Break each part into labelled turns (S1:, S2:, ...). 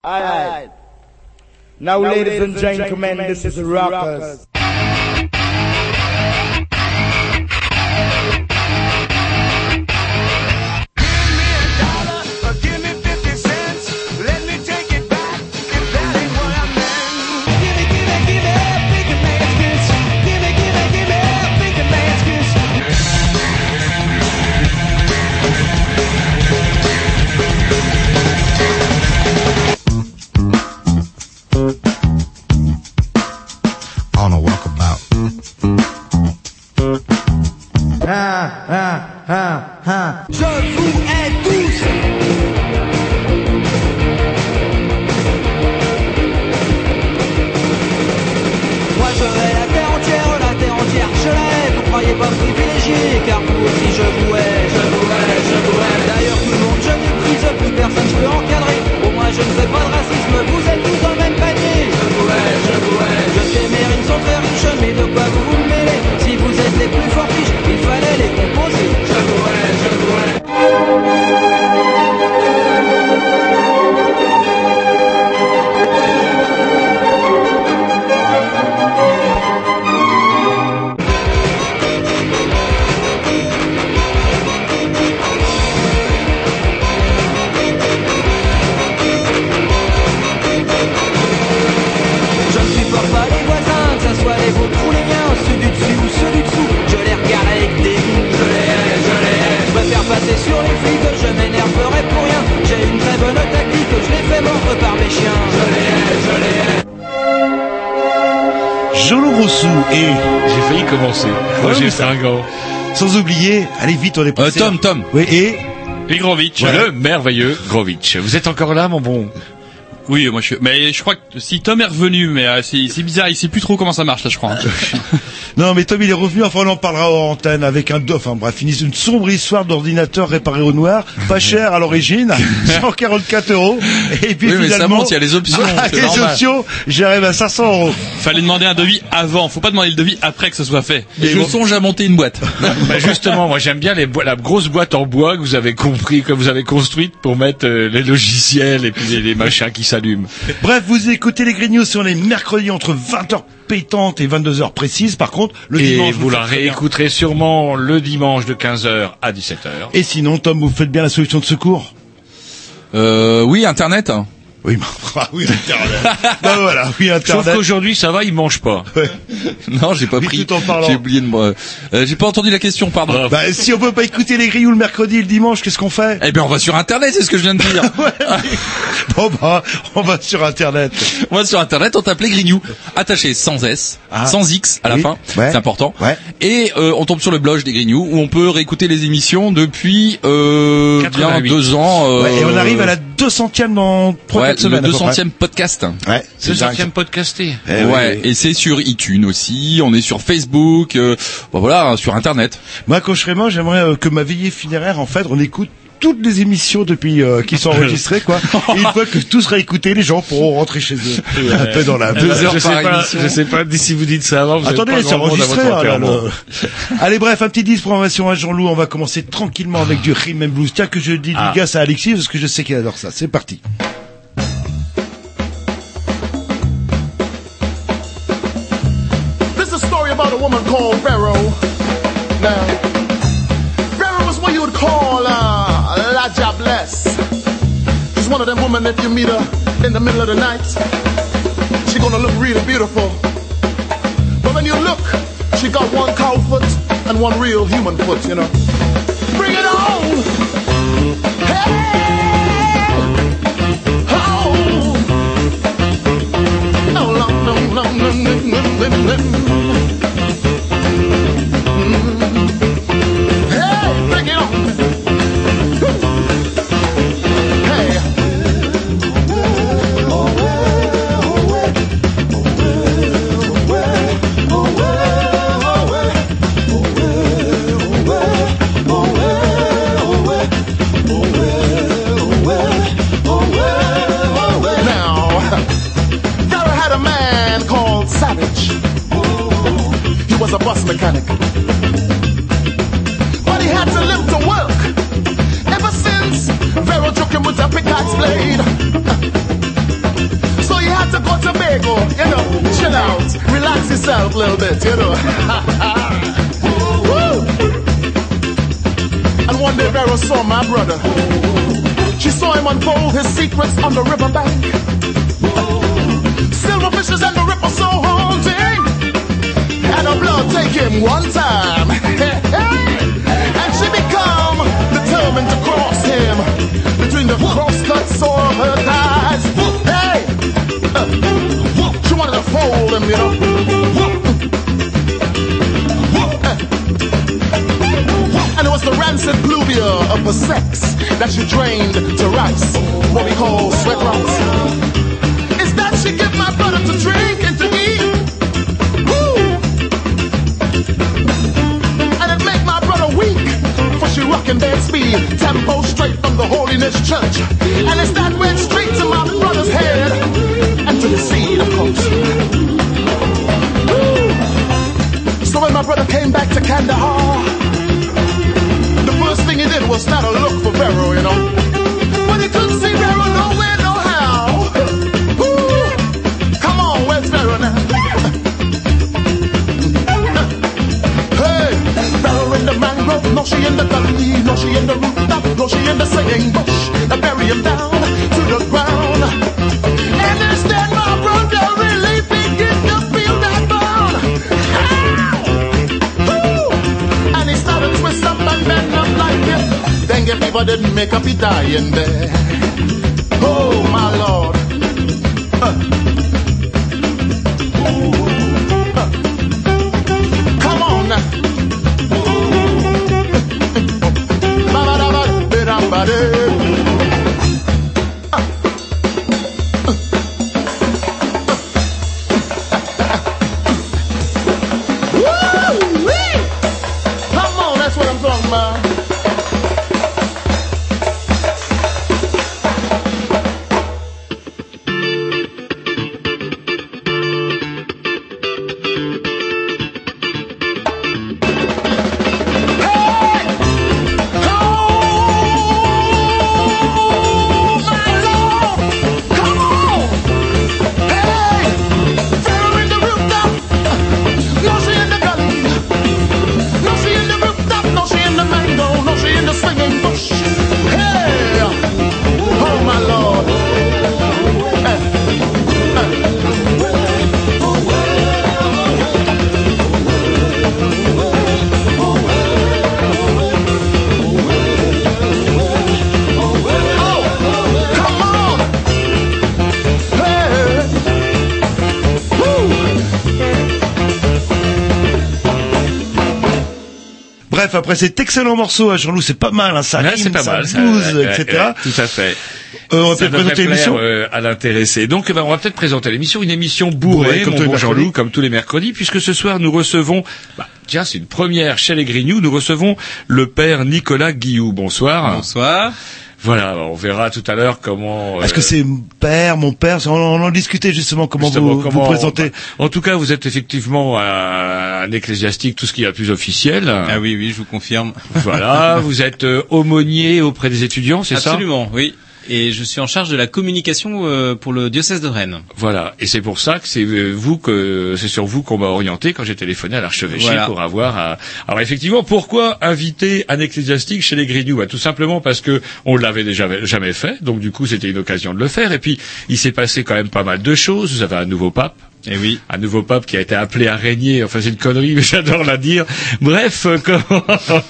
S1: Alright. Now, ladies and gentlemen, this is Rockers.
S2: Je vous hais tous. Moi je hais la terre entière, je la hais. Vous croyez pas privilégié, car vous aussi je vous hais, je vous hais, je vous hais. D'ailleurs tout le monde je méprise, plus personne je peux encadrer. Au moins je ne fais pas de racisme, vous êtes tous dans le même panier. Je vous hais, je vous hais. Je sais mes rimes sont très riches, mais de quoi vous vous mêlez? Si vous êtes les plus forts riches, il fallait les composer. Je vous hais, je vous hais. Passer sur les flics, je m'énerverai pour rien. J'ai une très bonne tactique, je les fais mordre par mes chiens. Je les hais.
S3: Jean-Loup Rousseau et...
S4: J'ai failli commencer. Roger Fringant.
S3: Sans oublier, allez vite, on est passé.
S4: Tom.
S3: Oui, et
S4: Grovitch,
S3: ouais.
S4: le merveilleux Grovitch. Vous êtes encore là, mon bon?
S5: Oui, moi mais je crois que si Tom est revenu, mais c'est bizarre, il sait plus trop comment ça marche là, je crois.
S3: Non, mais Tom, il est revenu, enfin, on en parlera en antenne avec une sombre histoire d'ordinateur réparé au noir, pas cher à l'origine, 144 €, et puis
S5: oui,
S3: finalement...
S5: mais ça monte, il y a les options.
S3: Les options, j'arrive à 500 €.
S5: Fallait demander un devis avant, faut pas demander le devis après que ce soit fait.
S4: Et je songe à monter une boîte. Bah justement, moi j'aime bien la grosse boîte en bois que vous avez construite pour mettre les logiciels et puis les machins qui s'allument.
S3: Bref, vous écoutez les Grignoux sur les mercredis entre 20h pétantes et 22h précises. Par contre, le dimanche...
S4: Et vous la réécouterez sûrement le dimanche de 15h à 17h.
S3: Et sinon, Tom, vous faites bien la solution de secours?
S5: Oui, Internet.
S3: Oui, Internet. Ben voilà, oui, Internet.
S4: Sauf qu'aujourd'hui, ça va, ils mangent pas.
S3: Ouais.
S5: Non, j'ai pas pris. J'ai oublié de moi. J'ai pas entendu la question, pardon.
S3: Bah, si on peut pas écouter les Grignoux le mercredi et le dimanche, qu'est-ce qu'on fait?
S5: Eh bien, on va sur Internet, c'est ce que je viens de dire.
S3: Ouais, bon, bah, on va sur Internet.
S5: On va sur Internet, on tape les Grignoux, attaché sans S, sans X à la fin. Ouais. C'est important. Ouais. Et, on tombe sur le blog des Grignoux, où on peut réécouter les émissions depuis, bien 2 ans,
S3: Ouais, et on arrive à la 200e dans 3-4 semaines.
S5: Le 200e podcast.
S4: Ouais. 200e podcasté.
S5: Ouais. Et c'est sur iTunes aussi. On est sur Facebook. Voilà, sur Internet.
S3: Moi, quand je serai mort, j'aimerais que ma veillée funéraire, en fait, on écoute toutes les émissions depuis qui sont enregistrées, quoi. Et une fois que tout sera écouté, les gens pourront rentrer chez eux un peu dans la
S4: 2 heures par émission. Je sais pas si vous dites ça avant.
S3: Attendez, c'est enregistré. Allez, bref, un petit 10 programmation à Jean-Loup. On va commencer tranquillement avec du rhythm and blues. Tiens, que je dédicace à Alexis parce que je sais qu'il adore ça. C'est parti.
S6: This is a story about a woman called Pharaoh. Now, Pharaoh is what you would call La Jobless. She's one of them women if you meet her in the middle of the night, she's gonna look really beautiful. But when you look, she got one cow foot and one real human foot, you know. Bring it on! Hey! Oh! No, no, no, no, no, no, no, no, no. Hey, bring it on! Hey! Was a bus mechanic, but he had to live to work. Ever since Pharaoh took him with a pickaxe blade, you know, chill out, relax yourself a little bit, you know. And one day Vera saw my brother. She saw him unfold his secrets on the riverbank. Silver fishes and the ripple so haunting. And her blood take him one time. And she become determined to cross him between the crosscuts of her thighs. Hey! She wanted to fold him, you know. And it was the rancid pluvia of her sex that she drained to rice, what we call sweat rice. Is that she give my brother to drink and to eat? Woo! And it make my brother weak, for she rockin' bed speed, tempo straight from the Holiness Church. And it's that went straight to my brother's head, and to the seed, of course. Woo! So when my brother came back to Kandahar, first thing he did was start a look for Pharaoh, you know. But he couldn't see Pharaoh nowhere, no how. Ooh, come on, where's Pharaoh now? Hey, Pharaoh in the mangrove, no she in the gully, no she in the rooftop, no she in the singing bush. They bury him down to the ground. And instead my brother really begin to feel that bone. And he started to twist up and bend up like this. Dengue fever didn't make up, he die in there. Oh my Lord. Come on now. Come on, that's what I'm talking about.
S3: Bref, après cet excellent morceau à Jean-Loup, c'est pas mal, hein, ça rime, ça blues, etc.
S4: Tout à fait.
S3: On va peut-être présenter l'émission.
S4: À l'intéressé. Donc, on va peut-être présenter l'émission, une émission bourrée,
S3: comme
S4: mon bon Jean-Loup, comme tous les mercredis, puisque ce soir nous recevons, tiens, c'est une première chez les Grignoux, nous recevons le père Nicolas Guilloux. Bonsoir.
S5: Bonsoir.
S4: Voilà, on verra tout à l'heure comment...
S3: Est-ce que c'est mon père, on en discutait justement, comment vous présentez.
S4: En tout cas, vous êtes effectivement un ecclésiastique, tout ce qu'il y a de plus officiel.
S5: Ah oui, je vous confirme.
S4: Voilà, vous êtes aumônier auprès des étudiants, c'est ça?
S5: Absolument, oui. Et je suis en charge de la communication pour le diocèse de Rennes.
S4: Voilà, et c'est pour ça que c'est sur vous qu'on m'a orienté quand j'ai téléphoné à l'archevêché pour avoir Alors effectivement, pourquoi inviter un ecclésiastique chez les Grignoux? Tout simplement parce que on l'avait déjà jamais fait, donc du coup c'était une occasion de le faire. Et puis il s'est passé quand même pas mal de choses. Vous avez un nouveau pape.
S5: Eh oui.
S4: Un nouveau pape qui a été appelé à régner. Enfin, c'est une connerie, mais j'adore la dire. Bref, comment...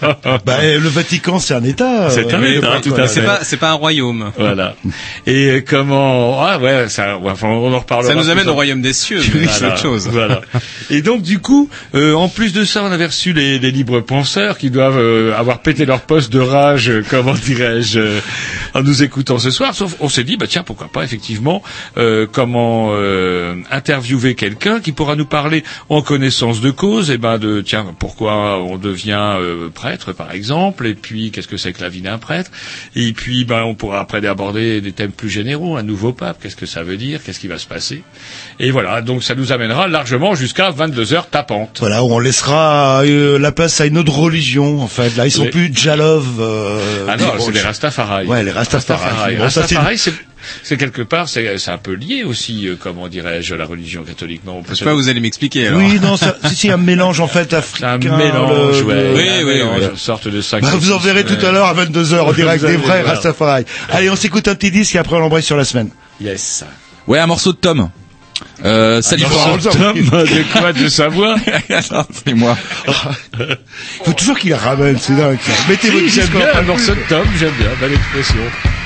S3: le Vatican, c'est un État.
S4: C'est un État, tout à fait.
S5: C'est pas un royaume.
S4: Voilà. Et comment... on en reparlera.
S5: Ça nous amène au royaume des cieux, mais c'est autre chose.
S4: Voilà. Et donc, du coup, en plus de ça, on avait reçu les libres penseurs qui doivent avoir pété leur poste de rage, comment dirais-je, en nous écoutant ce soir. Sauf, on s'est dit, tiens, pourquoi pas, effectivement, interviewer quelqu'un qui pourra nous parler en connaissance de cause, pourquoi on devient prêtre, par exemple, et puis qu'est-ce que c'est que la vie d'un prêtre, et puis on pourra après aborder des thèmes plus généraux, un nouveau pape, qu'est-ce que ça veut dire, qu'est-ce qui va se passer, et voilà, donc ça nous amènera largement jusqu'à 22h tapantes.
S3: Voilà, où on laissera la place à une autre religion, en fait, là ils sont plus Djalov.
S4: Non, c'est les Rastafari.
S3: Ouais, les Rastafari.
S4: Rastafari, c'est quelque part, c'est un peu lié aussi, comment dirais-je, à la religion catholique. Non,
S5: je sais pas, vous allez m'expliquer, alors.
S3: Oui, non, c'est un mélange, en fait, africain.
S4: Un mélange, une sorte de sac.
S3: Vous en verrez tout à l'heure à 22h, en direct des vrais Rastafari. Allez, on s'écoute un petit disque et après on l'embraye sur la semaine.
S4: Yes.
S5: Ouais, un morceau de Tom. Salut
S4: Tom. De quoi, de sa voix?
S5: Non, c'est moi.
S3: Faut toujours qu'il la ramène, c'est dingue.
S4: Mettez votre disque en un morceau de Tom, j'aime bien, belle expression.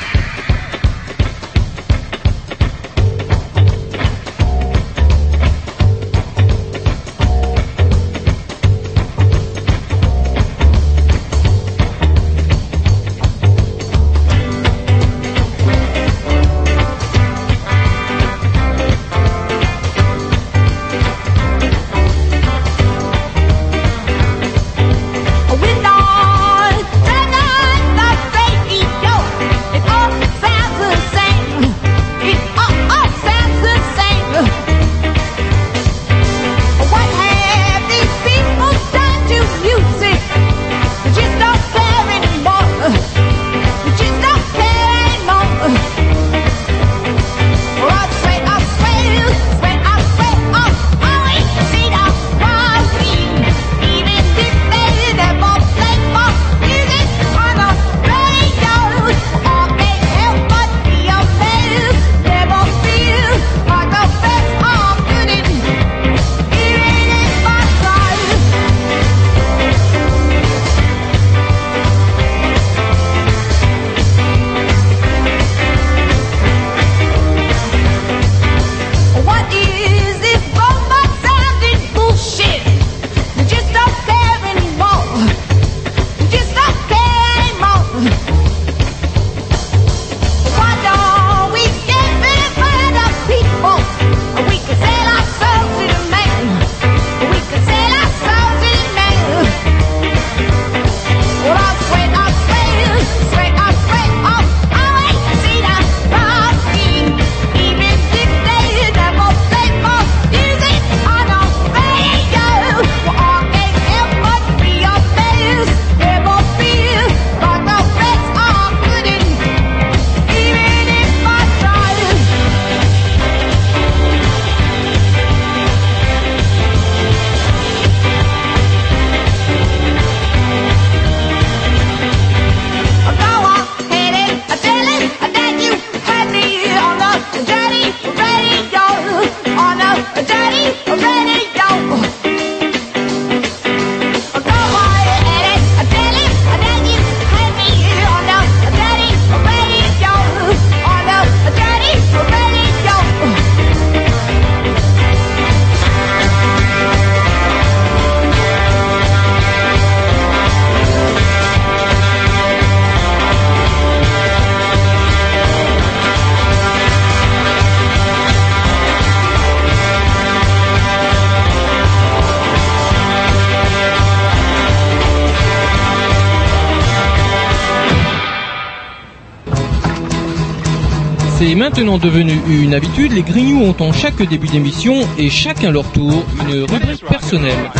S7: C'est maintenant devenu une habitude, les Grignoux ont en chaque début d'émission, et chacun leur tour, une rubrique personnelle.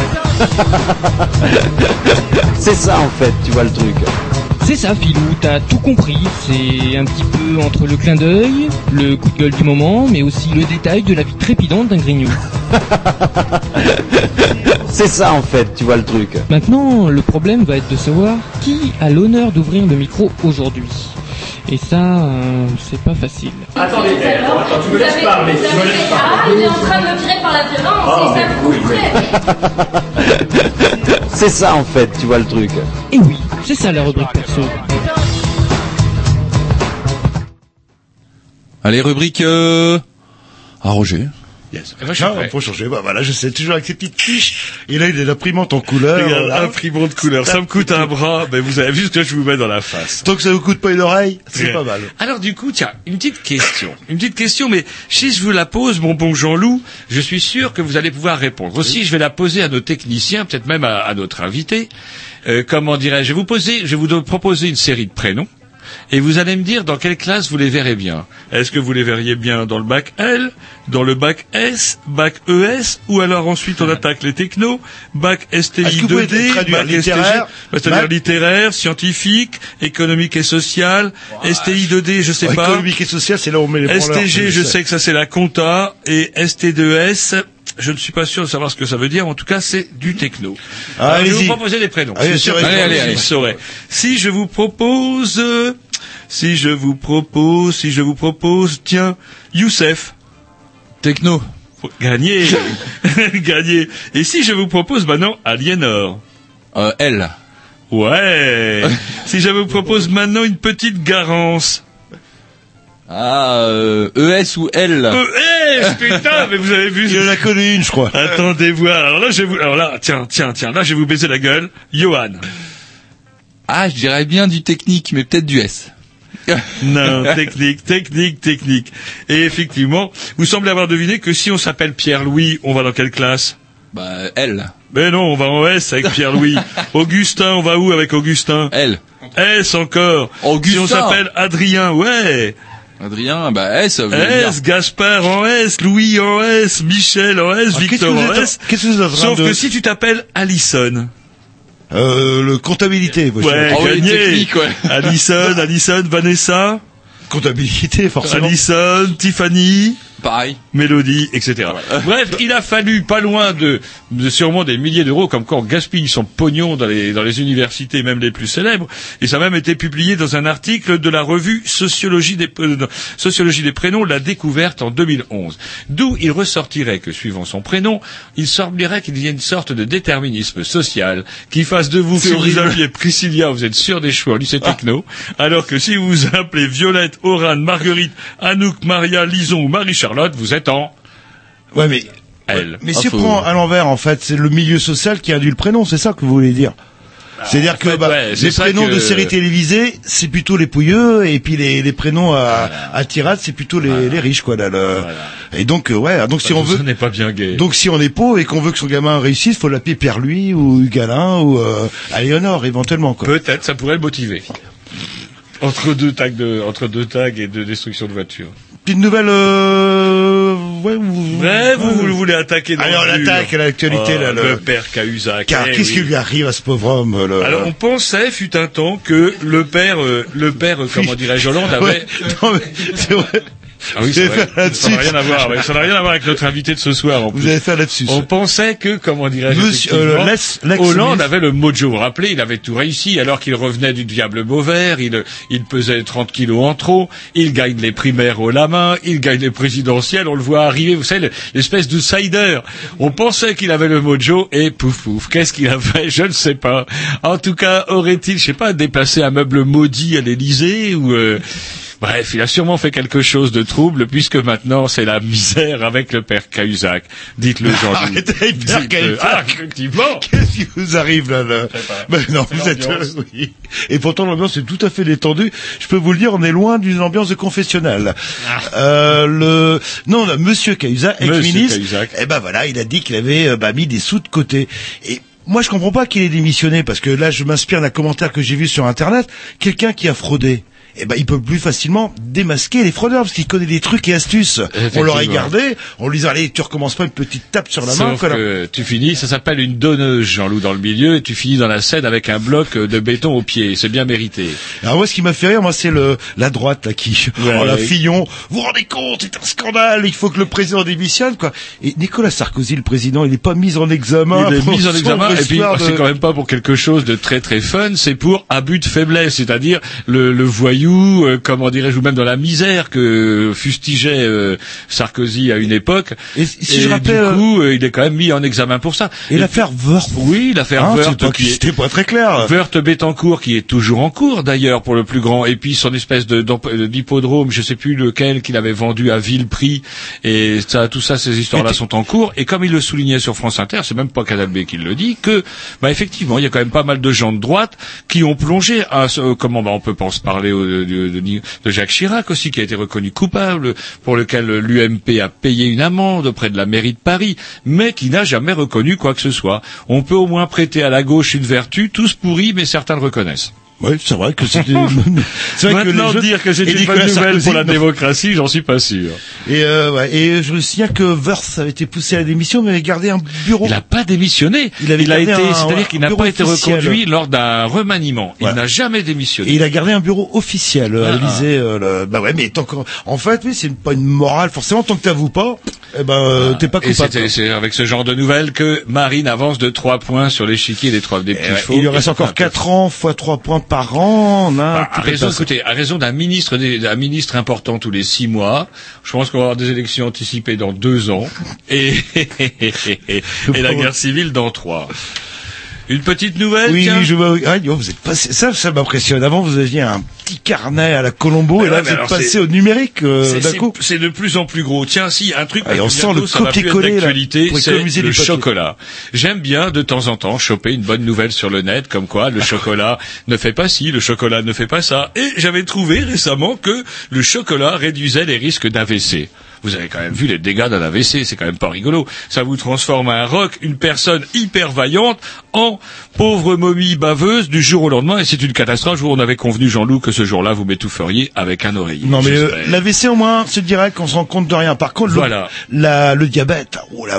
S8: C'est ça en fait, tu vois le truc.
S7: C'est ça Philou, t'as tout compris, c'est un petit peu entre le clin d'œil, le coup de gueule du moment, mais aussi le détail de la vie trépidante d'un Grignou.
S8: C'est ça en fait, tu vois le truc.
S7: Maintenant, le problème va être de savoir qui a l'honneur d'ouvrir le micro aujourd'hui. Et ça, c'est pas facile.
S9: Attends, tu me laisses parler. Ah, il est en train de me tirer par la violence, et ça vous couperait.
S8: C'est ça en fait, tu vois le truc.
S7: Et oui, c'est ça la rubrique perso.
S5: Allez, rubrique Roger.
S3: Yes. Faut changer. Bah voilà, je sais, toujours avec ces petites fiches. Et là, il est l'imprimante en couleur.
S4: Regarde, imprimante couleur. Ça me coûte un bras. Ben, vous avez vu ce que je vous mets dans la face.
S3: Tant que ça vous coûte pas une oreille, c'est pas mal.
S4: Alors, du coup, tiens, une petite question, mais si je vous la pose, mon bon Jean-Loup, je suis sûr que vous allez pouvoir répondre. Aussi, je vais la poser à nos techniciens, peut-être même à notre invité. Comment dirais-je? Je vais vous proposer une série de prénoms. et vous allez me dire dans quelle classe vous les verrez bien. Est-ce que vous les verriez bien dans le bac L, dans le bac S, bac ES, ou alors ensuite on attaque les technos, bac STI 2D, bac littéraire, c'est-à-dire littéraire, scientifique, économique et social, STI 2D, je sais pas.
S3: Économique et social, c'est là où on met les branleurs.
S4: STG, je sais que ça c'est la compta, et ST2S, je ne suis pas sûr de savoir ce que ça veut dire, en tout cas c'est du techno. Alors, je vais vous proposer des prénoms.
S3: Allez.
S4: Si je vous propose, tiens, Youssef.
S5: Techno.
S4: Gagné. Gagné. Et si je vous propose maintenant Aliénor.
S5: L.
S4: Ouais. Si je vous propose maintenant une petite Garance.
S5: ES ou L.
S4: ES, putain, mais vous avez vu.
S3: Je la connais une, je crois.
S4: Attendez voir. Alors là, tiens, là, je vais vous baiser la gueule. Johan.
S5: Ah, je dirais bien du technique, mais peut-être du S.
S4: Non, technique. Et effectivement, vous semblez avoir deviné que si on s'appelle Pierre-Louis, on va dans quelle classe?
S5: L.
S4: Mais non, on va en S avec Pierre-Louis. Augustin, on va où avec Augustin?
S5: L.
S4: S encore.
S5: Augustin.
S4: Si on s'appelle Adrien, ouais.
S5: Adrien, S.
S4: S, Gaspard en S, Louis en S, Michel en S, Victor en S.
S3: Qu'est-ce que vous êtes
S4: Sauf que si tu t'appelles Alison.
S3: Le comptabilité.
S4: Ouais, gagné. Technique, ouais. Alison, Vanessa.
S3: Comptabilité, forcément.
S4: Alison, Tiffany.
S5: Pareil.
S4: Mélodie, etc. Bref, il a fallu pas loin de sûrement des milliers d'euros, comme quand on gaspille son pognon dans les universités, même les plus célèbres, et ça a même été publié dans un article de la revue Sociologie des prénoms, la découverte en 2011. D'où il ressortirait que, suivant son prénom, il semblerait qu'il y ait une sorte de déterminisme social qui fasse de vous, si vous appelez Priscilla, vous êtes sûr d'échouer au lycée techno, alors que si vous vous appelez Violette, Orane, Marguerite, Anouk, Maria, Lison ou Marie-Charlotte, vous êtes en...
S3: Ouais, mais...
S4: Elle.
S3: Mais si on prend à l'envers, en fait, c'est le milieu social qui induit le prénom, c'est ça que vous voulez dire? C'est-à-dire que les prénoms de séries télévisées, c'est plutôt les pouilleux, et puis les prénoms à tirade, c'est plutôt les riches, quoi. Et donc, donc si on veut...
S4: Ça n'est pas bien gay.
S3: Donc si on est pauvre et qu'on veut que son gamin réussisse, faut l'appeler Pierre-Louis, ou Hugalin, ou Aléonore, éventuellement, quoi.
S4: Peut-être, ça pourrait le motiver. Entre deux tags et de destruction de voiture.
S3: Petite nouvelle,
S4: vous voulez attaquer dans
S3: alors, on attaque à l'actualité,
S4: le père Cahuzac.
S3: Car qu'est-ce qui lui arrive à ce pauvre homme, là?
S4: Alors, on pensait, fut un temps, que le père, comment dirais-je, Hollande avait...
S3: Non, mais c'est vrai.
S4: Ah oui, c'est vrai. Ça n'a rien à voir. Ça n'a rien à voir avec notre invité de ce soir. En plus.
S3: Vous avez fait là-dessus.
S4: On pensait que, comment dirais-je,
S3: Hollande
S4: avait le mojo. Vous vous rappelez, il avait tout réussi alors qu'il revenait du diable Mauvert. Il pesait 30 kilos en trop. Il gagne les primaires haut la main. Il gagne les présidentielles. On le voit arriver. Vous savez, l'espèce d'outsider. On pensait qu'il avait le mojo et pouf pouf. Qu'est-ce qu'il a fait? Je ne sais pas. En tout cas, aurait-il, je sais pas, déplacé un meuble maudit à l'Élysée ou bref, il a sûrement fait quelque chose de trouble, puisque maintenant, c'est la misère avec le père Cahuzac. Dites-le, Jean-Louis.
S3: Arrêtez, père Cahuzac.
S4: Ah, effectivement.
S3: Qu'est-ce qui vous arrive, là? Ben non, vous êtes, oui. Et pourtant, l'ambiance est tout à fait détendue. Je peux vous le dire, on est loin d'une ambiance de confessionnal. Monsieur Cahuzac, ex-ministre. Eh ben voilà, il a dit qu'il avait, mis des sous de côté. Et, moi, je comprends pas qu'il ait démissionné, parce que là, je m'inspire d'un commentaire que j'ai vu sur Internet. Quelqu'un qui a fraudé. Eh ben, il peut plus facilement démasquer les fraudeurs, parce qu'il connaît des trucs et astuces. On l'aurait gardé, on lui disait, allez, tu recommences pas une petite tape sur la main.
S4: Sauf que tu finis, ça s'appelle une donneuse, Jean-Loup, dans le milieu, et tu finis dans la scène avec un bloc de béton au pied. C'est bien mérité.
S3: Alors moi, ce qui m'a fait rire, c'est la droite, là, qui, la Fillon, vous vous rendez compte, c'est un scandale, il faut que le président démissionne, quoi. Et Nicolas Sarkozy, le président, il est pas mis en examen.
S4: Il est mis en examen, et puis, c'est quand même pas pour quelque chose de très très fun, c'est pour abus de faiblesse, c'est-à-dire le voyou, comment dirais-je, ou même dans la misère que fustigeait Sarkozy à une époque.
S3: Et si je rappelle,
S4: du coup, il est quand même mis en examen pour ça.
S3: Et l'affaire Woerth.
S4: Oui, l'affaire Woerth.
S3: C'était pas très clair.
S4: Woerth-Bettencourt, qui est toujours en cours, d'ailleurs, pour le plus grand. Et puis, son espèce d'hippodrome, je sais plus lequel, qu'il avait vendu à vil prix. Et ça, tout ça, ces histoires-là sont en cours. Et comme il le soulignait sur France Inter, c'est même pas Cadalbé qui le dit, que, effectivement, il y a quand même pas mal de gens de droite qui ont plongé à, on peut pas se parler de Jacques Chirac aussi, qui a été reconnu coupable, pour lequel l'UMP a payé une amende auprès de la mairie de Paris, mais qui n'a jamais reconnu quoi que ce soit. On peut au moins prêter à la gauche une vertu, tous pourris, mais certains le reconnaissent.
S3: Oui, c'est vrai que c'était.
S4: Maintenant, dire que c'était une bonne nouvelle pour la démocratie, j'en suis pas sûr.
S3: Et je me souviens que Wurth avait été poussé à la démission, mais avait gardé un bureau.
S4: Il n'a pas démissionné. C'est-à-dire qu'il n'a pas été reconduit lors d'un remaniement. Il n'a jamais démissionné.
S3: Et il a gardé un bureau officiel à l'Élysée. Mais tant que, en fait, oui, c'est pas une morale forcément. Tant que t'avoues pas, t'es pas coupable.
S4: Et c'est avec ce genre de nouvelles que Marine avance de 3 points sur l'échiquier des petits chevaux.
S3: Il lui reste encore 4 ans fois 3 points par an.
S4: À raison d'un ministre important tous les 6 mois, je pense qu'on va avoir des élections anticipées dans 2 ans et la guerre civile dans 3. Une petite nouvelle.
S3: Oui, vous êtes passé. Ça m'impressionne. Avant, vous aviez un petit carnet à la Colombo, et là, vous êtes passé au numérique d'un coup.
S4: C'est de plus en plus gros. Tiens, si un truc.
S3: On sent le copier-coller d'actualité,
S4: c'est le chocolat. J'aime bien de temps en temps choper une bonne nouvelle sur le net, comme quoi le chocolat ne fait pas ci, le chocolat ne fait pas ça. Et j'avais trouvé récemment que le chocolat réduisait les risques d'AVC. Vous avez quand même vu les dégâts d'un AVC, c'est quand même pas rigolo. Ça vous transforme un roc, une personne hyper vaillante, en pauvre momie baveuse du jour au lendemain, et c'est une catastrophe. On avait convenu, Jean-Loup, que ce jour-là, vous m'étoufferiez avec un oreiller.
S3: Non, mais l'AVC, au moins, c'est direct qu'on se rend compte de rien. Par contre, le diabète,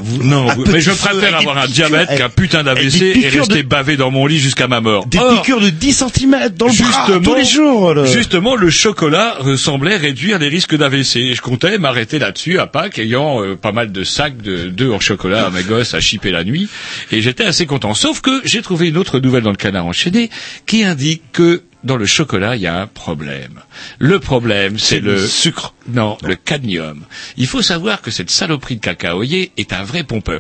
S4: mais je préfère avoir un diabète qu'un putain d'AVC et rester bavé dans mon lit jusqu'à ma mort.
S3: Des piqûres de 10 cm dans le bras, tous les jours.
S4: Justement, le chocolat semblait réduire les risques d'AVC. Et je comptais m'arrêter là-dessus à Pâques, ayant pas mal de sacs d'œufs en chocolat à mes gosses à chipper la nuit, et j'étais assez content. Sauf que j'ai trouvé une autre nouvelle dans le Canard enchaîné qui indique que dans le chocolat, il y a un problème. Le problème, c'est le
S3: sucre.
S4: Non, le cadmium. Il faut savoir que cette saloperie de cacaoyer est un vrai pompeur.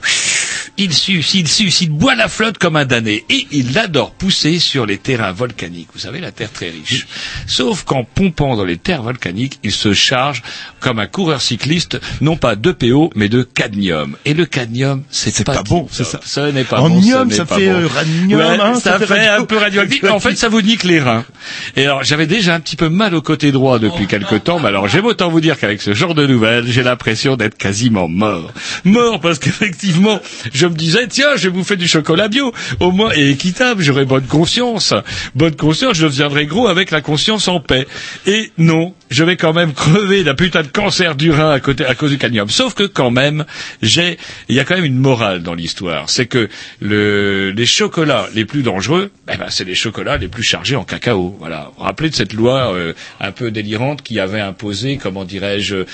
S4: Il suce, il boit la flotte comme un damné, et il adore pousser sur les terrains volcaniques. Vous savez, la terre très riche. Sauf qu'en pompant dans les terres volcaniques, il se charge comme un coureur cycliste, non pas de PO, mais de cadmium. Et le cadmium, c'est pas bon, c'est ça. Ce n'est pas bon.
S3: Ça fait radium,
S4: ça fait un peu radioactif. En fait, ça vous nique les reins. Et alors, j'avais déjà un petit peu mal au côté droit depuis quelque temps, mais alors j'aime autant vous dire qu'avec ce genre de nouvelles, j'ai l'impression d'être quasiment mort. Mort parce qu'effectivement, je me disais, tiens, je vais bouffer du chocolat bio, au moins, et équitable, j'aurai bonne conscience. Bonne conscience, je deviendrai gros avec la conscience en paix. Et non, je vais quand même crever d'un putain de cancer du rein à cause du cadmium. Sauf que quand même, il y a quand même une morale dans l'histoire. C'est que les chocolats les plus dangereux, c'est les chocolats les plus chargés en cacao. Voilà. Vous vous rappelez de cette loi un peu délirante qui avait imposé, comment dirais-je,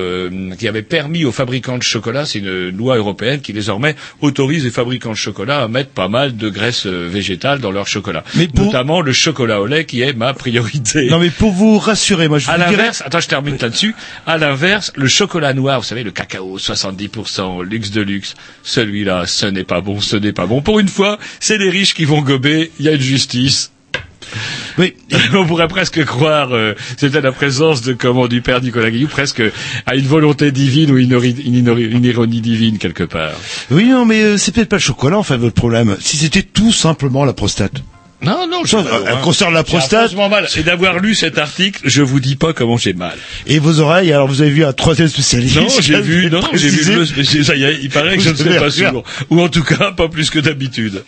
S4: qui avait permis aux fabricants de chocolat, c'est une loi européenne qui désormais autorise les fabricants de chocolat à mettre pas mal de graisse végétale dans leur chocolat. Notamment le chocolat au lait qui est ma priorité.
S3: Non mais pour vous rassurer, moi je vous dirais...
S4: Attends, je termine là-dessus. À l'inverse, le chocolat noir, vous savez, le cacao, 70%, luxe de luxe, celui-là, ce n'est pas bon. Pour une fois, c'est les riches qui vont gober, il y a une justice. Oui, on pourrait presque croire, c'était la présence du père Nicolas Guillou, presque à une volonté divine ou une ironie divine quelque part.
S3: Oui, non, mais c'est peut-être pas le chocolat, enfin, votre problème. Si c'était tout simplement la prostate.
S4: Non,
S3: un cancer de la prostate.
S4: J'ai mal. Et d'avoir lu cet article, je vous dis pas comment j'ai mal.
S3: Et vos oreilles, alors vous avez vu un troisième spécialiste?
S4: Non, j'ai vu le spécialiste. Ça y est, il paraît que je ne serai pas sourd. Ou en tout cas, pas plus que d'habitude.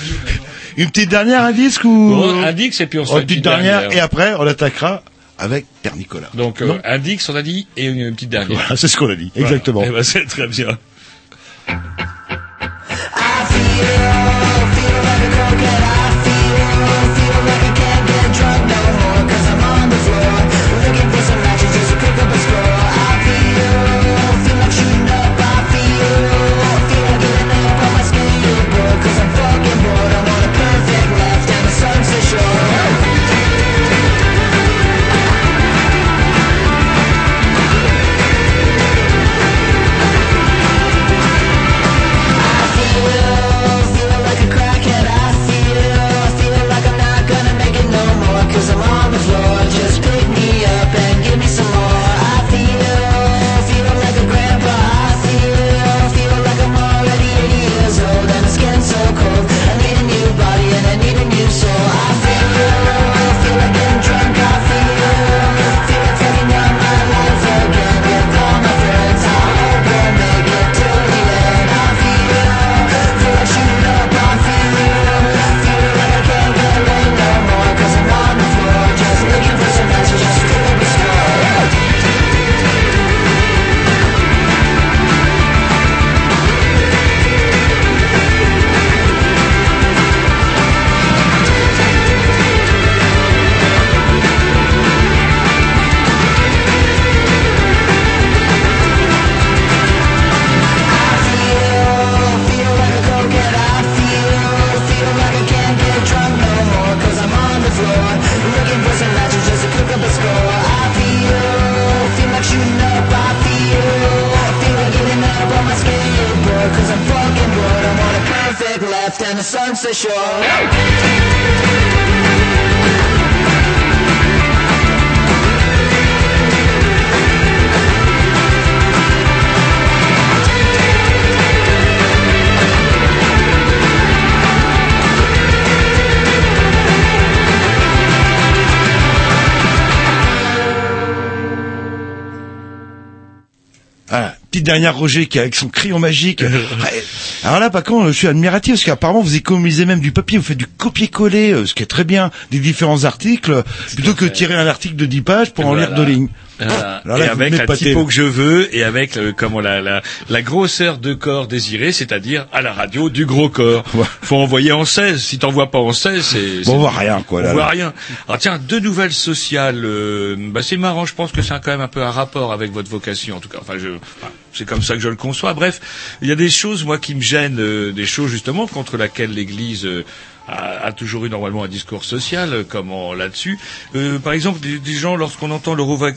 S3: Une petite dernière, un disque ou?
S4: Bon, un disque, et puis on se fait une petite dernière.
S3: Et après, on attaquera avec Père Nicolas.
S4: Donc, un disque, on a dit, et une petite dernière.
S3: Voilà, c'est ce qu'on a dit. Exactement.
S4: Eh ben, c'est très bien.
S2: and the Sunset Shore.
S3: Voilà. Petite dernière Roger qui avec son crayon magique. Alors là, par contre, je suis admiratif parce qu'apparemment vous économisez même du papier, vous faites du copier-coller, ce qui est très bien, des différents articles, plutôt que tirer un article de 10 pages pour en lire 2 lignes.
S4: Alors là, et avec la typo que je veux et avec la grosseur de corps désirée, c'est-à-dire à la radio du gros corps. Ouais. Faut envoyer en 16. Si t'envoies pas en 16, c'est
S3: bon, on voit rien quoi.
S4: On voit rien. Alors tiens, 2 nouvelles sociales. C'est marrant. Je pense que c'est quand même un peu un rapport avec votre vocation. En tout cas, c'est comme ça que je le conçois. Bref, il y a des choses moi qui me gênent, des choses justement contre lesquelles l'Église a toujours eu normalement un discours social, comment là-dessus. Par exemple, des gens, lorsqu'on entend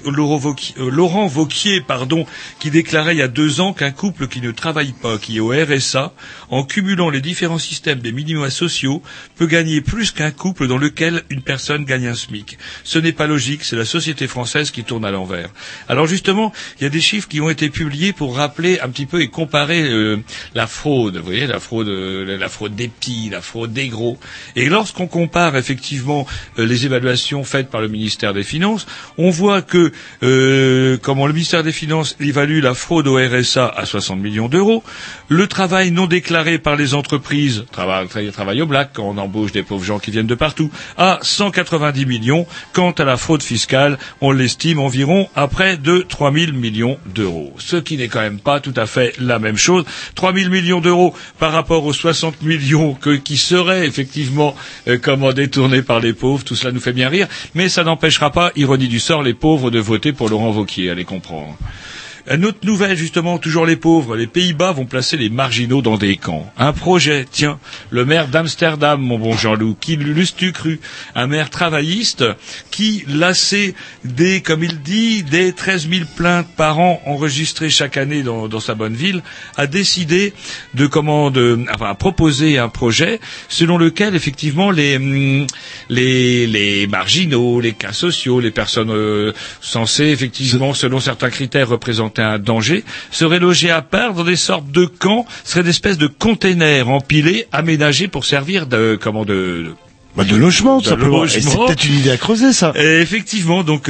S4: Laurent Wauquiez, qui déclarait il y a 2 ans qu'un couple qui ne travaille pas, qui est au RSA, en cumulant les différents systèmes des minima sociaux, peut gagner plus qu'un couple dans lequel une personne gagne un SMIC. Ce n'est pas logique, c'est la société française qui tourne à l'envers. Alors justement, il y a des chiffres qui ont été publiés pour rappeler un petit peu et comparer la fraude. Vous voyez, la fraude des petits, la fraude des gros. Et lorsqu'on compare effectivement les évaluations faites par le ministère des Finances, on voit que le ministère des Finances évalue la fraude au RSA à 60 millions d'euros, le travail non déclaré par les entreprises, travail au black, quand on embauche des pauvres gens qui viennent de partout, à 190 millions. Quant à la fraude fiscale, on l'estime environ à près de 3 000 millions d'euros. Ce qui n'est quand même pas tout à fait la même chose. 3 000 millions d'euros par rapport aux 60 millions qui seraient effectivement détournés par les pauvres, tout cela nous fait bien rire, mais ça n'empêchera pas, ironie du sort, les pauvres de voter pour Laurent Wauquiez, allez comprendre. Une autre nouvelle, justement, toujours les pauvres. Les Pays-Bas vont placer les marginaux dans des camps. Un projet, tiens, le maire d'Amsterdam, mon bon Jean-Loup, qui l'eût cru, un maire travailliste qui, lassé comme il dit, des 13 000 plaintes par an enregistrées chaque année dans sa bonne ville, a décidé a proposé un projet selon lequel, effectivement, les marginaux, les cas sociaux, les personnes censées, effectivement, selon certains critères, représenter un danger, seraient logés à part dans des sortes de camps, seraient des espèces de containers empilés, aménagés pour servir de
S3: logement, tout simplement. Et c'est peut-être une idée à creuser, ça.
S4: Et effectivement, donc,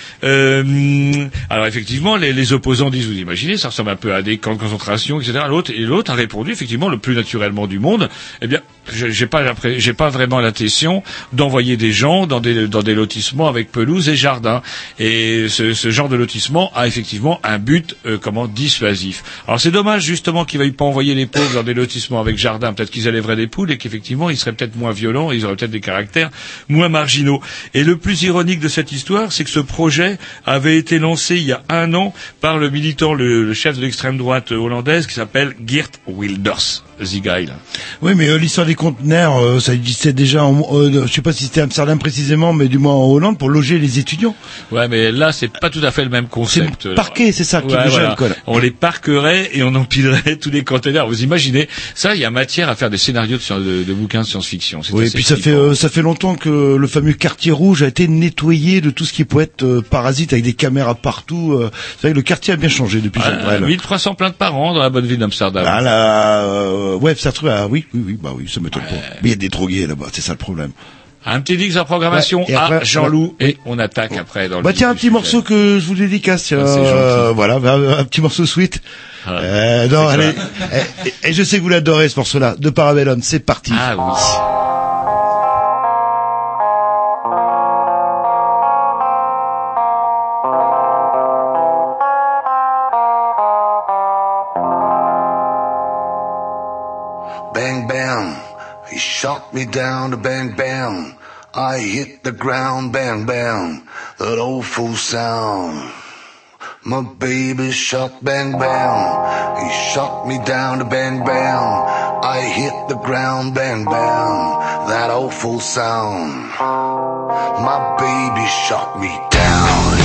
S4: alors effectivement, les opposants disent, vous imaginez, ça ressemble un peu à des camps de concentration, etc. L'autre a répondu, effectivement, le plus naturellement du monde, eh bien, j'ai pas vraiment l'intention d'envoyer des gens dans des lotissements avec pelouse et jardin. Et ce genre de lotissement a effectivement un but, dissuasif. Alors c'est dommage, justement, qu'ils veuillent pas envoyer les pauvres dans des lotissements avec jardin. Peut-être qu'ils élèveraient des poules et qu'effectivement, ils seraient peut-être moins violents, ils auraient peut-être des caractères moins marginaux. Et le plus ironique de cette histoire, c'est que ce projet avait été lancé il y a 1 an par le militant, le chef de l'extrême droite hollandaise qui s'appelle Geert Wilders. Zigail.
S3: Oui, mais l'histoire des conteneurs, ça existait déjà, je sais pas si c'était Amsterdam précisément, mais du moins en Hollande, pour loger les étudiants.
S4: Ouais, mais là, c'est pas tout à fait le même concept.
S3: C'est parqué, c'est ça qui me gêne, quoi.
S4: On les parquerait et on empilerait tous les conteneurs. Vous imaginez, ça, il y a matière à faire des scénarios de bouquins de science-fiction.
S3: Oui, et puis ça fait longtemps que le fameux quartier rouge a été nettoyé de tout ce qui peut être parasite avec des caméras partout. C'est vrai que le quartier a bien changé depuis Jacques Brel.
S4: 1300 plaintes par an dans la bonne ville d'Amsterdam.
S3: Ouais, ça trouve, oui, ça m'étonne pas. Mais il y a des drogués là-bas, c'est ça le problème.
S4: Un petit dix à programmation à Jean-Loup et on attaque après dans le
S3: tiens, un petit morceau que je vous dédicace. Voilà, un petit morceau sweet. Allez, et je sais que vous l'adorez ce morceau-là, de Parabellum, c'est parti.
S4: Ah oui.
S10: Bang, bang, he shot me down to bang, bang. I hit the ground, bang, bang, that awful sound. My baby shot, bang, bang, he shot me down to bang, bang. I hit the ground, bang, bang, that awful sound. My baby shot me down.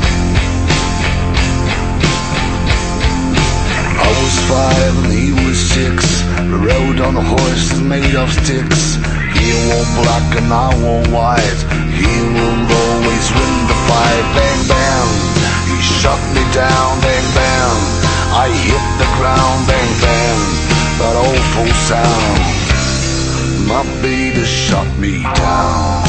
S10: I was 5 and he was 6, rode on a horse made of sticks. He wore black and I wore white. He will always win the fight. Bang bang, he shot me down. Bang bang, I hit the ground. Bang bang, that awful sound. My baby shot me down.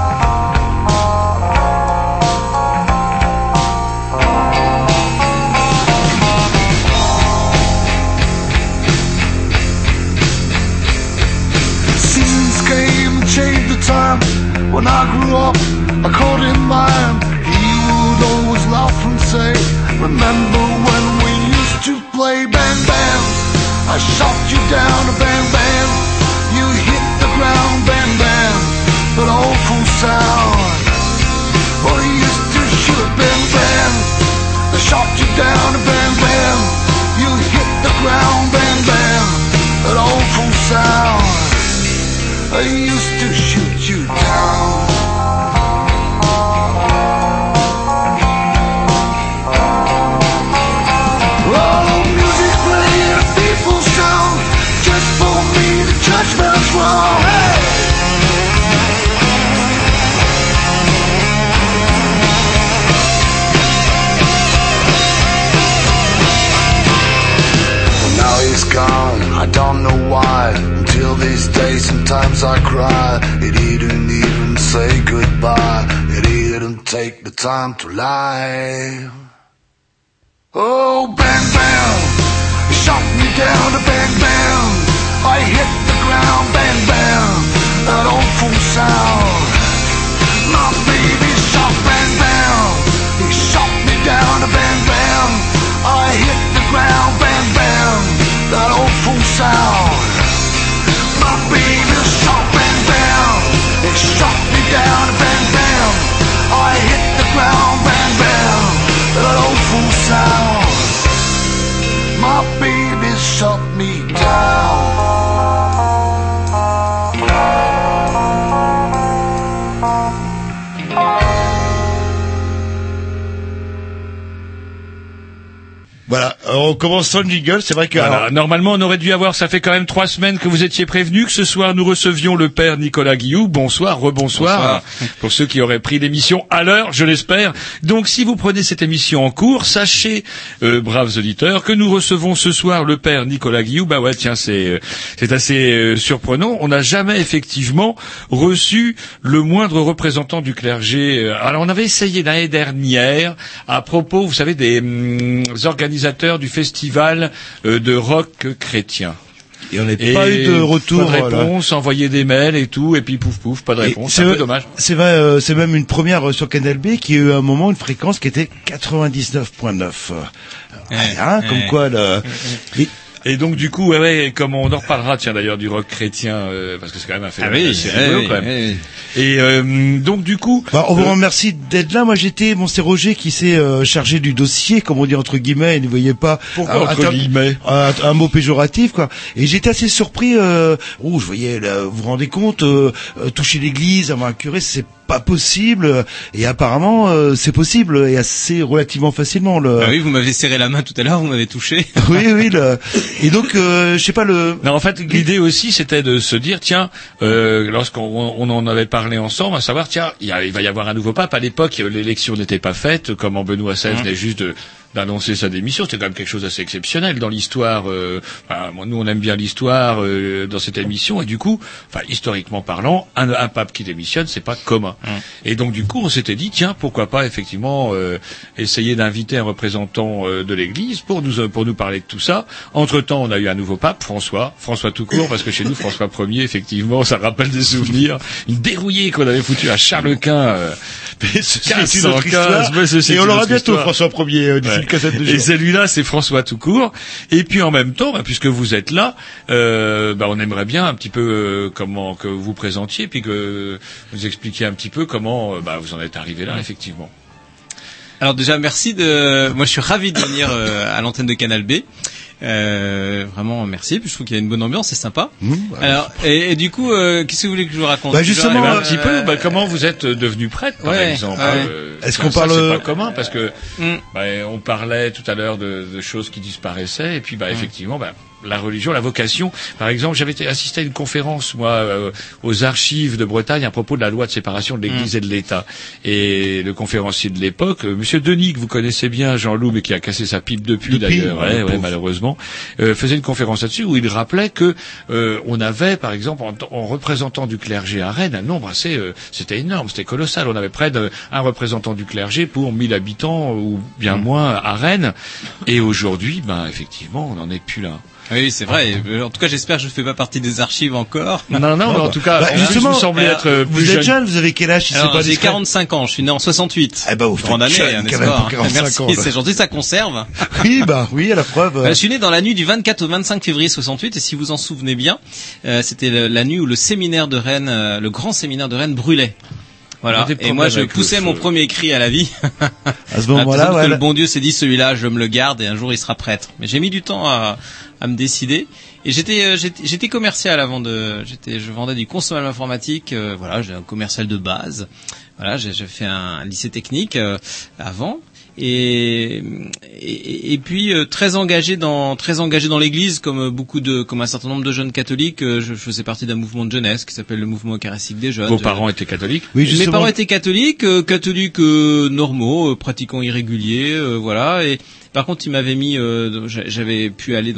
S10: Changed the time when I grew up, I caught in mind. He would always laugh and say, remember when we used to play? Bang bang, I shot you down. Bang bang, you hit the ground. Bang bang, that awful sound. Well, he used to shoot. Bang bang, I shot you down. Bang bang, you hit the ground. Bang bang, that awful sound. I used to shoot you down. Oh, music playing a people sound, just for me to judge man's wrong. Hey! Well, now he's gone, I don't know why. Till this day sometimes I cry. He didn't even say goodbye. He didn't take the time to lie. Oh, bang bang, he shot me down. Bang bang, I hit the ground. Bang bang, that awful sound. My baby shot. Bang bang, he shot me down. Bang bang, I hit the ground. Bang bang, that awful sound. My baby shot. Bang bang, it shot me down. Bang bang, I hit the ground. Bang bang, that awful sound. My baby shot me down.
S3: Voilà, on commence sans le jingle, c'est vrai que...
S4: Voilà, normalement, on aurait dû avoir, ça fait quand même 3 semaines que vous étiez prévenus, que ce soir, nous recevions le père Nicolas Guilloux. Bonsoir, rebonsoir. Pour ceux qui auraient pris l'émission à l'heure, je l'espère. Donc, si vous prenez cette émission en cours, sachez, braves auditeurs, que nous recevons ce soir le père Nicolas Guilloux. Bah ouais, tiens, c'est assez surprenant. On n'a jamais, effectivement, reçu le moindre représentant du clergé. Alors, on avait essayé l'année dernière, à propos, vous savez, des organisateurs du festival de rock chrétien.
S3: Et on n'a pas eu de retour.
S4: Pas de réponse, envoyer des mails et tout, et puis pouf pouf, pas de réponse. C'est un peu dommage.
S3: C'est vrai, c'est même une première sur Canal B qui a eu à un moment une fréquence qui était 99.9. Comme quoi
S4: Et donc du coup, ouais, comme on en reparlera, tiens d'ailleurs du rock chrétien, parce que c'est quand même un phénomène assez rigolo quand même. Et donc du coup,
S3: on vous remercie d'être là. Moi j'étais, c'est Roger qui s'est chargé du dossier, comme on dit entre guillemets. Et ne voyez pas
S4: pourquoi entre guillemets
S3: un mot péjoratif quoi. Et j'étais assez surpris. Je voyais, vous vous rendez compte, toucher l'église, avoir un curé, c'est pas possible. Et apparemment, c'est possible et assez relativement facilement.
S5: Oui, vous m'avez serré la main tout à l'heure, vous m'avez touché.
S3: Oui. Et donc, je sais pas
S4: Non, en fait, l'idée aussi, c'était de se dire, tiens, lorsqu'on en avait parlé ensemble, à savoir, tiens, il va y avoir un nouveau pape. À l'époque, l'élection n'était pas faite, comme en Benoît XVI venait juste d'annoncer sa démission. C'était quand même quelque chose d'assez exceptionnel dans l'histoire. Nous, on aime bien l'histoire dans cette émission, et du coup, historiquement parlant, un pape qui démissionne, c'est pas commun. Et donc, du coup, on s'était dit, tiens, pourquoi pas effectivement essayer d'inviter un représentant de l'Église pour nous parler de tout ça. Entre-temps, on a eu un nouveau pape, François tout court, parce que chez nous, François Ier, effectivement, ça rappelle des souvenirs. Une dérouillée qu'on avait foutue à Charles Quint, 1515.
S3: Et on l'aura bientôt, François Ier, d'ici une quinzaine de jours.
S4: Et celui-là, c'est François tout court. Et puis en même temps, puisque vous êtes là, on aimerait bien un petit peu comment que vous présentiez, puis que vous expliquiez un petit peu comment vous en êtes arrivé là, effectivement.
S5: Alors déjà, merci moi je suis ravi de venir à l'antenne de Canal B.
S11: Vraiment merci. Puis je trouve qu'il y a une bonne ambiance, c'est sympa. Alors et du coup, qu'est-ce que vous voulez que je vous raconte?
S4: Justement, un petit peu. Comment vous êtes devenu prêtre, par exemple?
S3: Est-ce qu'on parle
S4: c'est pas commun parce que on parlait tout à l'heure de choses qui disparaissaient et puis effectivement la religion, la vocation. Par exemple, j'avais assisté à une conférence, moi, aux archives de Bretagne à propos de la loi de séparation de l'Église et de l'État. Et le conférencier de l'époque, Monsieur Denis, que vous connaissez bien, Jean-Loup, mais qui a cassé sa pipe depuis d'ailleurs, malheureusement, faisait une conférence là-dessus où il rappelait que on avait, par exemple, en représentant du clergé à Rennes, un nombre assez, c'était énorme, c'était colossal. On avait près d'un représentant du clergé pour 1000 habitants ou bien moins à Rennes. Et aujourd'hui, effectivement, on n'en est plus là.
S11: Oui, c'est vrai. En tout cas, j'espère que je ne fais pas partie des archives encore.
S4: Non, mais en tout cas, justement, vous semblez être plus
S3: vous
S4: jeune.
S3: êtes jeune, vous avez quel âge si
S11: Alors, j'ai 45 ans, je suis né en 68.
S3: Vous
S11: grande année, n'est-ce pas? Merci, c'est gentil, ça conserve.
S3: Oui, à la preuve.
S11: Je suis né dans la nuit du 24 au 25 février 68, et si vous en souvenez bien, c'était la nuit où le séminaire de Rennes, le grand séminaire de Rennes brûlait. Voilà. Et moi, je poussais mon premier cri à la vie.
S3: À ce moment-là,
S11: que le bon Dieu s'est dit, celui-là, je me le garde et un jour il sera prêtre. Mais j'ai mis du temps à me décider. Et j'étais commercial avant je vendais du consommable informatique. J'ai un commercial de base. Voilà, j'ai fait un lycée technique avant. Et puis très engagé dans l'église comme un certain nombre de jeunes catholiques. Je faisais partie d'un mouvement de jeunesse qui s'appelle le mouvement eucharistique des jeunes.
S4: Vos parents étaient catholiques?
S3: Oui, justement.
S11: Mes parents étaient catholiques normaux, pratiquants irréguliers, voilà. Et par contre, ils m'avaient mis, j'avais pu aller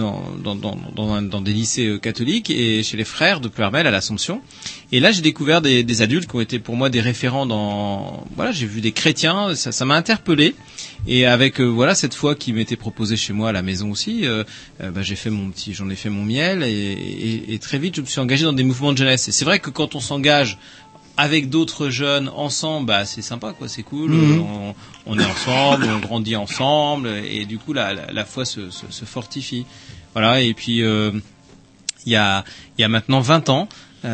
S11: dans des lycées catholiques et chez les frères de Ploermel à l'Assomption. Et là, j'ai découvert des adultes qui ont été pour moi des référents j'ai vu des chrétiens, ça m'a interpellé. Et avec cette foi qui m'était proposée chez moi à la maison aussi, j'en ai fait mon miel et très vite je me suis engagé dans des mouvements de jeunesse. Et c'est vrai que quand on s'engage avec d'autres jeunes ensemble, c'est sympa quoi, c'est cool. On est ensemble, on grandit ensemble et du coup la foi se fortifie. Voilà. Et puis il y a maintenant 20 ans.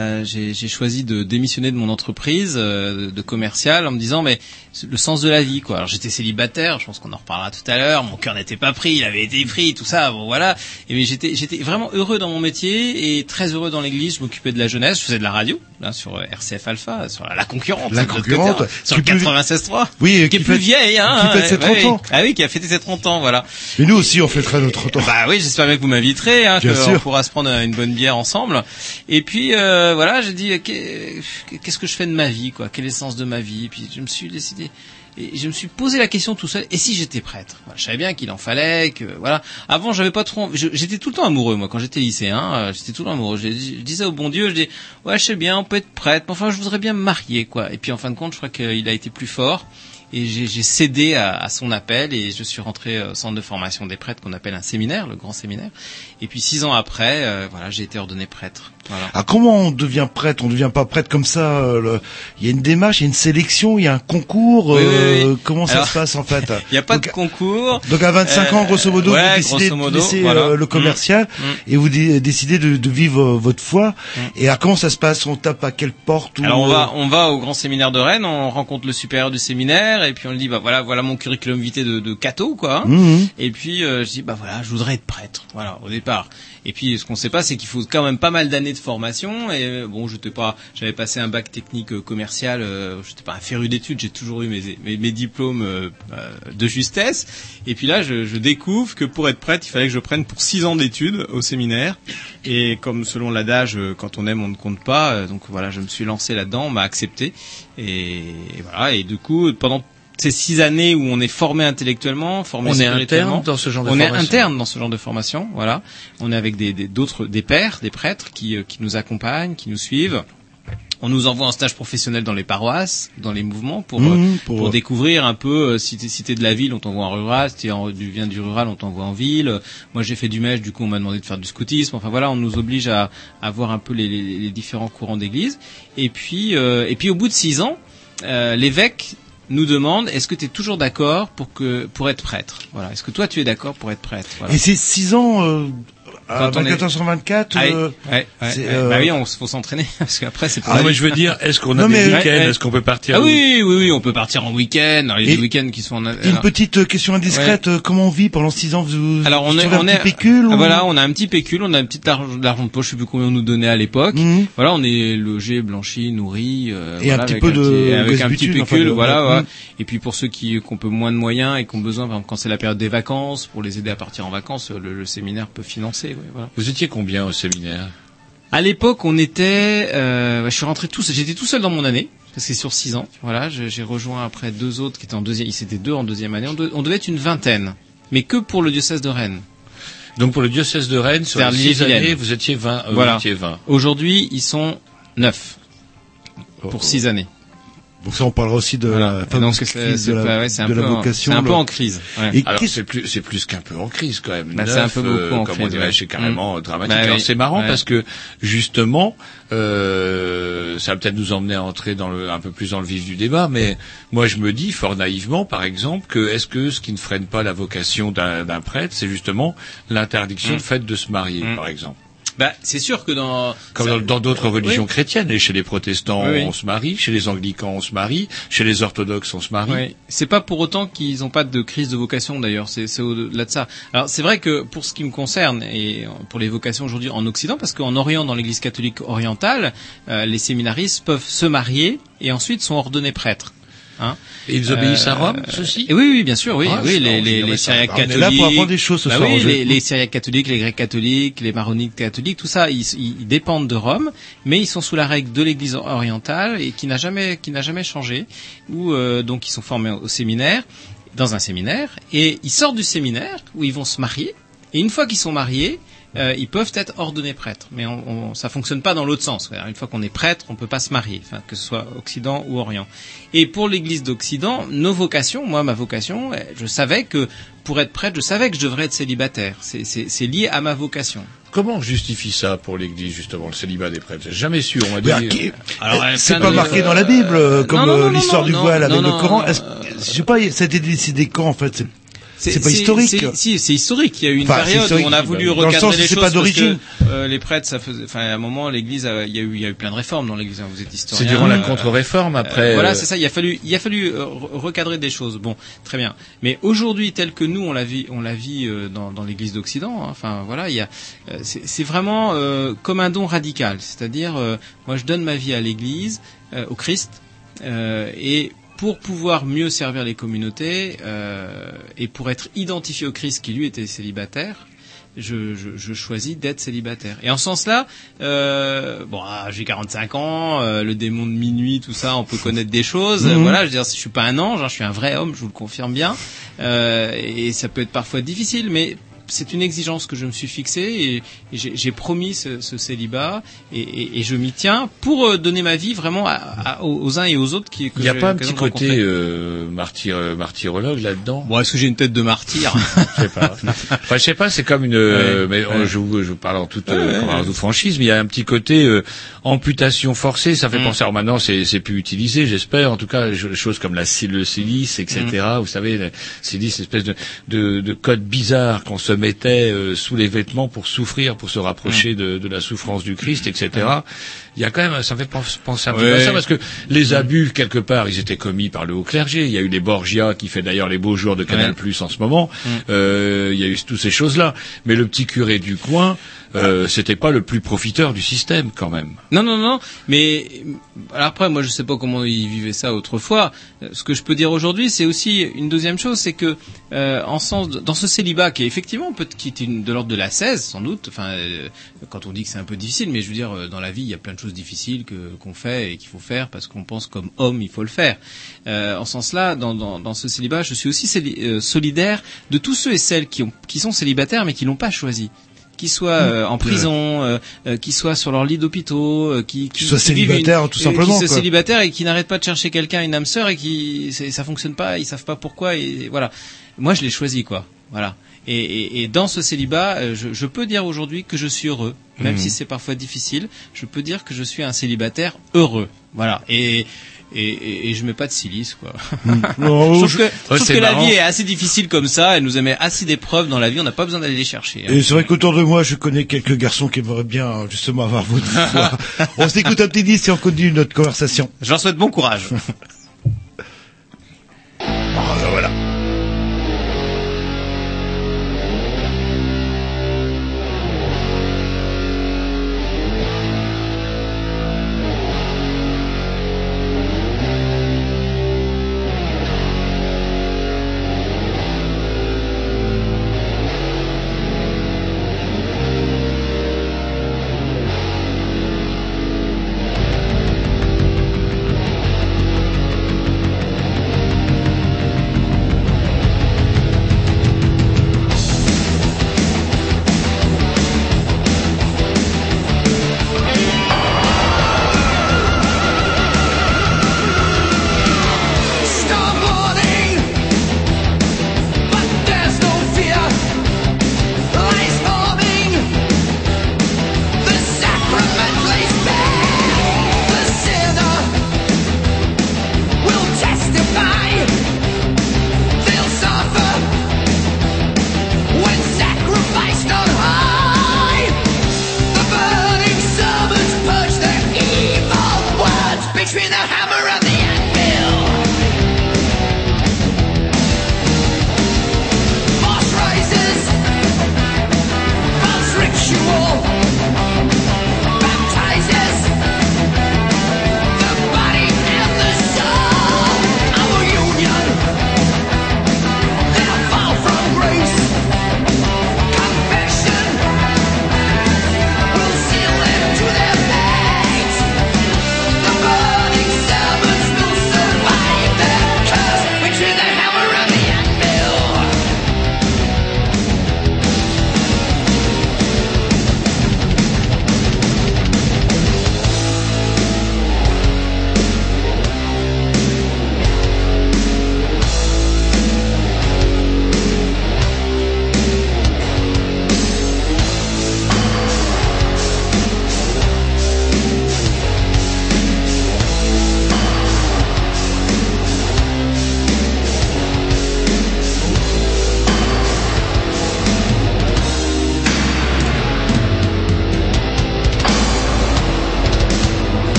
S11: J'ai choisi de démissionner de mon entreprise de commercial en me disant mais le sens de la vie quoi. Alors j'étais célibataire, je pense qu'on en reparlera tout à l'heure, mon cœur n'était pas pris, il avait été pris, tout ça, et mais j'étais vraiment heureux dans mon métier et très heureux dans l'église, je m'occupais de la jeunesse, je faisais de la radio là sur RCF Alpha, sur la concurrente sur le 96.3.
S3: Oui,
S11: qui est plus vieille
S3: qui fête ses 30 ans.
S11: Ah oui, qui a fêté ses 30 ans, voilà.
S3: Et nous aussi on fêtera nos 30 ans.
S11: Oui, j'espère bien que vous m'inviterez on pourra se prendre une bonne bière ensemble. Et puis j'ai dit qu'est-ce que je fais de ma vie quoi, quel est le sens de ma vie, et puis je me suis décidé et je me suis posé la question tout seul, et si j'étais prêtre? Je savais bien qu'il en fallait, que avant j'avais pas trop j'étais tout le temps amoureux moi quand j'étais lycéen, j'étais tout le temps amoureux, je disais au bon Dieu, je dis je sais bien on peut être prêtre, mais enfin je voudrais bien me marier quoi. Et puis en fin de compte je crois qu'il a été plus fort et j'ai cédé à son appel et je suis rentré au centre de formation des prêtres qu'on appelle un séminaire, le grand séminaire. Et puis 6 ans après, j'ai été ordonné prêtre. Voilà.
S3: Ah, comment on devient prêtre? On devient pas prêtre comme ça. Il y a une démarche, il y a une sélection, il y a un concours.
S11: Oui.
S3: Comment ça se passe en fait?
S11: Il n'y a pas de concours.
S3: Donc à 25 ans, grosso modo, vous décidez de laisser le commercial et vous décidez de vivre votre foi. Et comment ça se passe? On tape à quelle porte?
S11: Alors on va au grand séminaire de Rennes, on rencontre le supérieur du séminaire et puis on lui dit voilà mon curriculum vitae de catho quoi. Et puis je dis je voudrais être prêtre. Voilà au départ. Et puis ce qu'on sait pas, c'est qu'il faut quand même pas mal d'années de formation. Et j'avais passé un bac technique commercial. J'étais pas un féru d'études. J'ai toujours eu mes diplômes de justesse. Et puis là, je découvre que pour être prêtre, il fallait que je prenne pour 6 ans d'études au séminaire. Et comme selon l'adage, quand on aime, on ne compte pas. Donc voilà, je me suis lancé là-dedans. On m'a accepté. Et voilà. Et du coup, pendant ces 6 années où on est formé intellectuellement, formé spirituellement.
S4: On est interne dans ce genre de formation.
S11: On est interne dans ce genre de formation, voilà. On est avec des pères, des prêtres qui nous accompagnent, qui nous suivent. On nous envoie en stage professionnel dans les paroisses, dans les mouvements, pour découvrir un peu, si t'es de la ville, on t'envoie en rural, si tu viens du rural, on t'envoie en ville. Moi, j'ai fait du mèche, du coup, on m'a demandé de faire du scoutisme. Enfin, voilà, on nous oblige à voir un peu les différents courants d'église. Et puis, au bout de 6 ans, l'évêque nous demande est-ce que tu es toujours d'accord pour être prêtre. Voilà. Est-ce que toi tu es d'accord pour être prêtre? Voilà.
S3: Et ces 6 ans Quand 24h24,
S11: bah oui, faut s'entraîner parce qu'après c'est pas.
S4: Moi je veux dire, est-ce qu'on a des week-ends, est-ce qu'on peut partir?
S11: Ah oui, on peut partir en week-end. Il y a des week-ends qui sont.
S3: Une petite question indiscrète, comment on vit pendant 6 ans?
S11: Alors on est
S3: un petit pécule.
S11: Voilà, on a un petit pécule, on a un petit argent de poche, je sais plus combien on nous donnait à l'époque. Voilà, on est logé, blanchi, nourri.
S3: Et un petit peu
S11: avec un petit pécule, voilà. Et puis pour ceux qui ont peu moins de moyens et qui ont besoin, par exemple, quand c'est la période des vacances, pour les aider à partir en vacances, le séminaire peut financer. Voilà.
S4: Vous étiez combien au séminaire?
S11: À l'époque, on était. Je suis rentré j'étais tout seul dans mon année. Parce que c'est sur 6 ans. Voilà, j'ai rejoint après 2 autres qui étaient en deuxième. Ils étaient 2 en deuxième année. On devait être une vingtaine, mais que pour le diocèse de Rennes.
S4: Donc pour le diocèse de Rennes, sur les 6 années, vous étiez 20.
S11: Voilà.
S4: Vous étiez 20.
S11: Aujourd'hui, ils sont 9 pour 6 années.
S3: Donc ça, on parlera aussi de la fameuse crise de la vocation.
S11: C'est un peu en crise. Ouais.
S4: Et alors c'est plus qu'un peu en crise quand même.
S11: C'est un peu beaucoup en crise.
S4: On dirait, c'est carrément dramatique. Alors c'est marrant parce que justement, ça va peut-être nous emmener à entrer un peu plus dans le vif du débat, mais moi je me dis fort naïvement, par exemple, que est-ce que ce qui ne freine pas la vocation d'un prêtre, c'est justement l'interdiction de fait de se marier, par exemple.
S11: Bah, c'est sûr que
S4: comme dans d'autres religions chrétiennes, et chez les protestants on se marie, chez les anglicans on se marie, chez les orthodoxes on se marie.
S11: Oui. C'est pas pour autant qu'ils n'ont pas de crise de vocation d'ailleurs, c'est au-delà de ça. Alors c'est vrai que pour ce qui me concerne et pour les vocations aujourd'hui en Occident, parce qu'en Orient, dans l'Église catholique orientale, les séminaristes peuvent se marier et ensuite sont ordonnés prêtres.
S4: Et ils obéissent à Rome, ceux-ci?
S11: Oui, bien sûr, oui. Les Syriaques catholiques. On est là pour apprendre
S3: des choses ce soir.
S11: Les Syriaques catholiques, les Grecs catholiques, les Maronites catholiques, tout ça, ils dépendent de Rome, mais ils sont sous la règle de l'Église orientale et qui n'a jamais changé. Où donc ils sont formés au séminaire, dans un séminaire, et ils sortent du séminaire où ils vont se marier. Et une fois qu'ils sont mariés, ils peuvent être ordonnés prêtres, mais ça fonctionne pas dans l'autre sens. Une fois qu'on est prêtre, on peut pas se marier, que ce soit Occident ou Orient. Et pour l'Église d'Occident, nos vocations, moi ma vocation, je savais que pour être prêtre, je savais que je devrais être célibataire. C'est lié à ma vocation.
S4: Comment on justifie ça pour l'Église, justement, le célibat des prêtres? J'ai jamais su, on m'a dit.
S3: C'est pas marqué dans la Bible, comme l'histoire du voile avec le Coran. Je sais pas, ça a été décidé quand en fait? C'est pas historique.
S11: Si, c'est historique. Il y a eu une période où on a voulu recadrer les choses
S3: pas d'origine.
S11: Parce que les prêtres, à un moment, l'Église, il y a eu plein de réformes dans l'Église. Vous êtes historien.
S4: C'est durant la contre-réforme après.
S11: Voilà, c'est ça. Il a fallu recadrer des choses. Bon, très bien. Mais aujourd'hui, tel que nous on la vit dans l'Église d'Occident. C'est vraiment comme un don radical. C'est-à-dire, moi, je donne ma vie à l'Église, au Christ, et pour pouvoir mieux servir les communautés et pour être identifié au Christ qui lui était célibataire, je choisis d'être célibataire. Et en ce sens-là, j'ai 45 ans, le démon de minuit, tout ça, on peut connaître des choses. Voilà, je veux dire, je suis pas un ange, je suis un vrai homme, je vous le confirme bien. Et ça peut être parfois difficile, mais c'est une exigence que je me suis fixée et j'ai promis ce célibat et je m'y tiens pour donner ma vie vraiment aux uns et aux autres
S4: Il n'y a pas un petit côté martyrologue là-dedans?
S11: Bon, est-ce que j'ai une tête de martyr?
S4: Je sais pas. Enfin, je sais pas, c'est comme une. Je vous parle en toute franchise, mais il y a un petit côté amputation forcée. Ça fait penser. Alors maintenant, c'est plus utilisé, j'espère. En tout cas, les choses comme le silice, etc. Vous savez, le silice, espèce de code bizarre qu'on se mettait sous les vêtements pour souffrir, pour se rapprocher de la souffrance du Christ, etc. Il y a quand même, ça me fait penser un peu à ça, parce que les abus, quelque part, ils étaient commis par le haut clergé. Il y a eu les Borgia, qui fait d'ailleurs les beaux jours de Canal+ en ce moment. Il y a eu toutes ces choses-là. Mais le petit curé du coin, c'était pas le plus profiteur du système, quand même.
S11: Non. Mais alors après, moi, je sais pas comment ils vivaient ça autrefois. Ce que je peux dire aujourd'hui, c'est aussi une deuxième chose, c'est que dans ce célibat qui est effectivement qui est de l'ordre de l'ascèse, sans doute. Quand on dit que c'est un peu difficile, mais je veux dire, dans la vie, il y a plein de choses difficiles qu'on fait et qu'il faut faire parce qu'on pense comme homme, il faut le faire. En ce sens-là, dans ce célibat, je suis aussi solidaire de tous ceux et celles qui sont célibataires mais qui l'ont pas choisi. Qui soient en prison, qui soient sur leur lit d'hôpitaux, qui
S3: soient célibataires tout simplement,
S11: qui soient célibataires et qui n'arrêtent pas de chercher quelqu'un, une âme sœur, et ça fonctionne pas, ils savent pas pourquoi, et voilà. Moi, je l'ai choisi, quoi. Voilà. Et dans ce célibat, je peux dire aujourd'hui que je suis heureux, même si c'est parfois difficile. Je peux dire que je suis un célibataire heureux. Voilà. Et et je mets pas de silice, quoi.
S3: Sauf
S11: que la vie est assez difficile comme ça, elle nous met assez d'épreuves dans la vie, on n'a pas besoin d'aller les chercher.
S3: Et c'est vrai qu'autour de moi, je connais quelques garçons qui aimeraient bien, justement, avoir votre voix. On s'écoute un petit disque et on continue notre conversation.
S11: Je leur souhaite bon courage.
S3: Voilà.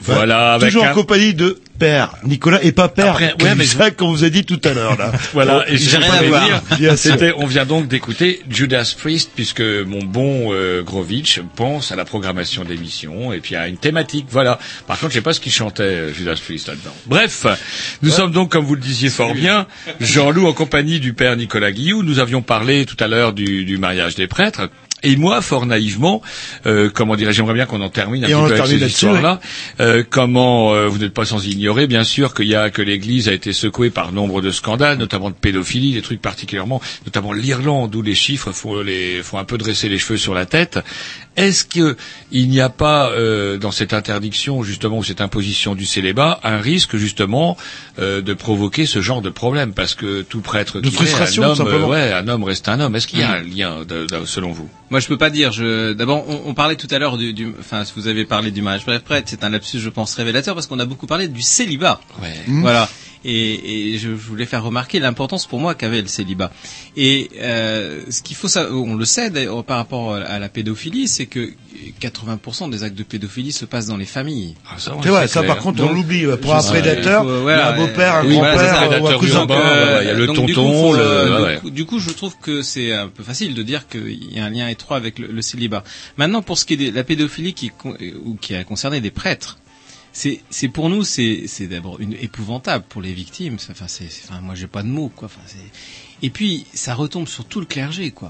S4: Voilà, avec
S3: toujours en compagnie de Père Nicolas et pas Père Jacques, qu'on vous a dit tout à l'heure là.
S4: Voilà, et
S11: j'ai rien à voir.
S4: On vient donc d'écouter Judas Priest, puisque mon bon Grovitch pense à la programmation d'émissions et puis à une thématique. Voilà. Par contre, je sais pas ce qu'il chantait Judas Priest là-dedans. Bref, nous sommes donc, comme vous le disiez fort bien, Jean-Loup en compagnie du Père Nicolas Guillou. Nous avions parlé tout à l'heure du mariage des prêtres. Et moi, fort naïvement, j'aimerais bien qu'on en termine un petit peu avec ces histoires-là. Vous n'êtes pas sans ignorer, bien sûr, que l'Église a été secouée par nombre de scandales, notamment de pédophilie, des trucs particulièrement, notamment l'Irlande, où les chiffres font un peu dresser les cheveux sur la tête. Est-ce qu'il n'y a pas dans cette interdiction, justement, ou cette imposition du célibat, un risque, justement, de provoquer ce genre de problème, parce que tout prêtre qui est un homme reste un homme. Est-ce qu'il y a un lien, selon vous?
S11: Moi, je peux pas dire. D'abord, on parlait tout à l'heure vous avez parlé du mariage prêtre. C'est un lapsus, je pense, révélateur, parce qu'on a beaucoup parlé du célibat.
S4: Ouais.
S11: Voilà. Et je voulais faire remarquer l'importance pour moi qu'avait le célibat. Et ce qu'il faut savoir, on le sait par rapport à la pédophilie, c'est que 80% des actes de pédophilie se passent dans les familles.
S3: Ah, ça, c'est vrai, ça par contre on l'oublie. Pour un prédateur, un beau-père, un grand-père ou un cousin.
S4: Il y a le tonton.
S11: Du coup, je trouve que c'est un peu facile de dire qu'il y a un lien étroit avec le célibat. Maintenant, pour ce qui est de la pédophilie qui a concerné des prêtres, c'est pour nous, c'est d'abord épouvantable pour les victimes. Moi, j'ai pas de mots, quoi. Et puis, ça retombe sur tout le clergé, quoi.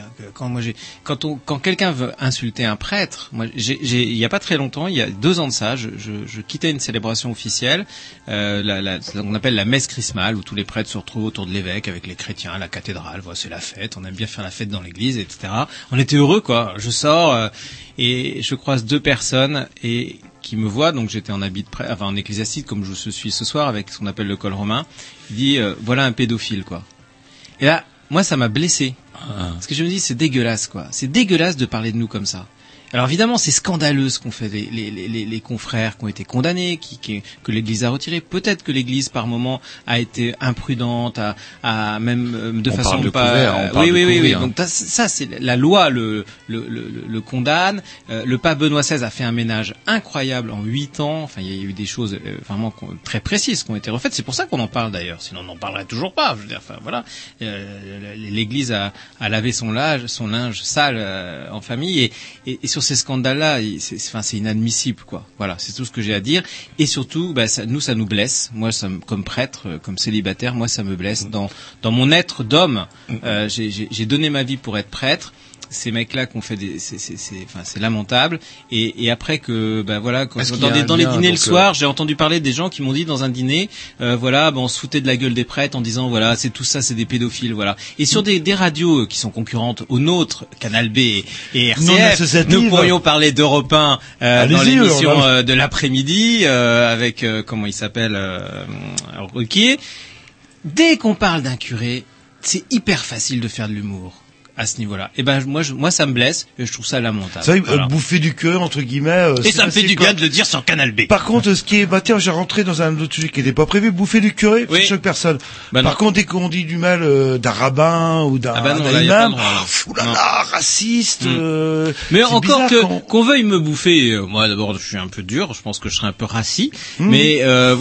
S11: Quand quelqu'un veut insulter un prêtre, moi, il y a pas très longtemps, il y a 2 ans de ça, je quittais une célébration officielle, qu'on appelle la messe chrismale, où tous les prêtres se retrouvent autour de l'évêque avec les chrétiens, la cathédrale. Voilà, c'est la fête. On aime bien faire la fête dans l'église, etc. On était heureux, quoi. Je sors et je croise 2 personnes et qui me voient, donc j'étais en habit de prêtre, en ecclésiastique comme je suis ce soir avec ce qu'on appelle le col romain. Il dit voilà un pédophile, quoi. Et là, moi, ça m'a blessé. Parce que je me dis, c'est dégueulasse, quoi. C'est dégueulasse de parler de nous comme ça. Alors évidemment, c'est scandaleux ce qu'ont fait les confrères qui ont été condamnés, que l'Église a retiré. Peut-être que l'Église, par moment, a été imprudente, à même de façon pas. Oui. Donc ça, c'est la loi le condamne. Le pape Benoît XVI a fait un ménage incroyable en 8 ans. Enfin, il y a eu des choses vraiment très précises qui ont été refaites. C'est pour ça qu'on en parle d'ailleurs. Sinon, on n'en parlerait toujours pas. Je veux dire, enfin voilà. L'Église a lavé son linge sale en famille et sur ces scandales-là, c'est inadmissible, quoi. Voilà, c'est tout ce que j'ai à dire. Et surtout, ça nous blesse. Moi, comme prêtre, comme célibataire, moi, ça me blesse dans mon être d'homme. J'ai donné ma vie pour être prêtre. Ces mecs-là qui ont fait c'est lamentable. Et après que, dans les dîners le soir, j'ai entendu parler des gens qui m'ont dit dans un dîner, on se foutait de la gueule des prêtres en disant, voilà, c'est tout ça, c'est des pédophiles, voilà. Et sur des radios qui sont concurrentes aux nôtres, Canal B et RCF, nous pourrions parler d'Europe 1, dans l'émission de l'après-midi, avec, comment il s'appelle, Ruquier. Dès qu'on parle d'un curé, c'est hyper facile de faire de l'humour à ce niveau-là. Et moi ça me blesse et je trouve ça lamentable.
S3: C'est vrai, bouffer du cœur entre guillemets.
S11: Et ça me fait du bien de le dire sur Canal B.
S3: Par contre, ce qui est, j'ai rentré dans un autre sujet qui n'était pas prévu, bouffer du curé, chaque personne. Par contre, dès qu'on dit du mal d'un rabbin ou d'un imam, raciste.
S11: Mais encore qu'on veuille me bouffer, moi d'abord je suis un peu dur, je pense que je serais un peu rassis, mais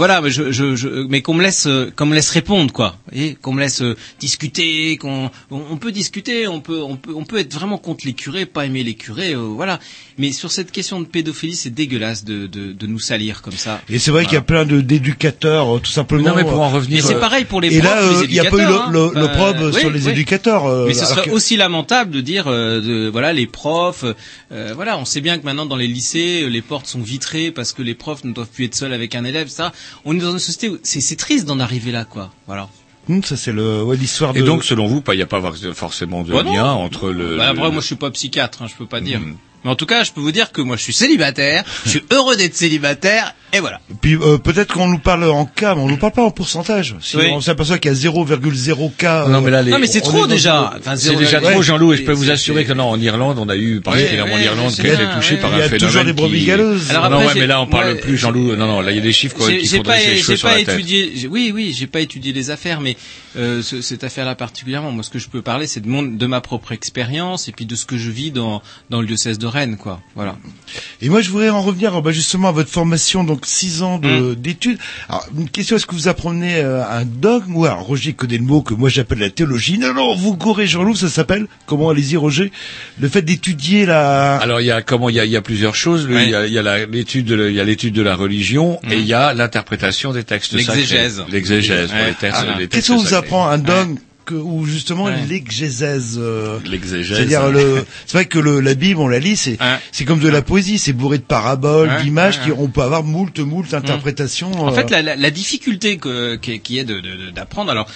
S11: mais qu'on me laisse répondre, quoi. Et qu'on me laisse discuter, on peut discuter, on peut être vraiment contre les curés, pas aimer les curés, voilà. Mais sur cette question de pédophilie, c'est dégueulasse de nous salir comme ça.
S3: Et c'est vrai qu'il y a plein d'éducateurs, tout simplement.
S4: Non, mais pour en revenir.
S11: Et c'est pareil pour les profs.
S3: Et là, il n'y a pas eu l'opprobre sur les éducateurs.
S11: Mais ce serait aussi lamentable de dire, les profs, on sait bien que maintenant dans les lycées, les portes sont vitrées parce que les profs ne doivent plus être seuls avec un élève, ça. On est dans une société où c'est triste d'en arriver là, quoi. Voilà.
S3: Ça c'est l'histoire de.
S4: Et donc selon vous, il n'y a pas forcément de lien entre le.
S11: Après, moi je suis pas psychiatre, je peux pas dire. Mais en tout cas, je peux vous dire que moi je suis célibataire, je suis heureux d'être célibataire, et voilà.
S3: Puis peut-être qu'on nous parle en cas, mais on nous parle pas en pourcentage. Si on s'aperçoit qu'il y a 0,0 cas.
S11: Non mais c'est trop déjà.
S4: C'est déjà trop, Jean-Loup. Et je peux vous assurer que en Irlande, on a eu particulièrement l'Irlande qui a été touchée par un phénomène. Il y a toujours
S3: des brebis galeuses.
S4: Mais là on parle plus, Jean-Loup. Non, là il y a des chiffres qui faudrait les cheveux sur la tête.
S11: J'ai pas étudié les affaires, mais cette affaire-là particulièrement. Moi, ce que je peux parler, c'est de ma propre expérience et puis de ce que je vis dans le diocèse de reine, quoi. Voilà.
S3: Et moi, je voudrais en revenir justement à votre formation, donc 6 ans d'études. Alors, une question, est-ce que vous apprenez un dogme ou alors Roger connaît le mot que moi j'appelle la théologie. Non, vous gorez Jean-Loup, ça s'appelle comment? Allez-y, Roger. Le fait d'étudier la.
S4: Alors il y a plusieurs choses. Il y a l'étude de la religion et il y a l'interprétation des textes sacrés. L'exégèse pour les textes.
S3: Les textes. Qu'est-ce que vous apprend un dogme? Ou justement l'exégèse, c'est-à-dire c'est vrai que la Bible on la lit, c'est comme de la poésie, c'est bourré de paraboles, d'images, on peut avoir moult interprétations.
S11: En fait, la difficulté qui est d'apprendre, alors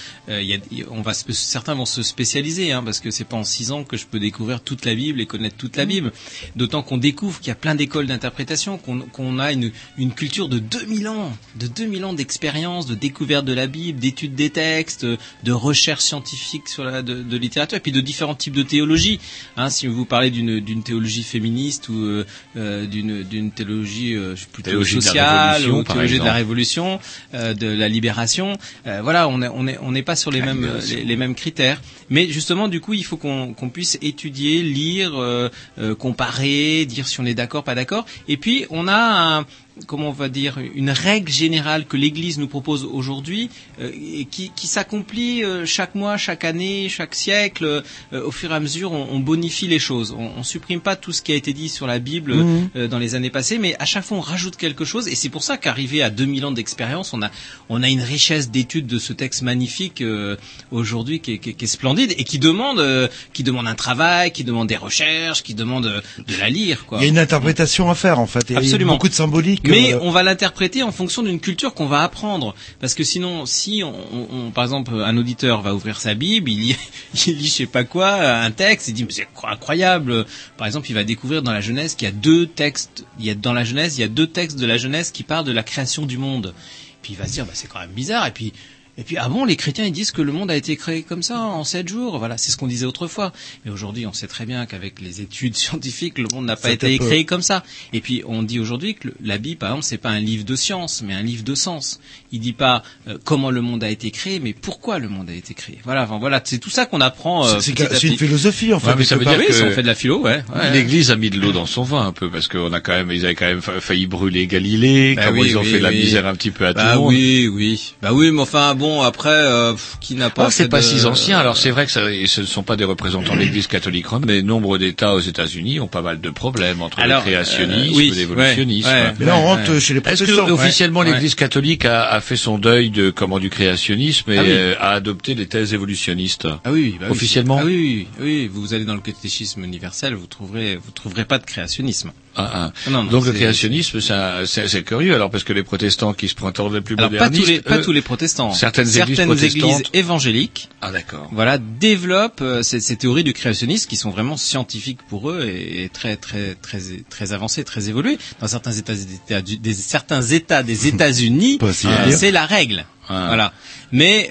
S11: certains vont se spécialiser, parce que c'est pas en 6 ans que je peux découvrir toute la Bible et connaître toute la Bible. D'autant qu'on découvre qu'il y a plein d'écoles d'interprétation, qu'on a une culture de 2000 ans d'expérience, de découverte de la Bible, d'études des textes, de recherche scientifique sur de littérature, et puis de différents types de théologie. Si vous parlez d'une théologie féministe ou d'une théologie plutôt sociale, ou théologie de la révolution, de la libération, voilà, on n'est pas sur les mêmes critères. Mais justement, du coup, il faut qu'on puisse étudier, lire, comparer, dire si on est d'accord, pas d'accord. Et puis, on a comment on va dire, une règle générale que l'Église nous propose aujourd'hui, qui s'accomplit chaque mois, chaque année, chaque siècle. Au fur et à mesure, on bonifie les choses. On supprime pas tout ce qui a été dit sur la Bible dans les années passées, mais à chaque fois on rajoute quelque chose. Et c'est pour ça qu'arrivé à 2000 ans d'expérience, on a une richesse d'études de ce texte magnifique aujourd'hui qui est splendide et qui demande un travail, qui demande des recherches, qui demande de la lire, quoi.
S3: Il y a une interprétation à faire, en fait.
S11: Absolument.
S3: Il y a beaucoup de symbolique.
S11: Mais on va l'interpréter en fonction d'une culture qu'on va apprendre. Parce que sinon, si par exemple, un auditeur va ouvrir sa Bible, il lit je sais pas quoi, un texte, il dit mais c'est incroyable. Par exemple, il va découvrir dans la Genèse qu'il y a 2 textes. Dans la Genèse, il y a 2 textes de la Genèse qui parlent de la création du monde. Puis il va se dire c'est quand même bizarre. Et puis les chrétiens ils disent que le monde a été créé comme ça en 7 jours. Voilà, c'est ce qu'on disait autrefois. Mais aujourd'hui, on sait très bien qu'avec les études scientifiques, le monde n'a pas été créé comme ça. Et puis on dit aujourd'hui que la Bible, par exemple, c'est pas un livre de science, mais un livre de sens. Il dit pas comment le monde a été créé, mais pourquoi le monde a été créé. Voilà, c'est tout ça qu'on apprend.
S3: C'est une philosophie en fait.
S4: Mais ça veut dire
S11: que on fait de la philo,
S4: l'Église a mis de l'eau dans son vin un peu parce qu'on a ils avaient quand même failli brûler Galilée. Ils ont fait la misère un petit peu à tout le monde.
S11: Oui, mais enfin bon, après. Qui n'a pas
S4: c'est pas si ancien. Alors c'est vrai que ce ne sont pas des représentants de l'Église catholique romaine, mais nombre d'États aux États-Unis ont pas mal de problèmes entre le créationnisme et l'évolutionnisme.
S3: Mais là on rentre chez les protestants.
S4: Est-ce que officiellement l'Église catholique a fait son deuil du créationnisme et a adopté des thèses évolutionnistes? Officiellement.
S11: Oui. Vous allez dans le catéchisme universel, vous trouverez pas de créationnisme.
S4: Donc le créationnisme, c'est curieux. Alors parce que les protestants qui se prétendent les plus modernistes,
S11: pas tous les protestants.
S4: Certaines églises
S11: évangéliques,
S4: voilà,
S11: développent ces théories du créationnisme qui sont vraiment scientifiques pour eux et très très très très avancées, très évoluées. Dans certains États des États-Unis, c'est la règle. Voilà. Mais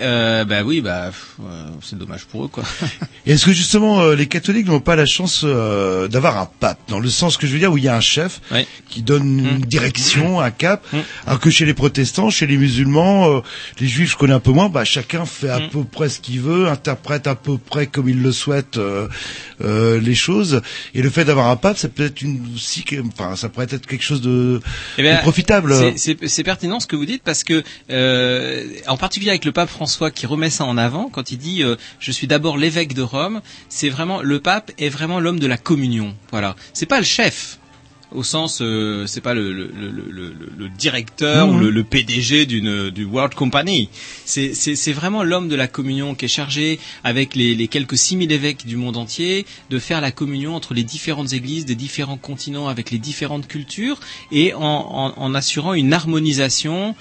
S11: c'est dommage pour eux, quoi.
S3: Et est-ce que justement les catholiques n'ont pas la chance d'avoir un pape, dans le sens que je veux dire où il y a un chef qui donne une direction, un cap, alors que chez les protestants, chez les musulmans, les juifs je connais un peu moins, chacun fait à peu près ce qu'il veut, interprète à peu près comme il le souhaite les choses. Et le fait d'avoir un pape, ça peut être ça pourrait être quelque chose de profitable.
S11: C'est pertinent ce que vous dites parce que en particulier avec le pape François qui remet ça en avant quand il dit je suis d'abord l'évêque de Rome, c'est vraiment le pape est vraiment l'homme de la communion. Voilà, c'est pas le chef au sens c'est pas le directeur ou le PDG du World Company. C'est vraiment l'homme de la communion qui est chargé avec les quelques 6000 évêques du monde entier de faire la communion entre les différentes églises des différents continents avec les différentes cultures et en assurant une harmonisation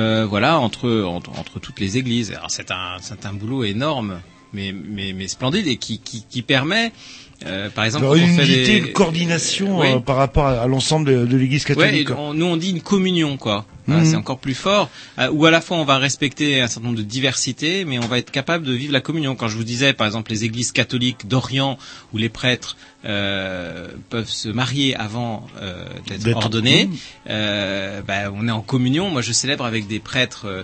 S11: entre toutes les églises. Alors c'est un boulot énorme mais splendide et qui permet par exemple,
S3: une coordination par rapport à l'ensemble de l'Église catholique.
S11: Nous on dit une communion, quoi. C'est encore plus fort. Où à la fois on va respecter un certain nombre de diversités, mais on va être capable de vivre la communion. Quand je vous disais, par exemple, les églises catholiques d'Orient où les prêtres peuvent se marier avant d'être ordonnés, on est en communion. Moi, je célèbre avec des prêtres,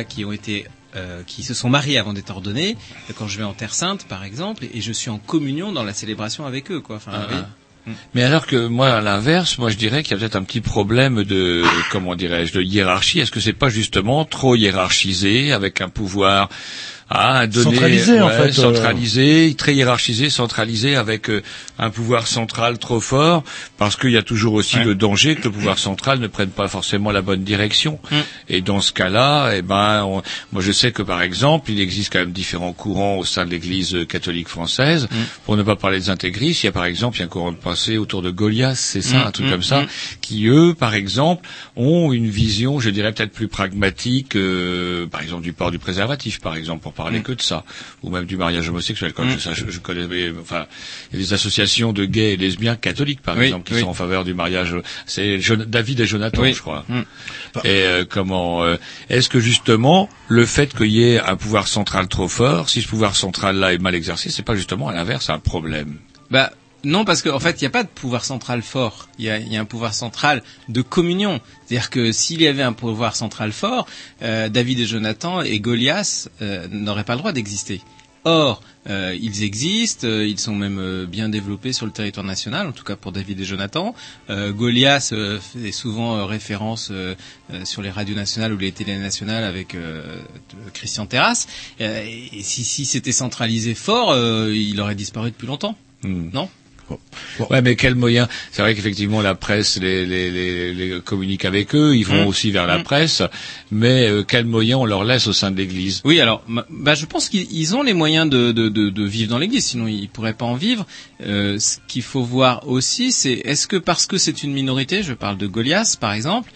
S11: qui se sont mariés avant d'être ordonnés, quand je vais en Terre Sainte par exemple, et je suis en communion dans la célébration avec eux, quoi.
S4: Mais alors que moi, à l'inverse, moi je dirais qu'il y a peut-être un petit problème de, comment dirais-je, de hiérarchie. Est-ce que c'est pas justement trop hiérarchisé avec un pouvoir
S3: centralisé en fait,
S4: centralisé, très hiérarchisé, centralisé avec un pouvoir central trop fort, parce qu'il y a toujours aussi le danger que le pouvoir central ne prenne pas forcément la bonne direction. Et dans ce cas-là, moi je sais que par exemple, il existe quand même différents courants au sein de l'Église catholique française. Pour ne pas parler des intégristes, il y a par exemple un courant de pensée autour de Goliath, c'est ça, un truc comme ça, qui eux, par exemple, ont une vision, je dirais peut-être plus pragmatique, par exemple du port du préservatif, par exemple, pour parler que de ça, ou même du mariage homosexuel. Comme je connais, enfin, il y a des associations de gays et lesbiens catholiques, par exemple, qui sont en faveur du mariage. C'est David et Jonathan, je crois. Et est-ce que justement le fait qu'il y ait un pouvoir central trop fort, si ce pouvoir central-là est mal exercé, c'est pas justement à l'inverse un problème?
S11: Non, parce qu'en fait, il n'y a pas de pouvoir central fort. Il y a un pouvoir central de communion. C'est-à-dire que s'il y avait un pouvoir central fort, David et Jonathan et Goliath n'auraient pas le droit d'exister. Or, ils existent, ils sont même bien développés sur le territoire national, en tout cas pour David et Jonathan. Goliath fait souvent référence sur les radios nationales ou les télés nationales avec Christian Terrasse. Et si c'était centralisé fort, il aurait disparu depuis longtemps. Non ?
S4: Ouais, mais quel moyen? C'est vrai qu'effectivement la presse les communique avec eux, ils vont aussi vers la presse, mais quel moyen on leur laisse au sein de l'Église?
S11: Oui, alors, je pense qu'ils ont les moyens de vivre dans l'Église, sinon ils pourraient pas en vivre. Ce qu'il faut voir aussi, c'est est-ce que parce que c'est une minorité, je parle de Goliath par exemple,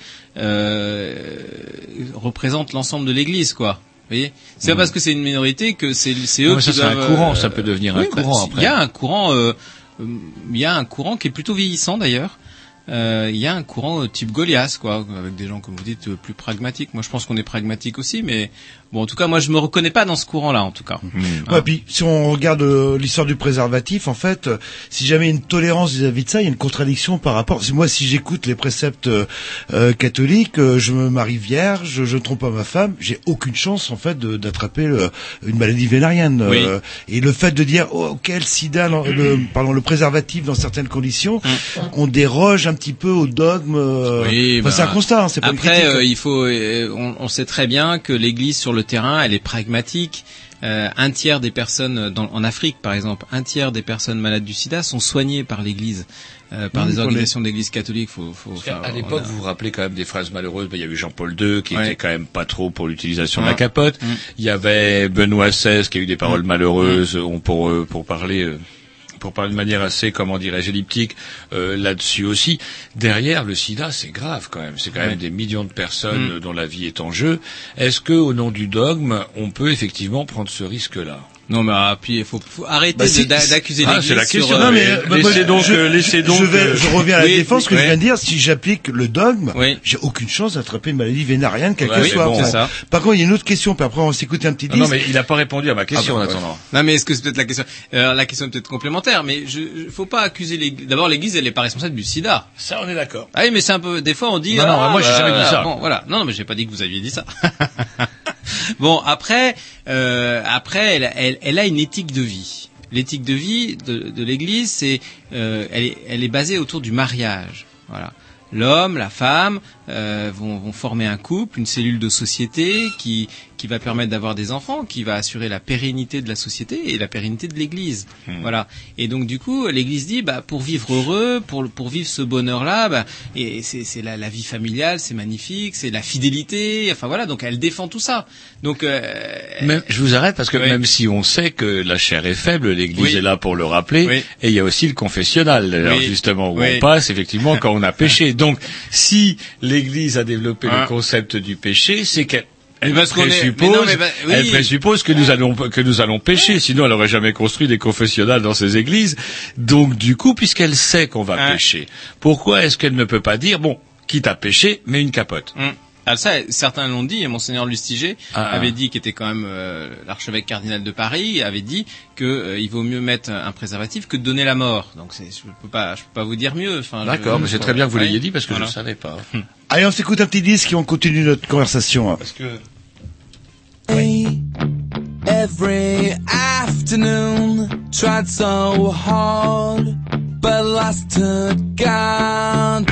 S11: représente l'ensemble de l'Église, quoi. Vous voyez, c'est pas parce que c'est une minorité que c'est eux qui doivent.
S4: C'est un courant, ça peut devenir un courant après.
S11: Il y a un courant qui est plutôt vieillissant d'ailleurs. Il y a un courant type Goliath, quoi, avec des gens comme vous dites plus pragmatiques. Moi, je pense qu'on est pragmatique aussi, mais bon, en tout cas, moi, je me reconnais pas dans ce courant-là, en tout cas.
S3: Puis si on regarde l'histoire du préservatif, en fait, si jamais il y a une tolérance vis-à-vis de ça, il y a une contradiction par rapport. Moi, si j'écoute les préceptes catholiques, je me marie vierge, je ne trompe pas ma femme, j'ai aucune chance en fait d'attraper une maladie vénérienne. Et le fait de dire le sida, le préservatif dans certaines conditions, on déroge un petit peu au dogme. C'est un constat. C'est pas
S11: après, il faut. On sait très bien que l'Église sur le terrain, elle est pragmatique. Un tiers des personnes en Afrique, par exemple, un tiers des personnes malades du sida sont soignées par l'Église, par des organisations d'Église catholique.
S4: À l'époque, vous vous rappelez quand même des phrases malheureuses. Il y avait Jean-Paul II qui était quand même pas trop pour l'utilisation de la capote. Il y avait Benoît XVI qui a eu des paroles malheureuses pour parler de manière assez, comment dirais-je, elliptique, là-dessus aussi. Derrière, le sida, c'est grave quand même. C'est quand même des millions de personnes dont la vie est en jeu. Est-ce que, au nom du dogme, on peut effectivement prendre ce risque-là?
S11: Non, mais puis il faut arrêter d'accuser l'Église.
S4: C'est la question.
S3: Je reviens à la défense que je viens de dire. Si j'applique le dogme, j'ai aucune chance d'attraper une maladie vénérienne, quelle que soit.
S11: C'est ça.
S3: Par contre, il y a une autre question. Puis après, on va s'écouter un petit disque.
S4: Non, mais il n'a pas répondu à ma question en attendant.
S11: Non, mais est-ce que c'est peut-être la question? La question est peut-être complémentaire, mais faut pas accuser l'Église. D'abord, l'Église, elle est pas responsable du sida.
S4: Ça, on est d'accord.
S11: Ah oui, mais c'est un peu. Des fois, on dit.
S4: Non, moi, j'ai jamais dit ça.
S11: Bon, voilà. Non, mais j'ai pas dit que vous aviez dit ça. Bon, après, elle a une éthique de vie. L'éthique de vie de l'Église, c'est, elle est basée autour du mariage. Voilà. L'homme, la femme vont former un couple, une cellule de société qui va permettre d'avoir des enfants, qui va assurer la pérennité de la société et la pérennité de l'Église. Voilà. Et donc du coup, l'Église dit, pour vivre heureux, pour vivre ce bonheur-là, et c'est la vie familiale, c'est magnifique, c'est la fidélité. Enfin voilà. Donc elle défend tout ça. Donc
S4: je vous arrête parce que même si on sait que la chair est faible, l'Église est là pour le rappeler. Et il y a aussi le confessionnal, justement, où on passe effectivement quand on a péché. Donc si l'Église a développé le concept du péché, c'est qu'elle présuppose que nous allons pécher, sinon elle aurait jamais construit des confessionnals dans ses églises. Donc du coup, puisqu'elle sait qu'on va pécher, pourquoi est-ce qu'elle ne peut pas dire quitte à pécher, mais une capote?
S11: Alors ça, certains l'ont dit, et Monseigneur Lustiger avait dit, qui était quand même l'archevêque cardinal de Paris, avait dit que il vaut mieux mettre un préservatif que de donner la mort. Donc je peux pas vous dire mieux. Enfin,
S4: d'accord, mais c'est très bien que vous l'ayez dit parce que je ne savais pas.
S3: Allez, on s'écoute un petit disque et on continue notre conversation.
S4: Parce que
S2: every afternoon tried so hard but lost to God.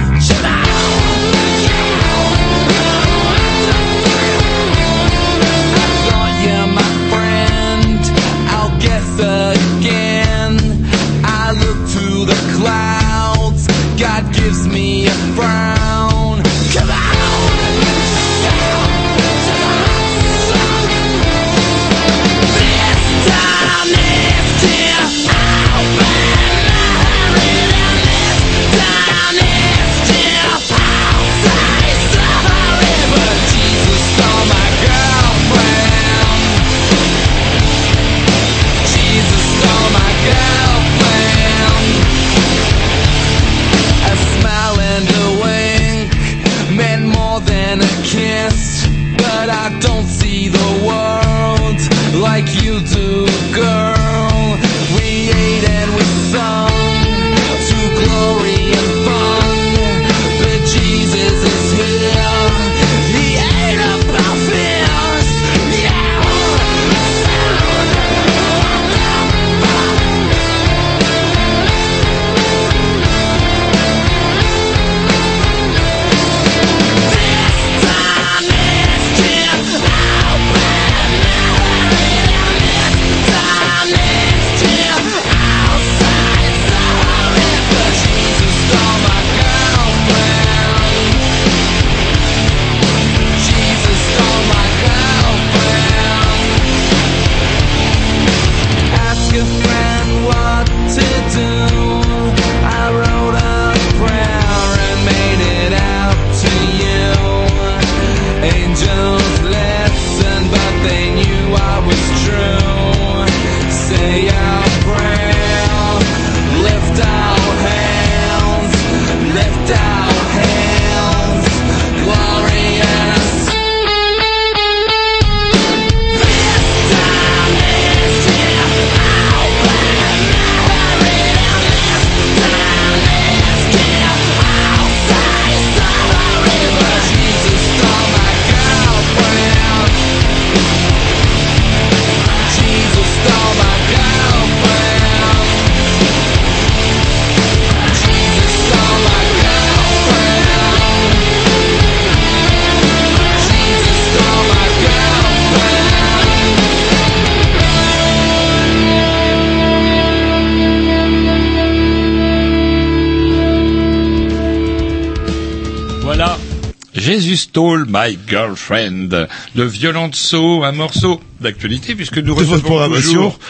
S2: Again, I look to the clouds. God gives me a frown. Come on, this time next year I'll be married, and this time next year I'll say sorry. But Jesus stole my girlfriend. Jesus stole my girlfriend. A smile and a wink meant more than a kiss, but I don't see the world like you do, girl. We ate and we sung to glory and fun, but Jesus is here. He ate up our fears.
S4: Jesus Stole My Girlfriend de Violento, un morceau d'actualité puisque nous recevons toujours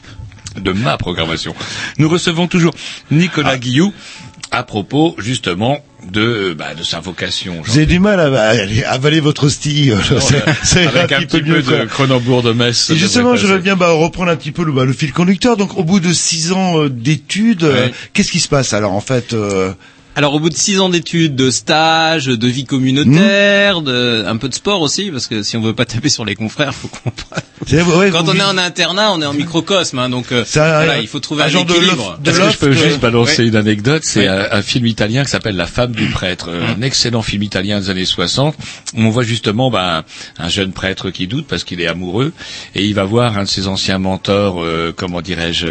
S4: de ma programmation. Nous recevons toujours Nicolas Guillou à propos justement de sa vocation.
S3: Vous avez du mal à avaler votre hostie.
S4: C'est avec un petit peu de Cronenbourg de Metz.
S3: Et justement, je veux bien reprendre un petit peu le fil conducteur. Donc, au bout de 6 ans d'études, qu'est-ce qui se passe alors en fait
S11: Alors au bout de 6 ans d'études, de stages, de vie communautaire, un peu de sport aussi, parce que si on veut pas taper sur les confrères, faut qu'on... Quand on est en internat, on est en microcosme, hein, donc voilà, il faut trouver un équilibre.
S4: Est-ce que je peux juste balancer une anecdote? C'est un film italien qui s'appelle La femme du prêtre, un excellent film italien des années 60, où on voit justement un jeune prêtre qui doute parce qu'il est amoureux, et il va voir un de ses anciens mentors, comment dirais-je...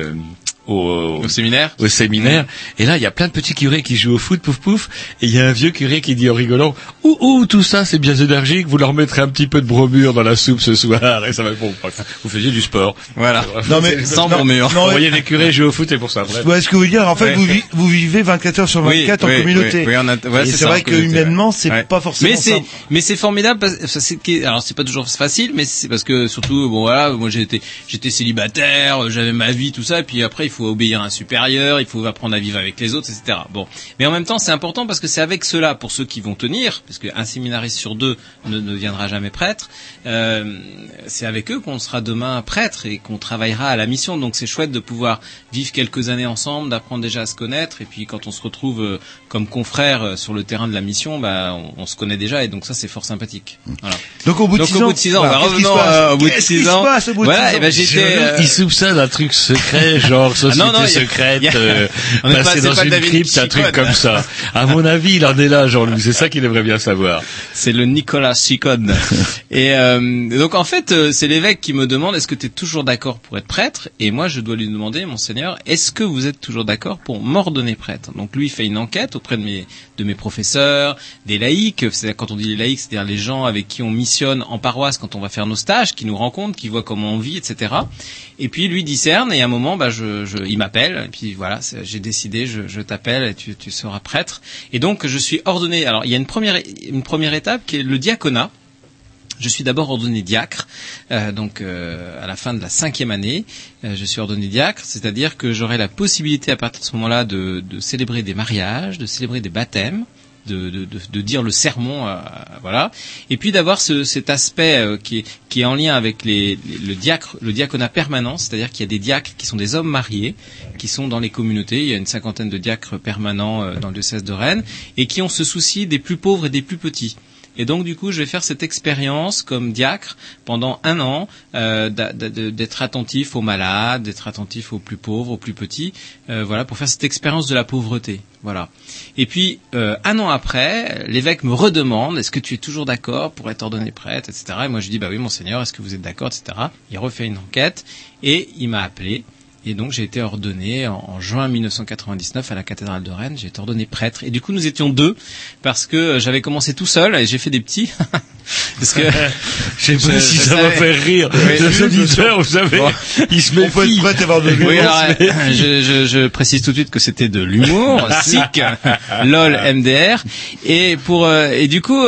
S4: Au séminaire. Et là, il y a plein de petits curés qui jouent au foot, pouf pouf. Et il y a un vieux curé qui dit en rigolant, tout ça, c'est bien énergique. Vous leur mettrez un petit peu de bromure dans la soupe ce soir. Et ça va, bon, vous faisiez du sport.
S11: Voilà.
S4: Non, mais, sans bromure. Vous voyez les curés jouer au foot, c'est pour ça.
S3: Ouais, ce que vous voulez dire, en fait, vous vivez 24 heures sur 24 en communauté. Et c'est vrai que humainement, c'est pas forcément simple.
S11: Mais c'est formidable alors c'est pas toujours facile, mais c'est parce que surtout, bon voilà, moi j'étais célibataire, j'avais ma vie, tout ça, et puis après, il faut obéir à un supérieur, il faut apprendre à vivre avec les autres, etc. Bon, mais en même temps, c'est important parce que c'est avec cela, pour ceux qui vont tenir, parce qu'un séminariste sur 2 ne viendra jamais prêtre. C'est avec eux qu'on sera demain prêtre et qu'on travaillera à la mission. Donc c'est chouette de pouvoir vivre quelques années ensemble, d'apprendre déjà à se connaître, et puis quand on se retrouve comme confrères sur le terrain de la mission, on se connaît déjà, et donc ça c'est fort sympathique. Voilà.
S3: Donc au bout de 6 ans,
S11: revenons au bout de 6 ans. Voilà, et
S4: il soupçonne un truc secret, genre société secrète, passé dans une crypte, un truc comme ça. À mon avis, il en est là, Jean-Loup. C'est ça qu'il aimerait bien savoir.
S11: C'est le Nicolas Chicone. Et donc en fait, c'est l'évêque qui me demande est-ce que tu es toujours d'accord pour être prêtre? Et moi, je dois lui demander, Monseigneur, est-ce que vous êtes toujours d'accord pour m'ordonner prêtre? Donc lui, il fait une enquête auprès de mes professeurs, des laïcs. C'est-à-dire, quand on dit les laïcs, c'est-à-dire les gens avec qui on missionne en paroisse quand on va faire nos stages, qui nous rencontrent, qui voient comment on vit, etc. Et puis lui discerne, et à un moment, il m'appelle, et puis voilà, j'ai décidé, je t'appelle, et tu seras prêtre. Et donc, je suis ordonné. Alors, il y a une première étape qui est le diaconat. Je suis d'abord ordonné diacre, à la fin de la 5e année, je suis ordonné diacre, c'est-à-dire que j'aurai la possibilité à partir de ce moment-là de célébrer des mariages, de célébrer des baptêmes, de dire le sermon, voilà, et puis d'avoir cet aspect qui est en lien avec le diaconat permanent, c'est-à-dire qu'il y a des diacres qui sont des hommes mariés, qui sont dans les communautés. Il y a une 50aine de diacres permanents dans le diocèse de Rennes, et qui ont ce souci des plus pauvres et des plus petits. Et donc du coup, je vais faire cette expérience comme diacre pendant 1 an, d'être attentif aux malades, d'être attentif aux plus pauvres, aux plus petits, voilà, pour faire cette expérience de la pauvreté, voilà. Et puis 1 an après, l'évêque me redemande est-ce que tu es toujours d'accord pour être ordonné prêtre, etc. Et moi je dis bah oui, Monseigneur, est-ce que vous êtes d'accord, etc. Il refait une enquête et il m'a appelé. Et donc j'ai été ordonné en juin 1999 à la cathédrale de Rennes. J'ai été ordonné prêtre. Et du coup nous étions 2 parce que j'avais commencé tout seul et j'ai fait des petits. Parce que
S4: je sais pas si ça va faire rire les auditeurs, vous savez. Bon. Il se met pas prêt à avoir de l'humour.
S11: Oui, alors, je précise tout de suite que c'était de l'humour, sick, lol, MDR. Et du coup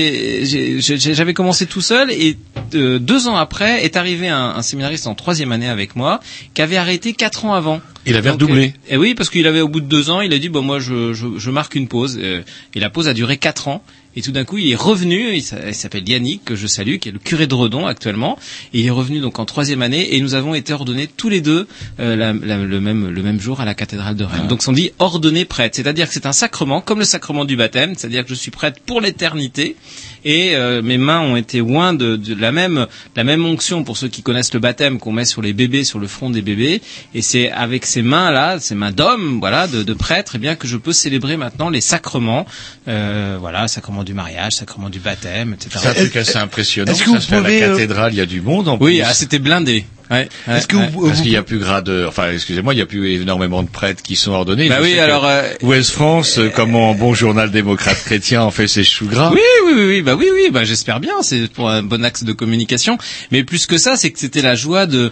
S11: j'avais commencé tout seul et 2 ans après est arrivé un séminariste en 3e année avec moi qui avait arrêté 4 ans avant.
S4: Il avait redoublé.
S11: Et oui, parce qu'il avait au bout de 2 ans, il a dit bon moi je marque une pause. Et la pause a duré 4 ans. Et tout d'un coup, il est revenu, il s'appelle Yannick, que je salue, qui est le curé de Redon actuellement. Et il est revenu donc en 3e année, et nous avons été ordonnés tous les 2 le même jour à la cathédrale de Rennes. Donc on dit ordonné prêtre, c'est-à-dire que c'est un sacrement, comme le sacrement du baptême, c'est-à-dire que je suis prêtre pour l'éternité. Et mes mains ont été oints de la même onction pour ceux qui connaissent le baptême qu'on met sur les bébés, sur le front des bébés. Et c'est avec ces mains-là, ces mains d'homme, voilà, de prêtre, eh bien que je peux célébrer maintenant les sacrements, voilà, sacrement du mariage, sacrement du baptême, etc.
S4: C'est un truc assez impressionnant. Est-ce que ça se fait à la cathédrale, il y a du monde en plus.
S11: Oui, c'était blindé. Ouais.
S4: Est-ce que parce qu'il y a plus excusez-moi, il y a plus énormément de prêtres qui sont ordonnés.
S11: Bah oui, alors
S4: Ouest France, comme en bon journal démocrate chrétien, en fait ses choux gras.
S11: Oui, bah j'espère bien, c'est pour un bon axe de communication, mais plus que ça, c'est que c'était la joie de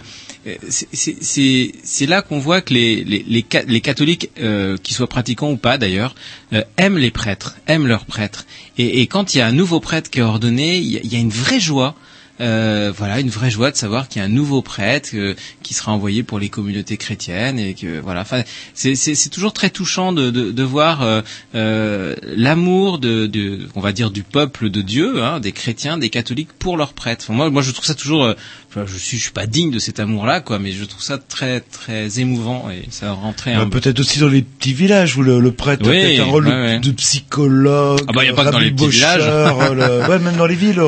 S11: c'est là qu'on voit que les catholiques qui soient pratiquants ou pas d'ailleurs aiment les prêtres, aiment leurs prêtres. Et quand il y a un nouveau prêtre qui est ordonné, il y a une vraie joie. Voilà, une vraie joie de savoir qu'il y a un nouveau prêtre qui sera envoyé pour les communautés chrétiennes et que voilà. Enfin, c'est toujours très touchant de voir l'amour on va dire du peuple de Dieu, hein, des chrétiens, des catholiques pour leurs prêtres. Enfin, moi, je trouve ça toujours. Je suis pas digne de cet amour-là, quoi, mais je trouve ça très très émouvant et ça rentrait
S3: peut-être aussi dans les petits villages où le prêtre a peut-être un rôle de psychologue.
S11: Ah bah il y a pas que dans les petits villages.
S3: Même dans les villes.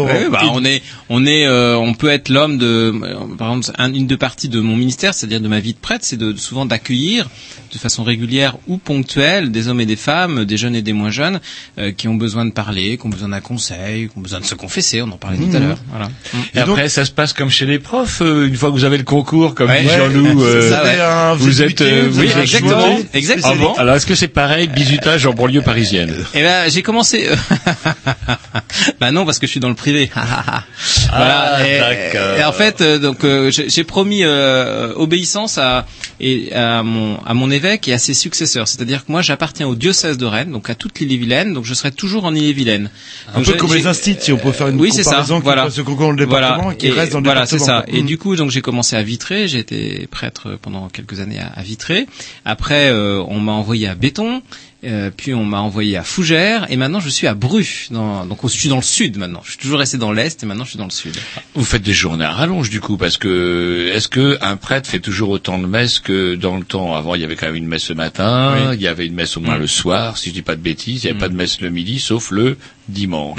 S11: On peut être l'homme par exemple, une de parties de mon ministère, c'est-à-dire de ma vie de prêtre, c'est souvent d'accueillir de façon régulière ou ponctuelle des hommes et des femmes, des jeunes et des moins jeunes, qui ont besoin de parler, qui ont besoin d'un conseil, qui ont besoin de se confesser. On en parlait tout à l'heure. Voilà.
S4: Et après, donc, ça se passe comme chez les profs. Une fois que vous avez le concours, comme dit Jean-Loup, vous êtes
S11: exactement.
S4: Ah bon. Alors, est-ce que c'est pareil, bisutage en banlieue parisienne?
S11: Eh ben, j'ai commencé. Bah non, parce que je suis dans le privé. Voilà. Et en fait, donc j'ai promis obéissance à mon évêque et à ses successeurs. C'est-à-dire que moi, j'appartiens au diocèse de Rennes, donc à toute l'Ille-et-Vilaine, donc je serai toujours en Ille-et-Vilaine.
S3: Un peu comme les instituts, si on peut faire une comparaison qui passe au concours du département et qui reste dans le département.
S11: Voilà, c'est ça. Et du coup, donc j'ai commencé à Vitré. J'ai été prêtre pendant quelques années à Vitré. Après, on m'a envoyé à Béton. Puis on m'a envoyé à Fougères et maintenant je suis à Bru. Donc je suis dans le sud maintenant. Je suis toujours resté dans l'est et maintenant je suis dans le sud.
S4: Vous faites des journées à rallonge du coup parce que est-ce que un prêtre fait toujours autant de messes que dans le temps? Avant il y avait quand même une messe le matin, il y avait une messe au moins le soir, si je dis pas de bêtises, il y avait pas de messe le midi sauf le dimanche.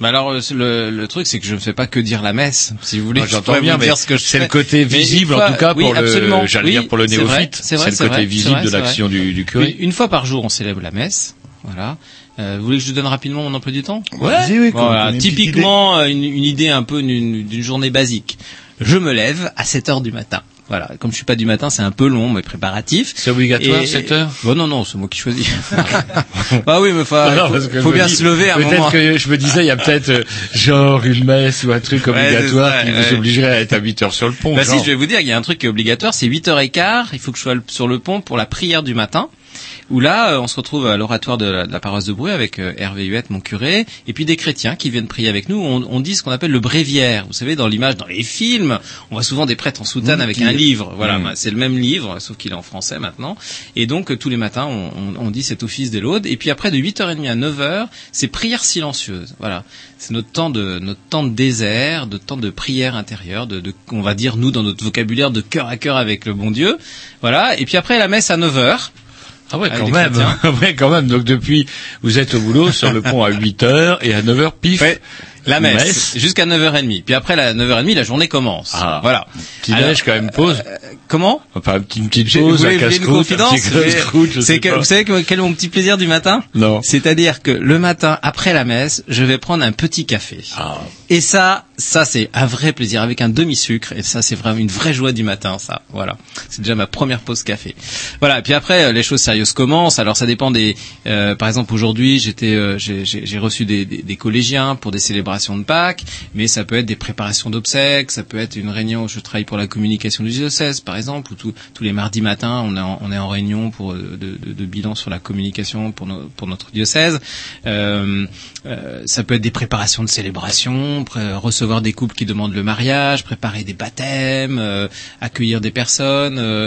S11: Bah alors le truc c'est que je ne fais pas que dire la messe. Si vous voulez,
S4: j'entends bien, mais
S11: dire ce que je
S4: c'est
S11: fais.
S4: le côté visible en tout cas pour
S11: le
S4: pour le néophyte.
S11: C'est
S4: le côté visible de l'action du curé.
S11: Une fois par jour, on célèbre la messe. Voilà. Vous voulez que je vous donne rapidement mon emploi du temps?
S3: Ouais. Oui,
S11: voilà. Typiquement une idée un peu d'une journée basique. Je me lève à 7h du matin. Voilà, comme je suis pas du matin, c'est un peu long, mes préparatifs.
S4: C'est obligatoire, 7 heures?
S11: Bon, non, c'est moi qui choisis. Bah oui, mais faut bien se lever à un moment.
S4: Peut-être que je me disais, il y a peut-être, genre, une messe ou un truc obligatoire qui vous obligerait à être à 8 heures sur le pont.
S11: Bah si, je vais vous dire, il y a un truc qui est obligatoire, c'est 8h15, il faut que je sois sur le pont pour la prière du matin. Où là, on se retrouve à l'oratoire de la paroisse de Bruay avec Hervé Huette, mon curé, et puis des chrétiens qui viennent prier avec nous. On dit ce qu'on appelle le bréviaire. Vous savez, dans l'image, dans les films, on voit souvent des prêtres en soutane avec un livre. Voilà, c'est le même livre, sauf qu'il est en français maintenant. Et donc, tous les matins, on dit cet office des laudes. Et puis après, de 8h30 à 9h, c'est prière silencieuse. Voilà. C'est notre temps de désert, de temps de prière intérieure, on va dire, nous, dans notre vocabulaire, de cœur à cœur avec le bon Dieu. Voilà. Et puis après, la messe à 9h.
S4: Ah ouais, quand même. Ouais, quand même. Donc depuis, vous êtes au boulot sur le pont à 8h et à 9h, pif. Ouais.
S11: La messe. Jusqu'à 9h30. Puis après la 9h30 la journée commence. Ah. Voilà.
S4: Petit déj quand même, pause.
S11: Comment?
S4: Enfin, une petite pause, un casse-croûte.
S11: Vous savez quel est mon petit plaisir du matin?
S4: Non.
S11: C'est-à-dire que le matin, après la messe, je vais prendre un petit café.
S4: Ah.
S11: Et ça c'est un vrai plaisir avec un demi-sucre. Et ça, c'est vraiment une vraie joie du matin, ça. Voilà. C'est déjà ma première pause café. Voilà. Et puis après, les choses sérieuses commencent. Alors ça dépend par exemple, aujourd'hui, j'ai reçu des collégiens pour des célébrations de Pâques, mais ça peut être des préparations d'obsèques, ça peut être une réunion où je travaille pour la communication du diocèse, par exemple, où tous les mardis matins, on est en réunion pour de bilan sur la communication pour notre diocèse. Ça peut être des préparations de célébration, recevoir des couples qui demandent le mariage, préparer des baptêmes, accueillir des personnes,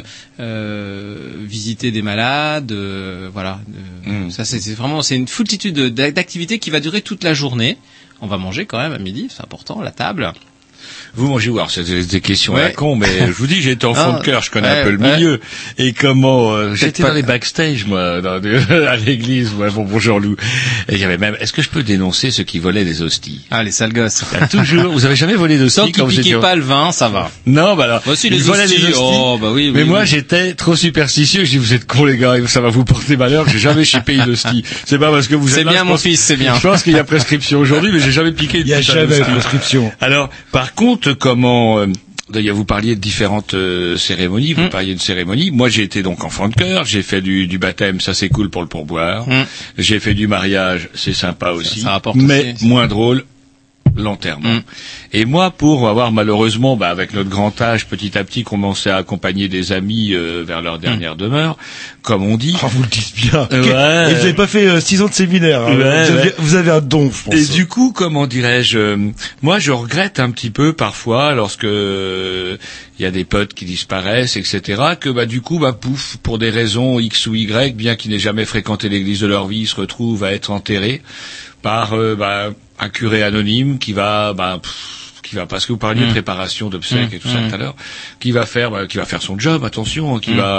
S11: visiter des malades, voilà. Ça c'est une foultitude d'activités qui va durer toute la journée. On va manger quand même à midi, c'est important, la table.
S4: Vous mangez où? Alors, c'est des questions à la con, mais je vous dis, j'ai été enfant de cœur, je connais un peu le milieu. Et comment, j'étais dans les backstage, moi, à l'église, moi, bonjour Lou. Et il y avait même, est-ce que je peux dénoncer ceux qui volaient des hosties?
S11: Ah, les sales gosses.
S4: Toujours. Vous avez jamais volé d'hosties
S11: quand vous étiez... Tant qu'ils piquaient pas le vin, ça va.
S4: Non, bah alors.
S11: Moi aussi, ils volaient des hosties. Oh, bah oui,
S4: mais moi, j'étais trop superstitieux, je dis, vous êtes cons, les gars, ça va vous porter malheur, j'ai jamais chippé une hostie. C'est pas parce que vous êtes
S11: là. C'est bien, mon fils, c'est bien.
S4: Je pense qu'il y a prescription aujourd'hui, mais j'ai jamais piqué une hostie.
S3: Il y a jamais prescription.
S4: Alors, par contre, comment, d'ailleurs, vous parliez de différentes cérémonies, vous parliez de cérémonies. Moi, j'ai été donc enfant de cœur, j'ai fait du baptême, ça c'est cool pour le pourboire. J'ai fait du mariage, c'est sympa aussi,
S11: ça rapporte
S4: mais
S11: aussi,
S4: moins drôle, l'enterrement. Et moi, pour avoir malheureusement, avec notre grand âge, petit à petit, commencé à accompagner des amis vers leur dernière demeure, comme on dit.
S3: Oh, vous le dites bien. Et vous n'avez pas fait 6 ans de séminaire. Hein. Vous avez un don, je pense.
S4: Et du coup, comment dirais-je, moi, je regrette un petit peu parfois, lorsque il y a des potes qui disparaissent, etc., que du coup, pouf, pour des raisons X ou Y, bien qu'ils n'aient jamais fréquenté l'église de leur vie, ils se retrouvent à être enterrés par un curé anonyme qui va parce que vous parliez de préparation d'obsèques et tout ça tout à l'heure, qui va faire son job, attention,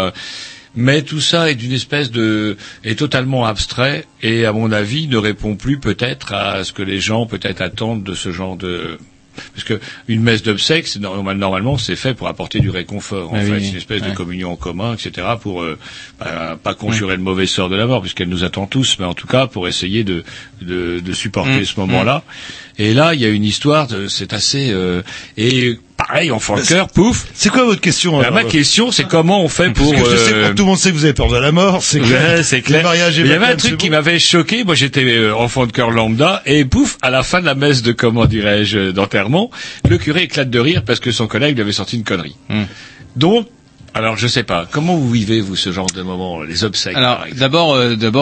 S4: mais tout ça est d'une espèce est totalement abstrait et à mon avis ne répond plus peut-être à ce que les gens peut-être attendent de ce genre de... Parce que une messe d'obsèques, normalement, c'est fait pour apporter du réconfort. En fait, c'est une espèce de communion en commun, etc. Pour pas conjurer le mauvais sort de la mort, puisqu'elle nous attend tous, mais en tout cas pour essayer de supporter ce moment-là. Et là, il y a une histoire, c'est assez et pareil, enfant de cœur, pouf.
S3: C'est quoi votre question?
S4: Ma question, c'est comment on fait pour...
S3: Parce que je sais que tout le monde sait que vous avez peur de la mort, c'est clair.
S4: Ouais, c'est clair. Il y avait un truc qui m'avait choqué. Moi, j'étais enfant de cœur lambda, et pouf, à la fin de la messe de, comment dirais-je, d'enterrement, le curé éclate de rire parce que son collègue lui avait sorti une connerie. Donc, alors, je sais pas. Comment vous vivez, vous, ce genre de moment, les obsèques?
S11: Alors, d'abord,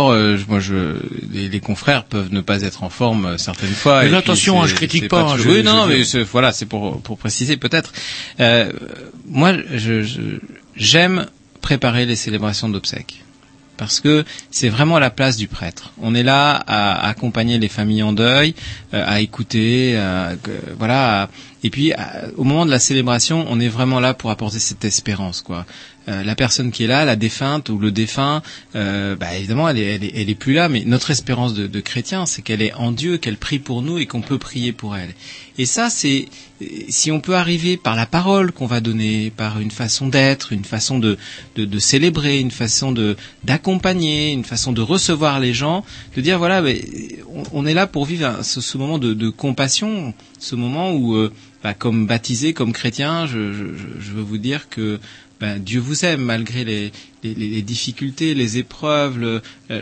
S11: les confrères peuvent ne pas être en forme certaines fois.
S4: Mais attention, je critique pas.
S11: Oui, non, mais voilà, c'est pour préciser peut-être. Moi, j'aime préparer les célébrations d'obsèques. Parce que c'est vraiment la place du prêtre. On est là à accompagner les familles en deuil, à écouter, Et puis au moment de la célébration, on est vraiment là pour apporter cette espérance, quoi. La personne qui est là, la défunte ou le défunt, évidemment, elle est plus là, mais notre espérance de chrétien, c'est qu'elle est en Dieu, qu'elle prie pour nous et qu'on peut prier pour elle. Et ça, c'est si on peut arriver par la parole qu'on va donner, par une façon d'être, une façon de célébrer, une façon d'accompagner, une façon de recevoir les gens, de dire voilà, on est là pour vivre ce moment de compassion, ce moment où, comme baptisé, comme chrétien, je veux vous dire que Dieu vous aime malgré les difficultés, les épreuves,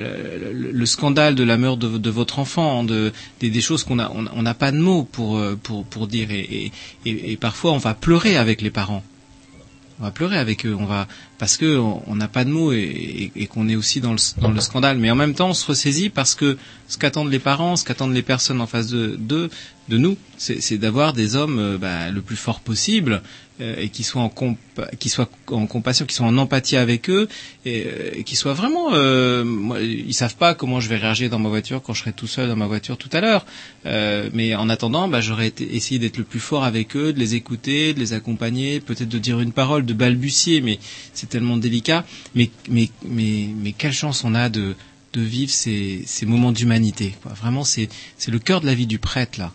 S11: le scandale de la mort de votre enfant, des choses qu'on n'a pas de mots pour dire et parfois on va pleurer avec les parents. On va pleurer avec eux, parce que on n'a pas de mots et qu'on est aussi dans le scandale. Mais en même temps, on se ressaisit parce que ce qu'attendent les parents, ce qu'attendent les personnes en face de nous, c'est d'avoir des hommes le plus fort possible et qui soient en compassion, qui soient en empathie avec eux et qui soient vraiment. Ils savent pas comment je vais réagir dans ma voiture quand je serai tout seul dans ma voiture tout à l'heure. Mais en attendant, j'aurais essayé d'être le plus fort avec eux, de les écouter, de les accompagner, peut-être de dire une parole, de balbutier, mais c'est tellement délicat. Mais quelle chance on a de vivre ces moments d'humanité, quoi. Vraiment, c'est le cœur de la vie du prêtre, là.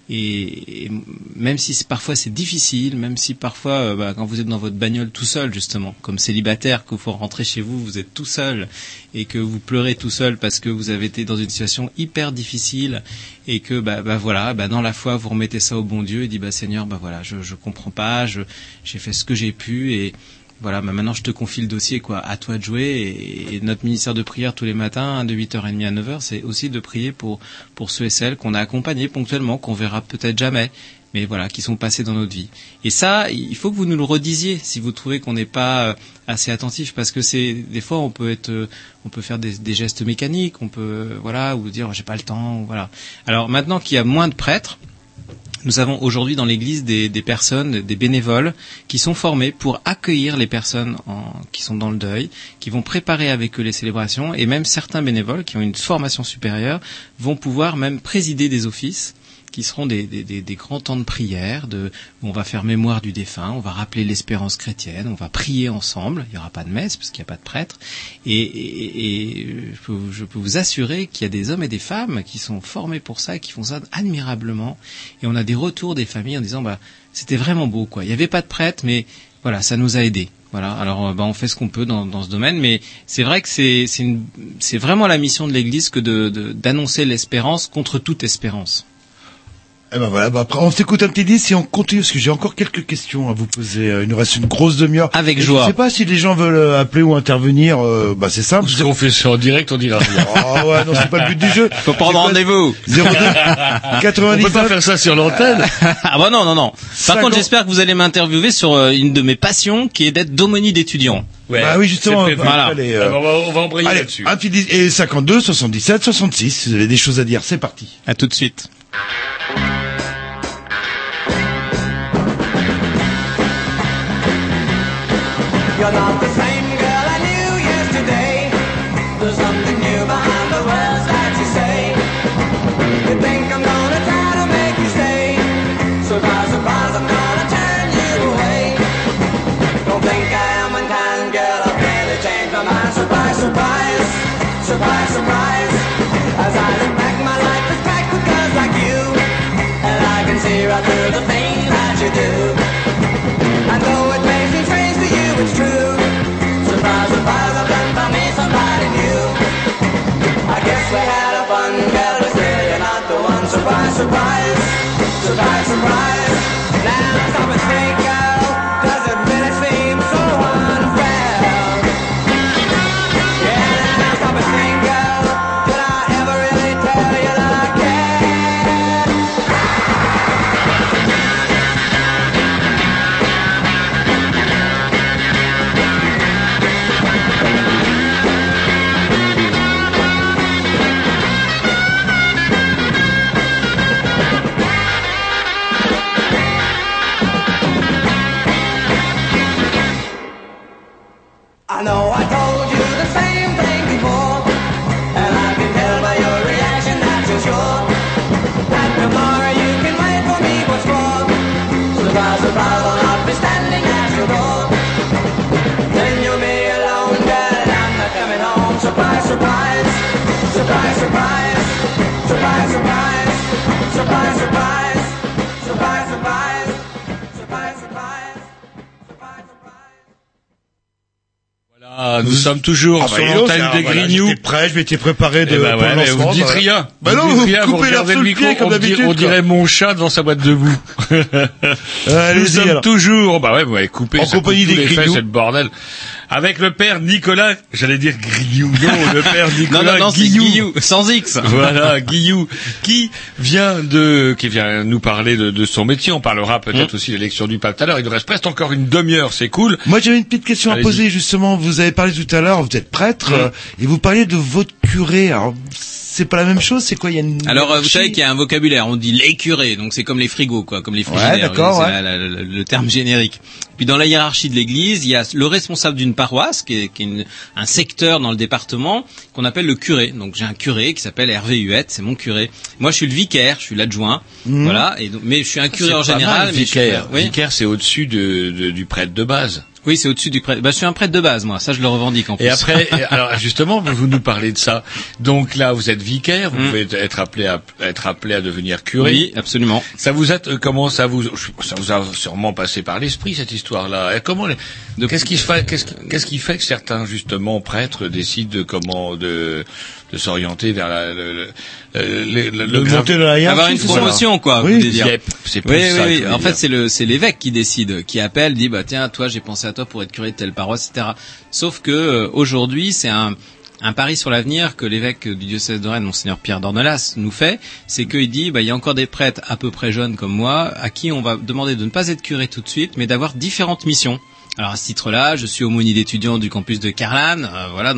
S11: Et même si parfois c'est difficile, même si parfois quand vous êtes dans votre bagnole tout seul, justement, comme célibataire, qu'il faut rentrer chez vous, vous êtes tout seul et que vous pleurez tout seul parce que vous avez été dans une situation hyper difficile et que dans la foi vous remettez ça au bon Dieu et dit Seigneur, je comprends pas, j'ai fait ce que j'ai pu et voilà, maintenant je te confie le dossier, quoi, à toi de jouer. Et notre ministère de prière tous les matins, de 8h30 à 9h, c'est aussi de prier pour ceux et celles qu'on a accompagnés ponctuellement, qu'on verra peut-être jamais, mais voilà, qui sont passés dans notre vie. Et ça, il faut que vous nous le redisiez si vous trouvez qu'on n'est pas assez attentif, parce que des fois on peut faire des gestes mécaniques, on peut ou dire j'ai pas le temps, voilà. Alors maintenant qu'il y a moins de prêtres, nous avons aujourd'hui dans l'Église des personnes, des bénévoles qui sont formés pour accueillir les personnes qui sont dans le deuil, qui vont préparer avec eux les célébrations, et même certains bénévoles qui ont une formation supérieure vont pouvoir même présider des offices qui seront des grands temps de prière, où on va faire mémoire du défunt, on va rappeler l'espérance chrétienne, on va prier ensemble, il n'y aura pas de messe parce qu'il n'y a pas de prêtre, et je peux vous assurer qu'il y a des hommes et des femmes qui sont formés pour ça et qui font ça admirablement, et on a des retours des familles en disant c'était vraiment beau, quoi. Il n'y avait pas de prêtre, mais voilà, ça nous a aidés. Voilà, alors on fait ce qu'on peut dans ce domaine, mais c'est vrai que c'est vraiment la mission de l'Église que d'annoncer l'espérance contre toute espérance.
S3: Eh après on s'écoute un petit disque et on continue parce que j'ai encore quelques questions à vous poser. Il nous reste une grosse demi-heure.
S11: Avec joie.
S3: Je sais pas si les gens veulent appeler ou intervenir. C'est simple.
S4: Si on fait ça en direct, on dira rien.
S3: Oh ouais, non, c'est pas le but du jeu.
S11: Faut prendre rendez-vous.
S3: 02 99.
S4: On peut pas faire ça sur l'antenne.
S11: Non. Par contre, j'espère que vous allez m'interviewer sur une de mes passions, qui est d'être d'aumônier d'étudiants.
S3: Ouais. Oui, justement.
S11: Voilà.
S4: On va embrayer là-dessus.
S3: Un petit disque et 52 77 66. Si vous avez des choses à dire, c'est parti.
S11: À tout de suite.
S2: You're not the same girl I knew yesterday. There's something new behind the words that you say. You think I'm gonna try to make you stay. Surprise, surprise, I'm gonna turn you away. Don't think I am unkind, girl, I've really changed my mind. Surprise, surprise, surprise, surprise. As I look back, my life is packed with girls like you, and I can see right through the things that you do. And though it makes me strange to you, it's true. Surprise, surprise, I've done for me somebody new. I guess we had a fun, girl, but still you're not the one. Surprise, surprise, surprise, surprise. Now stop and think, girl, does it really seem so unfair? Yeah, now stop and think, girl, did I ever really tell you that I care? I know I told you the same thing before, and I can tell by your reaction that you're sure that tomorrow you can wait for me what's for.
S4: Voilà, nous sommes toujours sur l'antenne des Grignoux.
S3: J'étais prêt, je m'étais préparé de
S4: pour le lancement. Vous dites rien.
S3: Vous coupez l'herbe sous le pied comme d'habitude.
S4: On dirait mon chat devant sa boîte de boue. Nous sommes toujours, vous m'avez coupé.
S3: En compagnie des Grignoux.
S4: C'est le bordel. Avec le père Nicolas, j'allais dire Grignoux, non, le père Nicolas
S11: non, c'est Guillou, sans X.
S4: Voilà, Guillou, qui vient nous parler de son métier. On parlera peut-être aussi de l'élection du pape tout à l'heure. Il nous reste presque encore une demi-heure, c'est cool.
S3: Moi, j'avais une petite question à poser, justement. Vous avez parlé tout à l'heure, vous êtes prêtre, et vous parliez de votre curé. Alors, c'est pas la même chose, c'est quoi?
S11: Alors, vous savez qu'il y a un vocabulaire, on dit les curés, donc c'est comme les frigos, quoi, comme les frigidaires.
S3: Ouais, d'accord,
S11: c'est le terme générique. Puis dans la hiérarchie de l'église, il y a le responsable d'une paroisse, qui est un secteur dans le département, qu'on appelle le curé. Donc j'ai un curé qui s'appelle Hervé Huette, c'est mon curé. Moi je suis le vicaire, je suis l'adjoint, voilà. Et donc, mais je suis un curé en général.
S4: Vicaire, c'est au-dessus du prêtre de base.
S11: Oui, c'est au-dessus du prêtre. Je suis un prêtre de base, moi. Ça, je le revendique en plus.
S4: Et après, alors justement, vous nous parlez de ça. Donc là, vous êtes vicaire, vous pouvez être appelé à devenir curé.
S11: Oui, absolument.
S4: Ça vous a sûrement passé par l'esprit cette histoire-là. Et comment qu'est-ce qui fait que certains justement prêtres décident de s'orienter vers
S3: le monter de la hiérarchie,
S11: avoir une promotion, quoi.
S3: Oui,
S11: vous voulez dire.
S4: C'est plus ça.
S11: Oui. En fait, c'est l'évêque qui décide, qui appelle, dit tiens, toi, j'ai pensé à toi pour être curé de telle paroisse, etc. Sauf que aujourd'hui, c'est un pari sur l'avenir que l'évêque du diocèse de Rennes, monseigneur Pierre d'Ornelas, nous fait, c'est qu'il dit il y a encore des prêtres à peu près jeunes comme moi, à qui on va demander de ne pas être curé tout de suite, mais d'avoir différentes missions. Alors à ce titre-là, je suis aumônier d'étudiants du campus de Carlan,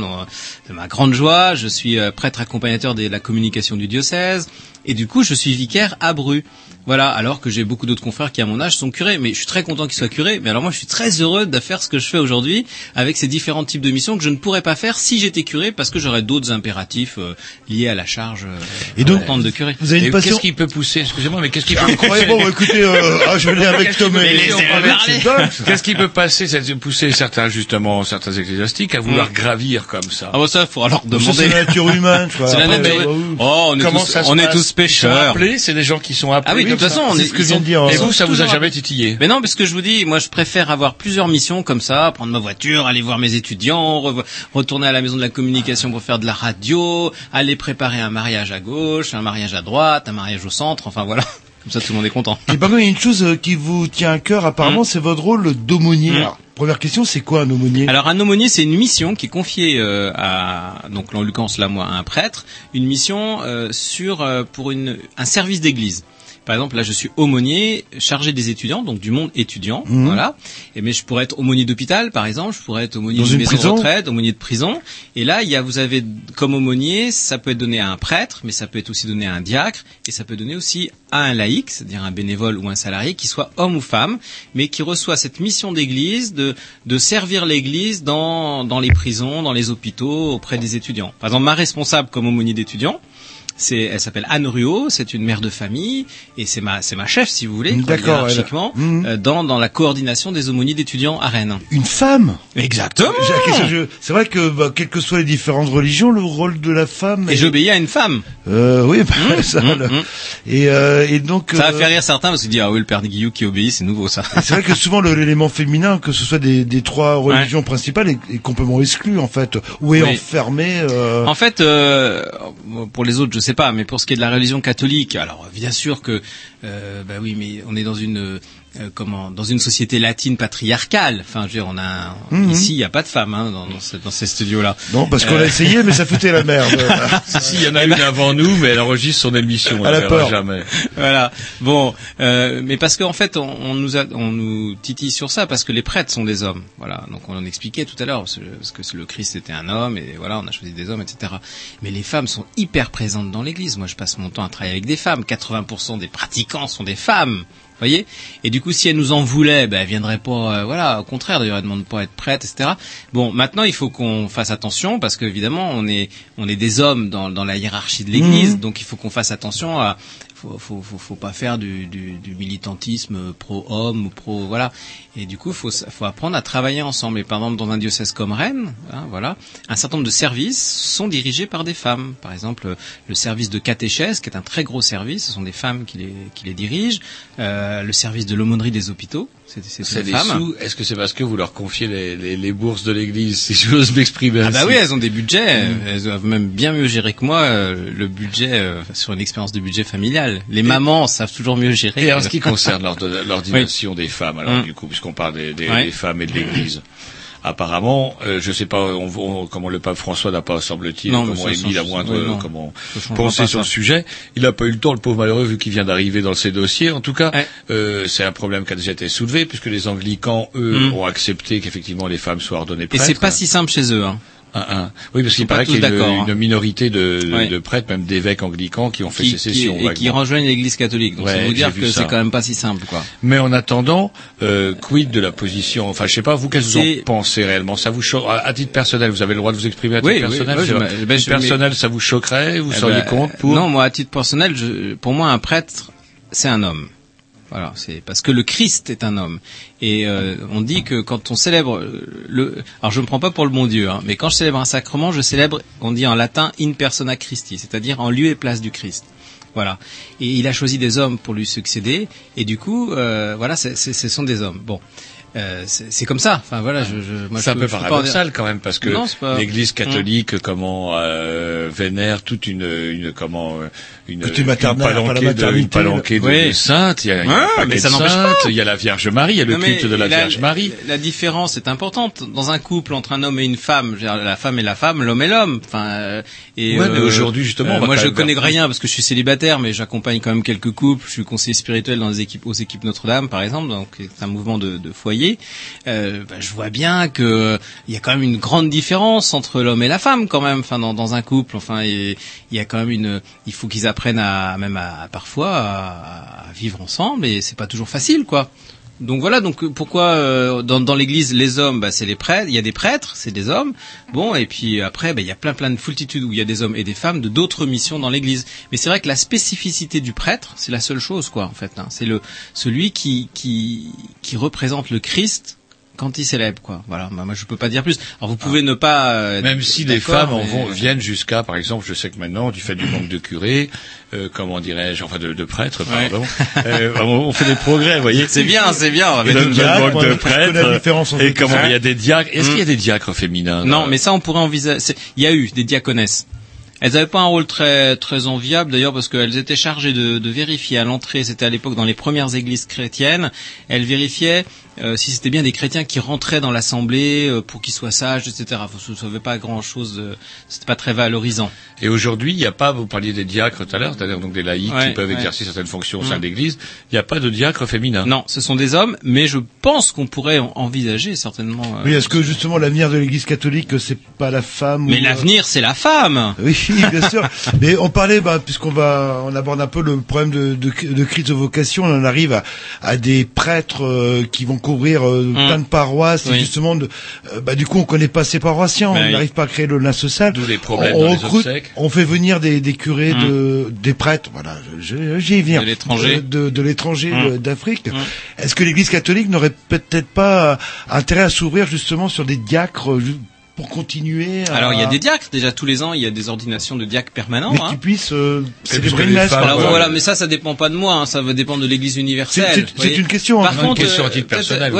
S11: de ma grande joie. Je suis prêtre accompagnateur de la communication du diocèse, et du coup, je suis vicaire à Bru. Voilà, alors que j'ai beaucoup d'autres confrères qui, à mon âge, sont curés. Mais je suis très content qu'ils soient curés. Mais alors moi, je suis très heureux de faire ce que je fais aujourd'hui avec ces différents types de missions que je ne pourrais pas faire si j'étais curé, parce que j'aurais d'autres impératifs liés à la charge importante de curé.
S3: Vous avez une passion.
S4: Qu'est-ce qui peut pousser, excusez-moi, mais qu'est-ce qui peut
S3: incroyable. Bon, écoutez, je vais aller avec Tom et
S4: qu'est-ce qui peut pousser certains ecclésiastiques à vouloir gravir comme ça?
S11: Ah, ça, faut alors demander.
S3: C'est la nature humaine, quoi.
S11: C'est la nature. Oh, on est tous pêcheurs.
S4: C'est des gens qui sont appelés.
S11: Ah oui, de toute façon,
S3: c'est ce que je viens de dire.
S4: Et vous, ça vous a jamais titillé?
S11: Mais non, parce que je vous dis, moi, je préfère avoir plusieurs missions comme ça, prendre ma voiture, aller voir mes étudiants, retourner à la maison de la communication pour faire de la radio, aller préparer un mariage à gauche, un mariage à droite, un mariage au centre, enfin voilà. Comme ça, tout le monde est content.
S3: Et par contre, il y a une chose qui vous tient à cœur, apparemment, c'est votre rôle d'aumônier. Alors, première question, c'est quoi un aumônier?
S11: Alors, un aumônier, c'est une mission qui est confiée donc en l'occurrence là, moi, à un prêtre, une mission pour un service d'église. Par exemple, là, je suis aumônier, chargé des étudiants, donc du monde étudiant, voilà. Mais je pourrais être aumônier d'hôpital, par exemple, je pourrais être aumônier de maison de retraite, aumônier de prison. Et là, vous avez, comme aumônier, ça peut être donné à un prêtre, mais ça peut être aussi donné à un diacre, et ça peut donner aussi à un laïc, c'est-à-dire un bénévole ou un salarié, qui soit homme ou femme, mais qui reçoit cette mission d'église de servir l'église dans les prisons, dans les hôpitaux, auprès des étudiants. Par exemple, ma responsable comme aumônier d'étudiants, elle s'appelle Anne Ruot, c'est une mère de famille, et c'est ma chef, si vous voulez, hiérarchiquement, dans la coordination des aumôniers d'étudiants à Rennes.
S3: Une femme?
S11: Exactement!
S3: C'est vrai que, quelles que soient les différentes religions, le rôle de la femme...
S11: Et j'obéis à une femme!
S3: Oui, ça... Et donc...
S11: Ça va faire rire certains, parce qu'ils disent, ah oui, le père Guillou qui obéit, c'est nouveau, ça.
S3: C'est vrai que souvent, l'élément féminin, que ce soit des trois religions principales, est complètement exclu, en fait, ou est enfermé...
S11: En fait, pour les autres, je sais pas, mais pour ce qui est de la religion catholique, alors bien sûr que oui, mais on est dans une dans une société latine patriarcale. Enfin, je veux dire, ici, il y a pas de femmes dans ces studios-là.
S3: Non, parce qu'on a essayé, mais ça foutait la merde.
S4: Si, il y en a une avant nous, mais elle enregistre son émission.
S3: Elle a peur.
S4: Jamais.
S11: Voilà. Bon, mais parce qu'en fait, on nous titille sur ça parce que les prêtres sont des hommes. Voilà. Donc on en expliquait tout à l'heure parce que le Christ était un homme et voilà, on a choisi des hommes, etc. Mais les femmes sont hyper présentes dans l'Église. Moi, je passe mon temps à travailler avec des femmes. 80% des pratiquants sont des femmes. Voyez, et du coup, si elle nous en voulait, elle viendrait pas, au contraire, d'ailleurs, elle demande pas à être prête, etc. Bon, maintenant, il faut qu'on fasse attention, parce qu'évidemment, on est des hommes dans la hiérarchie de l'Église, donc il faut qu'on fasse attention à, faut pas faire du militantisme pro-homme ou voilà. Et du coup, faut apprendre à travailler ensemble. Et par exemple, dans un diocèse comme Rennes, un certain nombre de services sont dirigés par des femmes. Par exemple, le service de catéchèse, qui est un très gros service, ce sont des femmes qui les dirigent. Le service de l'aumônerie des hôpitaux, C'est des femmes.
S4: Est-ce que c'est parce que vous leur confiez les bourses de l'église, si j'ose m'exprimer ainsi?
S11: Ah bah oui, elles ont des budgets. Elles doivent même bien mieux gérer que moi le budget sur une expérience de budget familial. Les mamans savent toujours mieux gérer.
S4: Et en ce qui concerne l'ordination des femmes, alors du coup, puisqu'on parle des femmes et de l'église. Apparemment, je sais pas comment le pape François n'a pas, semble-t-il, émis la moindre pensée sur le sujet. Il n'a pas eu le temps, le pauvre malheureux, vu qu'il vient d'arriver dans ces dossiers. En tout cas, c'est un problème qui a déjà été soulevé, puisque les anglicans, eux, ont accepté qu'effectivement les femmes soient ordonnées prêtres.
S11: Et c'est pas si simple chez eux, hein.
S4: Oui, parce qu'il paraît qu'il y a une minorité de prêtres, même d'évêques anglicans, qui ont fait sécession.
S11: Et qui rejoignent l'église catholique. Donc c'est vous dire que c'est quand même pas si simple, quoi.
S4: Mais en attendant, quid de la position, enfin je sais pas, vous qu'est-ce que vous en pensez réellement? Ça vous choque, à titre personnel, vous avez le droit de vous exprimer à titre personnel? Personnel, ça vous choquerait? Vous seriez contre, pour?
S11: Non, moi à titre personnel, pour moi un prêtre, c'est un homme. Voilà, c'est parce que le Christ est un homme. Et on dit que quand on célèbre alors je me prends pas pour le bon Dieu, hein, mais quand je célèbre un sacrement, je célèbre, on dit en latin, in persona Christi, c'est-à-dire en lieu et place du Christ. Voilà. Et il a choisi des hommes pour lui succéder, et du coup, voilà, ce sont des hommes. Bon. C'est comme ça. Enfin voilà, moi
S4: c'est un peu paradoxal quand même, parce que l'Église catholique vénère toute une palanquée de saintes. Il y a un paquet de saintes. Il y a la Vierge Marie. Il y a le culte de la Vierge Marie.
S11: La différence est importante dans un couple entre un homme et une femme. La femme est la femme, l'homme est l'homme. Enfin
S4: mais aujourd'hui justement,
S11: moi je connais rien parce que je suis célibataire, mais j'accompagne quand même quelques couples. Je suis conseiller spirituel dans aux équipes Notre-Dame par exemple, donc c'est un mouvement de foyer. Je vois bien que il y a quand même une grande différence entre l'homme et la femme quand même, enfin dans un couple. Enfin, il y a quand même il faut qu'ils apprennent parfois à vivre ensemble, et c'est pas toujours facile, quoi. Donc voilà, donc pourquoi dans l'église les hommes, c'est les prêtres, il y a des prêtres, c'est des hommes. Bon, et puis après il y a plein de foultitudes où il y a des hommes et des femmes de d'autres missions dans l'église. Mais c'est vrai que la spécificité du prêtre, c'est la seule chose, quoi, en fait, hein. C'est celui qui représente le Christ quand il célèbre, quoi. Voilà. Moi, je peux pas dire plus. Alors, vous pouvez ne pas.
S4: Même si les femmes viennent jusqu'à, par exemple, je sais que maintenant, du fait du manque de curés, comment dirais-je, enfin de prêtres, pardon, on fait des progrès, vous voyez.
S11: C'est bien.
S4: Le manque de prêtres. Et comment il y a des diacres. Est-ce qu'il y a des diacres féminins?
S11: Non, mais ça, on pourrait envisager. Il y a eu des diaconesses. Elles n'avaient pas un rôle très très enviable d'ailleurs, parce qu'elles étaient chargées de vérifier à l'entrée. C'était à l'époque dans les premières églises chrétiennes. Elles vérifiaient si c'était bien des chrétiens qui rentraient dans l'assemblée pour qu'ils soient sages, etc. Vous ne savez pas grand-chose. C'était pas très valorisant.
S4: Et aujourd'hui, il n'y a pas. Vous parliez des diacres tout à l'heure, c'est-à-dire donc des laïcs qui peuvent exercer certaines fonctions au sein de l'Église. Il n'y a pas de diacres féminins.
S11: Non, ce sont des hommes, mais je pense qu'on pourrait envisager certainement.
S3: Oui, est-ce que justement l'avenir de l'Église catholique, c'est pas la femme?
S11: Mais l'avenir, c'est la femme.
S3: Oui, bien sûr. Mais on parlait, puisqu'on aborde un peu le problème de crise de vocation, on en arrive à des prêtres qui vont couvrir plein de paroisses, et justement, du coup, on connaît pas ces paroissiens, on n'arrive pas à créer le lien social.
S4: D'où les problèmes dans les obsèques.
S3: On fait venir des curés, des prêtres, voilà, j'y viens.
S11: De l'étranger.
S3: De l'étranger, d'Afrique. Est-ce que l'Église catholique n'aurait peut-être pas intérêt à s'ouvrir justement sur des diacres pour continuer
S11: Alors il y a des diacres, déjà tous les ans il y a des ordinations de diacres permanents,
S3: mais qui puissent célébrer une messe.
S11: Alors voilà, mais ça dépend pas de moi, hein, ça va dépendre de l'Église universelle.
S3: C'est une question.
S11: Par contre,
S4: une question à titre personnel.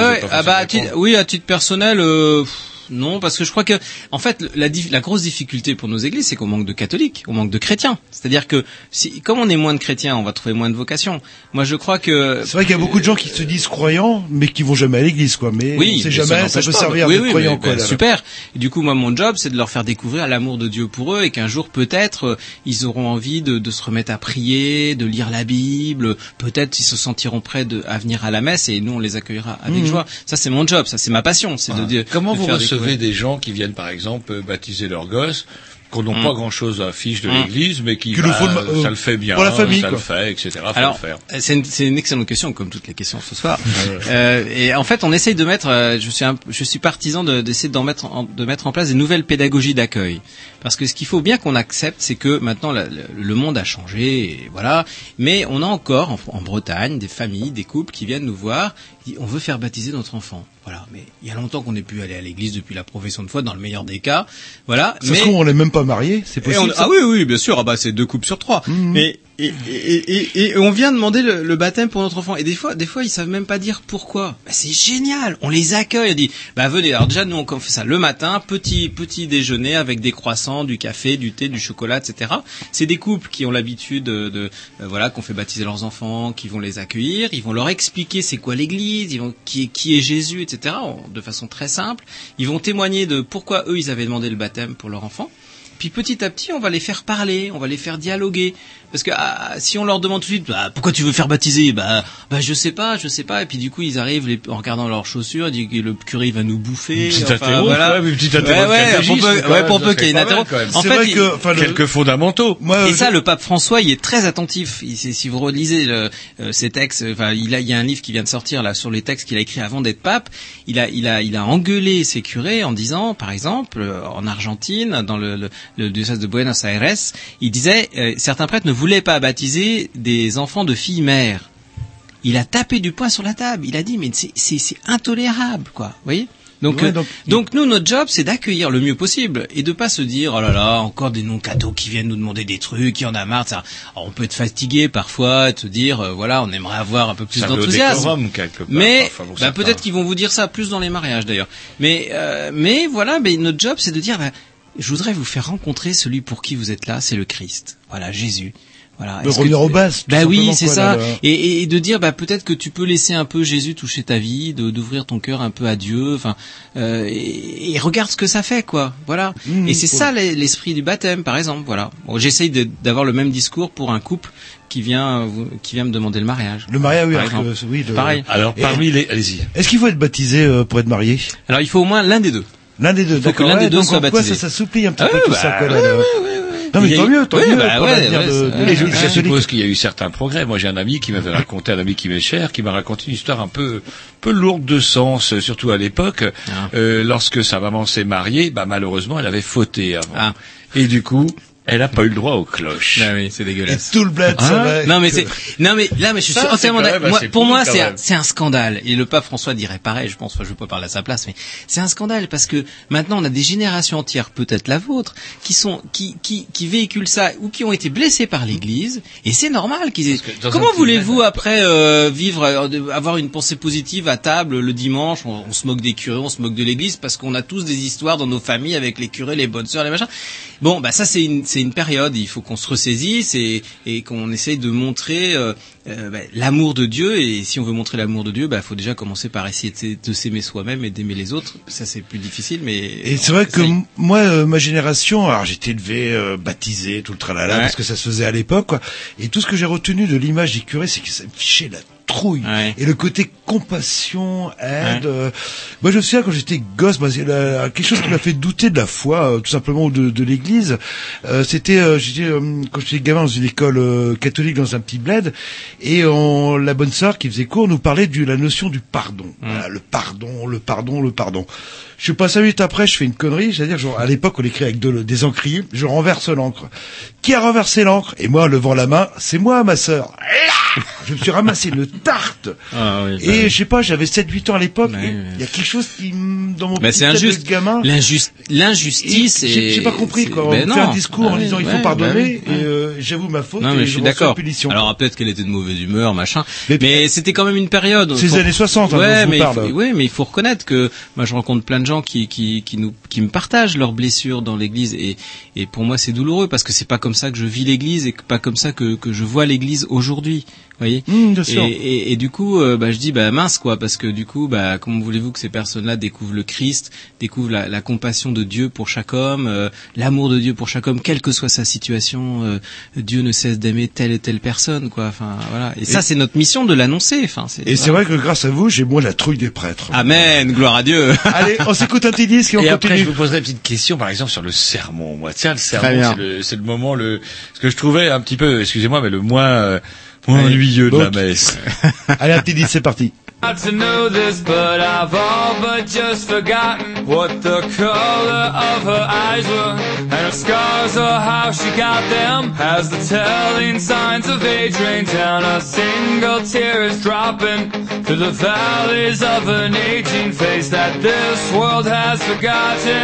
S11: À titre personnel. Non, parce que je crois que, en fait, la grosse difficulté pour nos églises, c'est qu'on manque de catholiques, on manque de chrétiens. C'est-à-dire que, comme on est moins de chrétiens, on va trouver moins de vocations. Moi, je crois que...
S3: C'est vrai qu'il y a beaucoup de gens qui se disent croyants, mais qui vont jamais à l'église, quoi. Mais on sait jamais, ça peut servir de croyants, quoi.
S11: Super. Et du coup, moi, mon job, c'est de leur faire découvrir l'amour de Dieu pour eux, et qu'un jour, peut-être, ils auront envie de se remettre à prier, de lire la Bible. Peut-être, ils se sentiront prêts à venir à la messe, et nous, on les accueillera avec joie. Ça, c'est mon job, ça, c'est ma passion. C'est
S4: Comment vous recevez des gens qui viennent par exemple baptiser leurs gosses, qui n'ont pas grand-chose à fiche de l'Église, mais qui ça le fait bien,
S3: pour la famille,
S4: ça le fait, etc.
S11: Alors, c'est une excellente question, comme toutes les questions ce soir. Et en fait, on essaye de mettre, je suis partisan d'essayer de mettre en place des nouvelles pédagogies d'accueil, parce que ce qu'il faut bien qu'on accepte, c'est que maintenant le monde a changé, et voilà. Mais on a encore en Bretagne des familles, des couples qui viennent nous voir. On veut faire baptiser notre enfant. Voilà, mais il y a longtemps qu'on n'est plus allé à l'église depuis la profession de foi, dans le meilleur des cas. Voilà.
S3: Ça se trouve, on n'est même pas mariés, c'est possible.
S11: Oui, bien sûr. C'est 2 couples sur 3. Mais Et on vient demander le baptême pour notre enfant. Et des fois, ils savent même pas dire pourquoi. Bah, c'est génial. On les accueille. On dit, bah, venez. Alors déjà, nous, on fait ça le matin. Petit déjeuner avec des croissants, du café, du thé, du chocolat, etc. C'est des couples qui ont l'habitude qu'on fait baptiser leurs enfants, qui vont les accueillir. Ils vont leur expliquer c'est quoi l'église, qui est Jésus, etc. De façon très simple. Ils vont témoigner de pourquoi eux, ils avaient demandé le baptême pour leur enfant. Puis petit à petit, on va les faire parler, on va les faire dialoguer. Parce que si on leur demande tout de suite, pourquoi tu veux faire baptiser, je sais pas. Et puis du coup, ils arrivent en regardant leurs chaussures, ils disent que le curé va nous bouffer.
S3: Petit apéro,
S11: pour peu qu'il y ait une apéro.
S3: En fait, quelques fondamentaux.
S11: Ça, le pape François, il est très attentif. Si vous relisez ses textes, il y a un livre qui vient de sortir là sur les textes qu'il a écrit avant d'être pape. Il a engueulé ses curés en disant, par exemple, en Argentine, dans le diocèse de Buenos Aires, il disait certains prêtres ne voulaient pas baptiser des enfants de filles mères. Il a tapé du poing sur la table. Il a dit mais c'est intolérable, quoi. Vous voyez ? Donc nous, notre job, c'est d'accueillir le mieux possible et de pas se dire oh là là, encore des non-cathos qui viennent nous demander des trucs, il y en a marre. Ça. Alors, on peut être fatigué parfois, de se dire on aimerait avoir un peu plus d'enthousiasme. Mais peut-être qu'ils vont vous dire ça plus dans les mariages d'ailleurs. Mais notre job, c'est de dire je voudrais vous faire rencontrer celui pour qui vous êtes là, c'est le Christ. Voilà, Jésus. Voilà.
S3: De revenir aux bases.
S11: Oui, c'est ça. Et de dire, peut-être que tu peux laisser un peu Jésus toucher ta vie, d'ouvrir ton cœur un peu à Dieu. Et regarde ce que ça fait, quoi. Voilà. Et c'est ça l'esprit du baptême, par exemple. Voilà. Bon, j'essaye d'avoir le même discours pour un couple qui vient me demander le mariage.
S3: Le mariage, oui.
S11: Pareil.
S3: Alors, allez-y. Est-ce qu'il faut être baptisé pour être marié?
S11: Alors, il faut au moins l'un des deux.
S3: L'un des deux,
S11: d'accord. L'un des deux soit baptisé.
S3: Ça s'assouplit un petit peu tout ça. Non mais tant mieux.
S4: Je suppose qu'il y a eu certains progrès. Moi, j'ai un ami qui m'avait raconté, un ami qui m'est cher, qui m'a raconté une histoire un peu lourde de sens, surtout à l'époque, lorsque sa maman s'est mariée. Malheureusement, elle avait fauté avant. Et du coup, elle a pas eu le droit aux cloches.
S11: Ah oui, c'est dégueulasse.
S3: Et tout le bled, ça va.
S11: Non mais je suis entièrement d'accord. Pour moi, c'est un scandale. Et le pape François dirait pareil, je pense. Je veux pas parler à sa place, mais c'est un scandale parce que maintenant on a des générations entières, peut-être la vôtre, qui véhiculent ça ou qui ont été blessés par l'Église. Et c'est normal qu'ils aient. Comment voulez-vous après avoir une pensée positive à table le dimanche? On se moque des curés, on se moque de l'Église parce qu'on a tous des histoires dans nos familles avec les curés, les bonnes sœurs, les machins. Bon, ça c'est une période, il faut qu'on se ressaisisse et qu'on essaye de montrer l'amour de Dieu. Et si on veut montrer l'amour de Dieu, faut déjà commencer par essayer de s'aimer soi-même et d'aimer les autres. Ça c'est plus difficile, mais
S3: et c'est vrai que moi, ma génération, alors j'étais élevé, baptisé, tout le tralala, parce que ça se faisait à l'époque, quoi. Et tout ce que j'ai retenu de l'image des curés, c'est que ça me fichait la trouille. Et le côté compassion, aide. Moi, je me souviens quand j'étais gosse, quelque chose qui m'a fait douter de la foi, tout simplement, de l'Église. C'était, quand j'étais gamin dans une école catholique dans un petit bled, et la bonne sœur qui faisait cours nous parlait de la notion du pardon. Voilà, le pardon. Je sais pas, 5 minutes après, je fais une connerie, c'est-à-dire, à l'époque, on écrit avec des encriers, je renverse l'encre. Qui a renversé l'encre? Et moi, levant la main, c'est moi, ma sœur. Je me suis ramassé une tarte. Et je sais pas, j'avais 7-8 ans à l'époque. Il y a quelque chose qui, dans mon petit tête de gamin.
S11: L'injustice
S3: j'ai pas compris, quoi. On fait un discours en disant il faut pardonner, et j'avoue ma faute.
S11: Non, mais je suis d'accord.
S3: Punition.
S11: Alors, peut-être qu'elle était de mauvaise humeur, machin. Mais c'était quand même une période.
S3: C'est les années 60,
S11: mais il faut reconnaître que, moi, je rencontre plein de gens qui me partagent leurs blessures dans l'église et pour moi c'est douloureux parce que c'est pas comme ça que je vis l'église et pas comme ça que je vois l'église aujourd'hui. Voyez. Et du coup, je dis mince quoi, parce que du coup, comment voulez-vous que ces personnes-là découvrent le Christ, découvrent la compassion de Dieu pour chaque homme, l'amour de Dieu pour chaque homme, quelle que soit sa situation. Dieu ne cesse d'aimer telle et telle personne, quoi. Enfin voilà. Et ça, c'est notre mission de l'annoncer. Enfin,
S3: c'est vrai que grâce à vous, j'ai moins la trouille des prêtres.
S11: Amen, gloire à Dieu.
S3: Allez, on s'écoute un petit disque et on continue.
S4: Après, je vous poserai une petite question, par exemple, sur le sermon. Moi, tiens, le sermon, c'est le moment, ce que je trouvais un petit peu, excusez-moi, mais le moins ennuyeux de la messe.
S3: Allez, un petit disque, c'est parti.
S2: To know this, but I've all but just forgotten what the color of her eyes were, and her scars or how she got them, as the telling signs of age rain down. A single tear is dropping through the valleys of an aging face that this world has forgotten.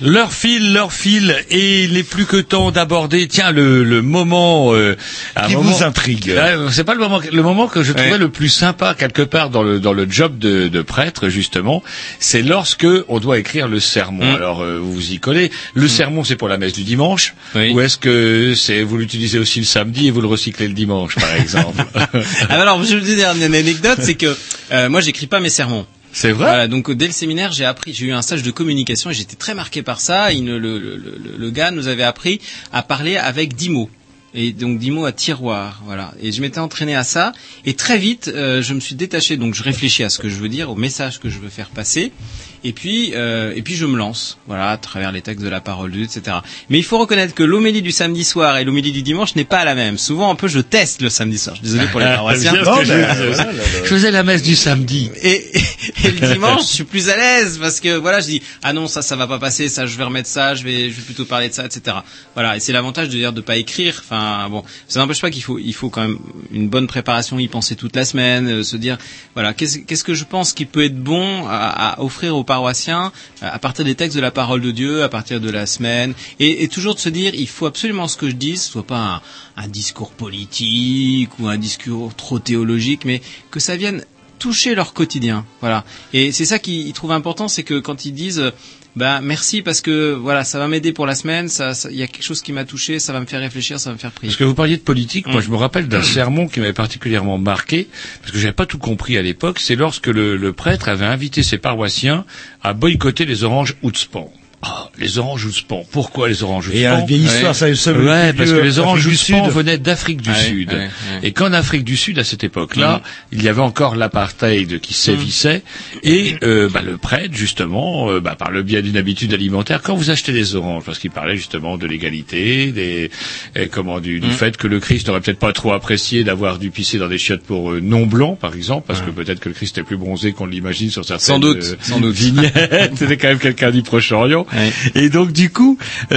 S4: L'heure file, et il n'est plus que temps d'aborder, tiens, le moment
S3: qui vous intrigue.
S4: C'est pas le moment que je trouvais le plus sympa quelque part dans le job de prêtre justement, c'est lorsque on doit écrire le sermon. Alors vous vous y collez. Le sermon, c'est pour la messe du dimanche, ou est-ce que vous l'utilisez aussi le samedi et vous le recyclez le dimanche, par exemple?
S11: Alors je vous dis une anecdote, c'est que moi j'écris pas mes sermons.
S4: C'est vrai.
S11: Voilà, donc dès le séminaire, j'ai eu un stage de communication et j'étais très marqué par ça. Le gars nous avait appris à parler avec 10 mots. Et donc 10 mots à tiroir, voilà. Et je m'étais entraîné à ça. Et très vite, je me suis détaché. Donc je réfléchis à ce que je veux dire, au message que je veux faire passer. Et puis je me lance, voilà, à travers les textes de la parole de Dieu, etc. Mais il faut reconnaître que l'homélie du samedi soir et l'homélie du dimanche n'est pas la même. Souvent, un peu, je teste le samedi soir. Je suis désolé pour les paroissiens.
S4: Je faisais la messe du samedi.
S11: Et le dimanche, je suis plus à l'aise parce que voilà, je dis ah non, ça va pas passer, ça je vais remettre ça, je vais plutôt parler de ça, etc. Voilà. Et c'est l'avantage de pas écrire. Enfin bon, ça n'empêche pas qu'il faut quand même une bonne préparation, y penser toute la semaine, se dire voilà qu'est-ce que je pense qui peut être bon à offrir aux paroissiens à partir des textes de la parole de Dieu, à partir de la semaine, et toujours de se dire il faut absolument ce que je dise soit pas un discours politique ou un discours trop théologique, mais que ça vienne toucher leur quotidien, voilà. Et c'est ça qu'ils trouvent important, c'est que quand ils disent merci parce que voilà, ça va m'aider pour la semaine, il y a quelque chose qui m'a touché, ça va me faire réfléchir, ça va me faire prier.
S4: Parce que vous parliez de politique, moi je me rappelle d'un sermon qui m'avait particulièrement marqué, parce que j'avais pas tout compris à l'époque, c'est lorsque le prêtre avait invité ses paroissiens à boycotter les oranges Outspan. Ah, les oranges Outspan. Pourquoi les oranges Outspan?
S3: Et une vieille histoire, ça
S4: parce que les oranges Outspan venaient d'Afrique du Sud. Et qu'en Afrique du Sud, à cette époque-là, il y avait encore l'apartheid qui sévissait, et le prêtre, justement, par le biais d'une habitude alimentaire, quand vous achetez des oranges, parce qu'il parlait justement de l'égalité, du fait que le Christ n'aurait peut-être pas trop apprécié d'avoir dû pisser dans des chiottes pour non blancs, par exemple, parce que peut-être que le Christ est plus bronzé qu'on l'imagine sur certaines
S11: sans doute.
S4: vignettes. C'était quand même quelqu'un du Proche-Orient. Et donc du coup,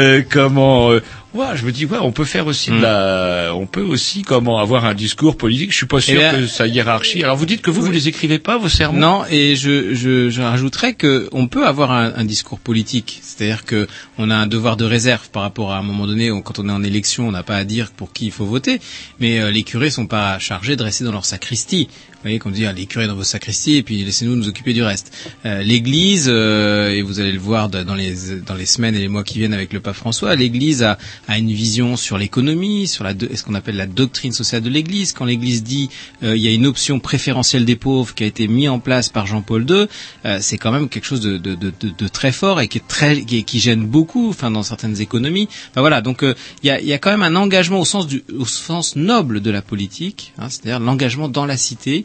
S4: je me dis on peut faire aussi on peut aussi avoir un discours politique. Je suis pas sûr que ça hiérarchie. Alors vous dites que vous les écrivez pas vos sermons?
S11: Non, et je rajouterais que on peut avoir un discours politique. C'est-à-dire que on a un devoir de réserve par rapport à un moment donné quand on est en élection, on n'a pas à dire pour qui il faut voter, mais les curés sont pas chargés de rester dans leur sacristie. Vous voyez, qu'on dit les curés dans vos sacristies et puis laissez-nous nous occuper du reste. L'Église, et vous allez le voir dans les semaines et les mois qui viennent avec le pape François, l'Église a une vision sur l'économie, sur ce qu'on appelle la doctrine sociale de l'Église. Quand l'Église dit il y a une option préférentielle des pauvres qui a été mise en place par Jean-Paul II, c'est quand même quelque chose de très fort et qui gêne beaucoup, enfin dans certaines économies. Enfin voilà, donc il y a quand même un engagement au sens noble de la politique, c'est-à-dire l'engagement dans la cité.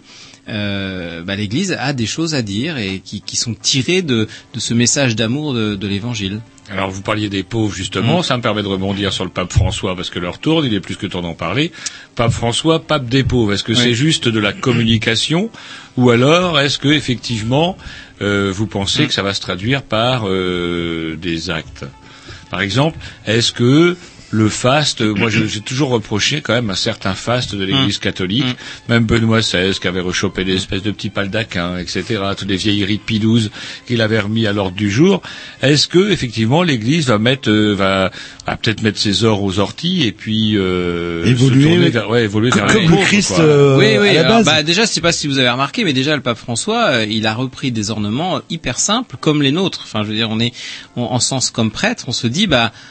S11: L'Église a des choses à dire et qui sont tirées de ce message d'amour de l'Évangile.
S4: Alors vous parliez des pauvres justement, ça me permet de rebondir sur le pape François parce que l'heure tourne, il est plus que temps d'en parler. Pape François, pape des pauvres, est-ce que c'est juste de la communication ou alors est-ce que effectivement vous pensez que ça va se traduire par des actes? Par exemple, est-ce que le faste, moi j'ai toujours reproché quand même un certain faste de l'Église catholique, même Benoît XVI qui avait rechopé des espèces de petits paldaquins, etc., toutes les vieilleries de Pie XII qu'il avait remis à l'ordre du jour. Est-ce que effectivement l'Église va peut-être mettre ses ors aux orties et puis évoluer vers
S3: le Christ
S11: à
S3: la base.
S11: Déjà, je sais pas si vous avez remarqué, mais déjà le pape François, il a repris des ornements hyper simples comme les nôtres. Enfin, je veux dire, en sens comme prêtre, on se dit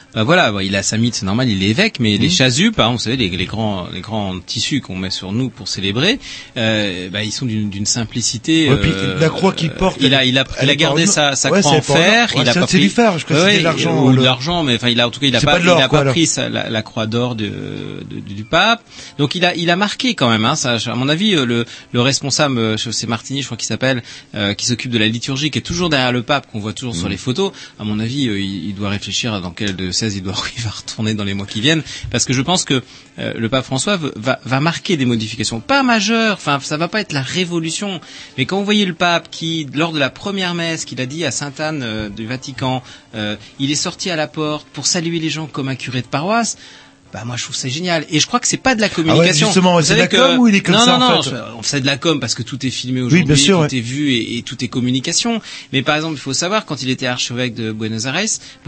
S11: il a sa mitre, c'est normal, il est évêque, mais les chasubles, par exemple, vous savez, les grands tissus qu'on met sur nous pour célébrer, ils sont d'une simplicité.
S3: Puis la croix qu'il porte,
S11: il a gardé sa croix en fer, il a pas pris
S3: de l'argent
S11: ou de l'argent, mais enfin il a pas pris la croix d'or du pape. Donc il a marqué quand même, ça, à mon avis, le responsable, c'est Martini, je crois qu'il s'appelle, qui s'occupe de la liturgie, qui est toujours derrière le pape, qu'on voit toujours sur les photos. À mon avis, il doit réfléchir dans quel diocèse il va retourner dans les mois qui viennent, parce que je pense que le pape François va marquer des modifications, pas majeures, enfin ça va pas être la révolution, mais quand vous voyez le pape qui, lors de la première messe qu'il a dit à Sainte-Anne du Vatican, il est sorti à la porte pour saluer les gens comme un curé de paroisse. bah moi je trouve ça génial. Et je crois que c'est pas de la communication.
S3: Ah ouais, justement, c'est de la com ou il est comme ça en fait?
S11: Non, c'est de la com parce que tout est filmé aujourd'hui,
S3: bien sûr,
S11: tout est vu et tout est communication. Mais par exemple, il faut savoir, quand il était archevêque de Buenos Aires,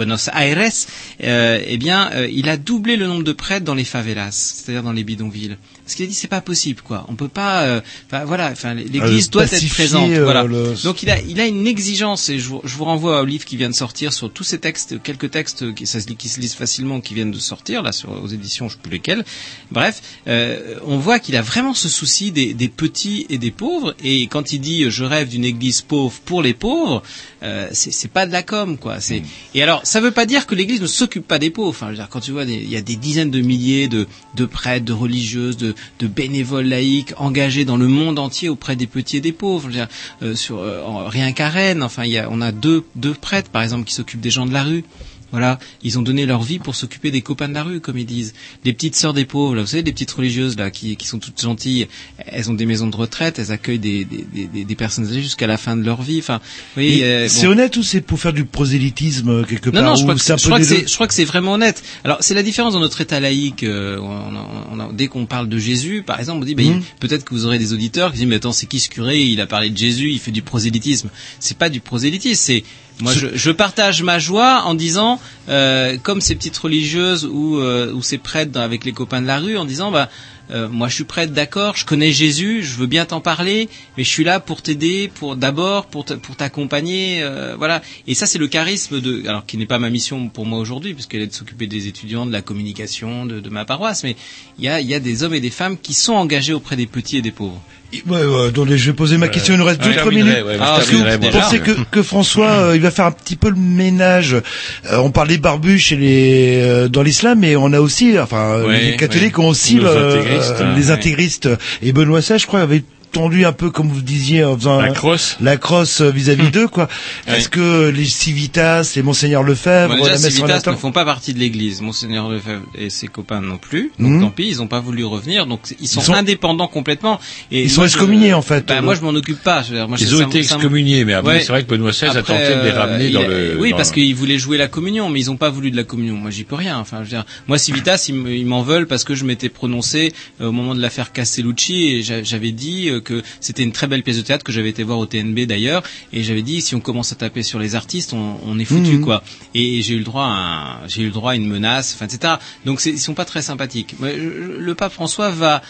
S11: il a doublé le nombre de prêtres dans les favelas, c'est-à-dire dans les bidonvilles. Parce qu'il a dit c'est pas possible, quoi. On peut pas, l'Église doit être présente. Voilà. Donc il a une exigence, et je vous renvoie au livre qui vient de sortir sur tous ces textes, quelques textes qui se lisent facilement, qui viennent de sortir là aux éditions, je sais plus lesquelles. Bref, on voit qu'il a vraiment ce souci des petits et des pauvres. Et quand il dit je rêve d'une Église pauvre pour les pauvres, c'est pas de la com, quoi. Et alors ça veut pas dire que l'Église ne s'occupe pas des pauvres. Enfin, je veux dire, quand tu vois, il y a des dizaines de milliers de prêtres, de religieuses, de bénévoles laïcs engagés dans le monde entier auprès des petits et des pauvres. Je veux dire, rien qu'à Rennes, enfin, on a deux prêtres, par exemple, qui s'occupent des gens de la rue. Voilà, ils ont donné leur vie pour s'occuper des copains de la rue, comme ils disent. Les petites sœurs des pauvres, là, vous savez, les petites religieuses là, qui sont toutes gentilles. Elles ont des maisons de retraite, elles accueillent des personnes âgées jusqu'à la fin de leur vie. Enfin, vous voyez,
S3: c'est honnête ou c'est pour faire du prosélytisme quelque part?
S11: Non, je crois que c'est vraiment honnête. Alors, c'est la différence dans notre État laïque. Dès qu'on parle de Jésus, par exemple, on dit, peut-être que vous aurez des auditeurs qui disent, mais attends, c'est qui ce curé? Il a parlé de Jésus, il fait du prosélytisme. C'est pas du prosélytisme, c'est moi, je partage ma joie en disant, comme ces petites religieuses ou ces prêtres avec les copains de la rue, en disant, moi je suis prêtre, d'accord, je connais Jésus, je veux bien t'en parler, mais je suis là pour t'aider, pour t'accompagner, voilà. Et ça c'est le charisme alors qui n'est pas ma mission pour moi aujourd'hui, puisqu'elle est de s'occuper des étudiants, de la communication, de ma paroisse, mais il y a des hommes et des femmes qui sont engagés auprès des petits et des pauvres.
S3: Donc je vais poser ma question, il nous reste 2-3 minutes. Est-ce que vous pensez que François, il va faire un petit peu le ménage? On parle des barbus dans l'islam, mais on a aussi, les catholiques ont aussi les intégristes. Et Benoît XVI, je crois, avait tendu un peu, comme vous disiez, en faisant la crosse vis-à-vis d'eux, quoi. Est-ce que les Civitas, les Monseigneur Lefebvre,
S11: déjà, Civitas ne font pas partie de l'Église. Monseigneur Lefebvre et ses copains non plus. Donc tant pis, ils n'ont pas voulu revenir. Donc ils sont indépendants complètement. Et
S3: ils sont excommuniés en fait.
S11: Moi, je m'en occupe pas.
S4: Ils ont été excommuniés, mais après, c'est vrai que Benoît XVI a tenté de les ramener dans le.
S11: Oui, parce qu'ils voulaient jouer la communion, mais ils n'ont pas voulu de la communion. Moi, j'y peux rien. Enfin, je veux dire, moi, Civitas, ils m'en veulent parce que je m'étais prononcé au moment de l'affaire Castellucci et j'avais dit que c'était une très belle pièce de théâtre que j'avais été voir au TNB d'ailleurs, et j'avais dit si on commence à taper sur les artistes, on est foutu, quoi. Et j'ai eu le droit à une menace, enfin, etc. Donc ils sont pas très sympathiques. Le pape François va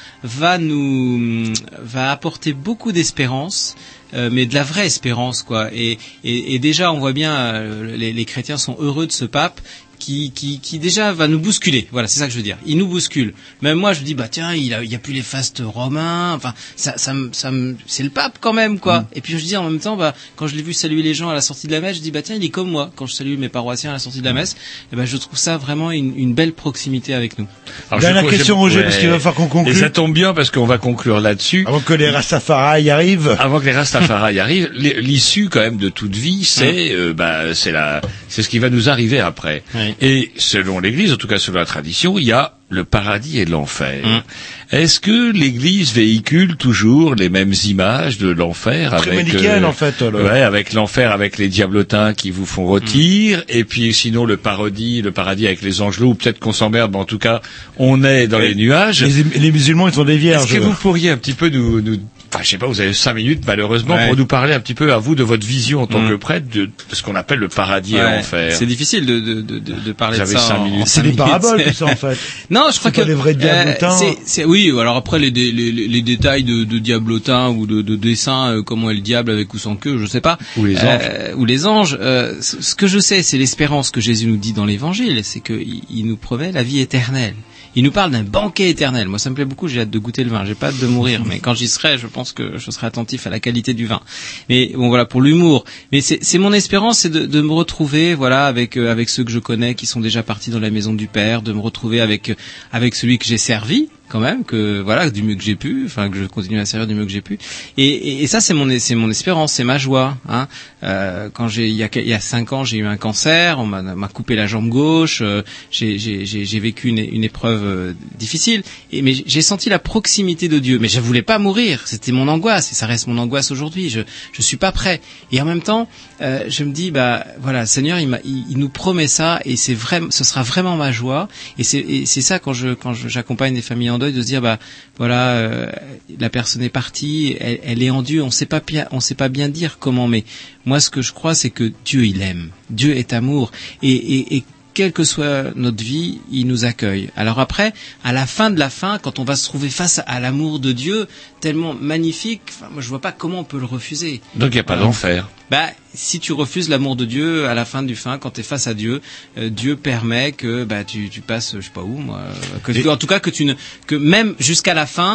S11: apporter beaucoup d'espérance. Mais de la vraie espérance, quoi. Et déjà, on voit bien, les chrétiens sont heureux de ce pape qui déjà va nous bousculer. Voilà, c'est ça que je veux dire. Il nous bouscule. Même moi, je me dis, tiens, il y a plus les fastes romains. Enfin, c'est le pape quand même, quoi. Et puis je dis en même temps, quand je l'ai vu saluer les gens à la sortie de la messe, je dis, tiens, il est comme moi. Quand je salue mes paroissiens à la sortie de la messe, je trouve ça vraiment une belle proximité avec nous.
S3: Dernière question, Roger, parce qu'il va falloir qu'on conclue.
S4: Et ça tombe bien parce qu'on va conclure là-dessus.
S3: Avant que les Rastafari arrivent.
S4: L'issue quand même de toute vie, c'est ce qui va nous arriver après. Oui. Et selon l'Église, en tout cas selon la tradition, il y a le paradis et l'enfer. Est-ce que l'Église véhicule toujours les mêmes images de l'enfer
S3: en fait,
S4: avec l'enfer, avec les diablotins qui vous font rôtir, et puis sinon le paradis avec les angelots, ou peut-être qu'on s'emmerde, mais en tout cas, on est dans les nuages.
S3: Les musulmans, ils sont des vierges.
S4: Est-ce que vous pourriez un petit peu nous je sais pas, vous avez 5 minutes malheureusement pour nous parler un petit peu à vous de votre vision en tant que prêtre de ce qu'on appelle le paradis et l'enfer.
S11: C'est difficile de parler de ça.
S4: 5 minutes.
S3: C'est des paraboles tout ça en fait.
S11: Non, je crois que
S3: les vrais diablotins.
S11: Oui, alors après les détails de diablotins ou de dessins, comment est le diable avec ou sans queue, je sais pas.
S4: Ou les anges.
S11: Ce que je sais, c'est l'espérance que Jésus nous dit dans l'Évangile, c'est que il nous promet la vie éternelle. Il nous parle d'un banquet éternel. Moi, ça me plaît beaucoup. J'ai hâte de goûter le vin. J'ai pas hâte de mourir, mais quand j'y serai, je pense que je serai attentif à la qualité du vin. Mais bon, voilà, pour l'humour. Mais c'est mon espérance, c'est de me retrouver, voilà, avec ceux que je connais qui sont déjà partis dans la maison du Père, de me retrouver avec celui que j'ai servi quand même, que voilà, du mieux que j'ai pu, enfin que je continue à servir du mieux que j'ai pu. Et ça c'est mon espérance, c'est ma joie. Hein. Quand il y a 5 ans, j'ai eu un cancer, on m'a coupé la jambe gauche, j'ai vécu une épreuve difficile, mais j'ai senti la proximité de Dieu. Mais je voulais pas mourir, c'était mon angoisse et ça reste mon angoisse aujourd'hui. Je suis pas prêt. Et en même temps, je me dis bah voilà, Seigneur, il nous promet ça et c'est vrai, ce sera vraiment ma joie. Et c'est ça quand j'accompagne des familles en deuil, de se dire bah voilà, la personne est partie, elle est en Dieu. On sait pas bien dire comment, mais moi ce que je crois c'est que Dieu il aime, Dieu est amour et quelle que soit notre vie, il nous accueille. Alors après, à la fin de la fin, quand on va se trouver face à l'amour de Dieu, tellement magnifique, moi je vois pas comment on peut le refuser.
S4: Donc il n'y a pas d'enfer.
S11: Bah, si tu refuses l'amour de Dieu à la fin du fin, quand tu es face à Dieu, Dieu permet que bah tu passes, je sais pas où moi, en tout cas que même jusqu'à la fin,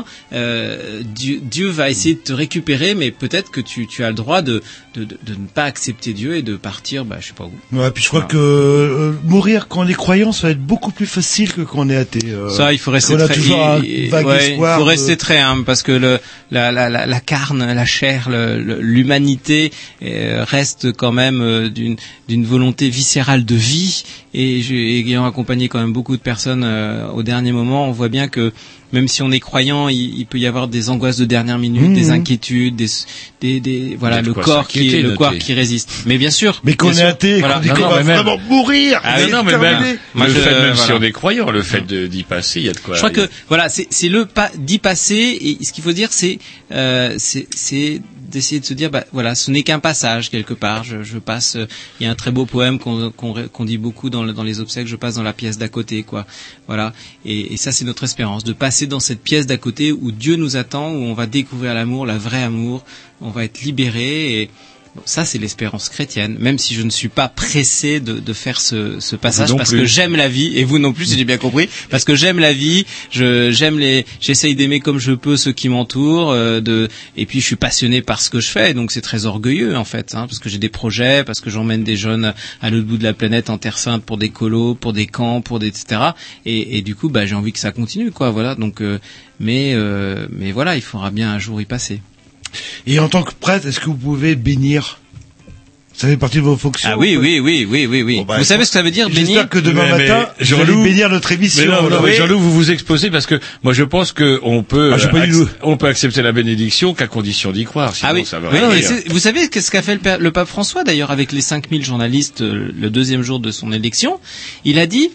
S11: Dieu va essayer de te récupérer, mais peut-être que tu as le droit de ne pas accepter Dieu et de partir, bah je sais pas où.
S3: Ouais, puis je crois que mourir quand on est croyant, ça va être beaucoup plus facile que quand on est athée.
S11: Ça, il faut rester très, il faut rester très humble parce que la carne, la chair, l'humanité reste quand même d'une volonté viscérale de vie et ayant accompagné quand même beaucoup de personnes au dernier moment, on voit bien que même si on est croyant, il peut y avoir des angoisses de dernière minute, des inquiétudes, voilà, le corps qui résiste. Mais bien sûr.
S3: Mais qu'on est athée, qu'on dit qu'on va vraiment mourir.
S4: Non, mais même si on est croyant, le fait d'y passer, il y a de quoi.
S11: Je crois que, voilà, c'est le pas d'y passer et ce qu'il faut dire, c'est d'essayer de se dire, bah voilà, ce n'est qu'un passage quelque part. Je passe. Il y a un très beau poème qu'on dit beaucoup dans les obsèques. Je passe dans la pièce d'à côté, quoi. Voilà. Et ça, c'est notre espérance, de passer dans cette pièce d'à côté où Dieu nous attend, où on va découvrir l'amour, la vraie amour. On va être libéré et bon, ça, c'est l'espérance chrétienne, même si je ne suis pas pressé de faire ce passage parce que j'aime la vie, et vous non plus, si j'ai bien compris, parce que j'aime la vie, j'essaye d'aimer comme je peux ceux qui m'entourent, et puis je suis passionné par ce que je fais, donc c'est très orgueilleux en fait, hein, parce que j'ai des projets, parce que j'emmène des jeunes à l'autre bout de la planète en Terre Sainte pour des colos, pour des camps, etc. Et du coup, bah j'ai envie que ça continue, quoi, voilà. Donc, mais voilà, il faudra bien un jour y passer.
S3: Et en tant que prêtre, est-ce que vous pouvez bénir? Ça fait partie de vos fonctions.
S11: Ah oui. Bon, bah, vous savez ce que ça veut dire, bénir?
S3: J'espère que demain matin, je vais bénir notre émission.
S4: Mais Jean-Loup, vous vous exposez parce que moi je pense que on peut accepter la bénédiction qu'à condition d'y croire. Sinon, ça va rien dire.
S11: Vous savez ce qu'a fait le pape François d'ailleurs avec les 5000 journalistes le deuxième jour de son élection? Il a dit,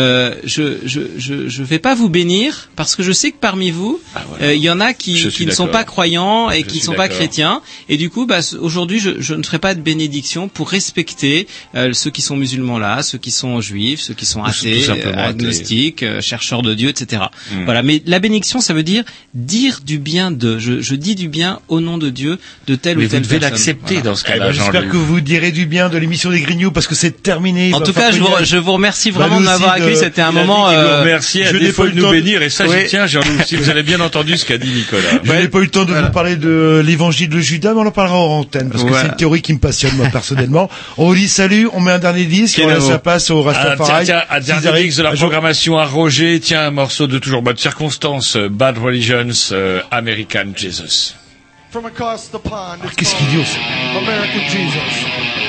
S11: je vais pas vous bénir parce que je sais que parmi vous, il y en a qui ne sont pas croyants et qui ne sont pas chrétiens. Et du coup, bah, aujourd'hui, je ne ferai pas de bénédiction pour respecter ceux qui sont musulmans là, ceux qui sont juifs, ceux qui sont athées, agnostiques, chercheurs de Dieu, etc. Voilà. Mais la bénédiction, ça veut dire du bien de. Je dis du bien au nom de Dieu de telle ou telle personne.
S4: Mais vous devez l'accepter dans ce cas-là.
S3: J'espère que vous direz du bien de l'émission des Grignoux parce que c'est terminé.
S11: En tout cas, je vous remercie vraiment de m'avoir accueilli. C'était un moment.
S4: Merci à défaut de nous bénir et ça, j'y tiens. Si vous avez bien entendu ce qu'a dit Nicolas.
S3: Je n'ai pas eu le temps de vous parler de l'évangile de Judas, mais on en parlera en antenne parce que c'est une théorie qui me passionne moi personnellement. On vous dit salut, on met un dernier disque, on laisse la place au Rastafari.
S4: Tiens, un dernier disque de la programmation à Roger. Tiens, un morceau de toujours bonne circonstance, Bad Religions, American Jesus.
S3: Qu'est-ce qu'il dit aussi?
S6: American Jesus.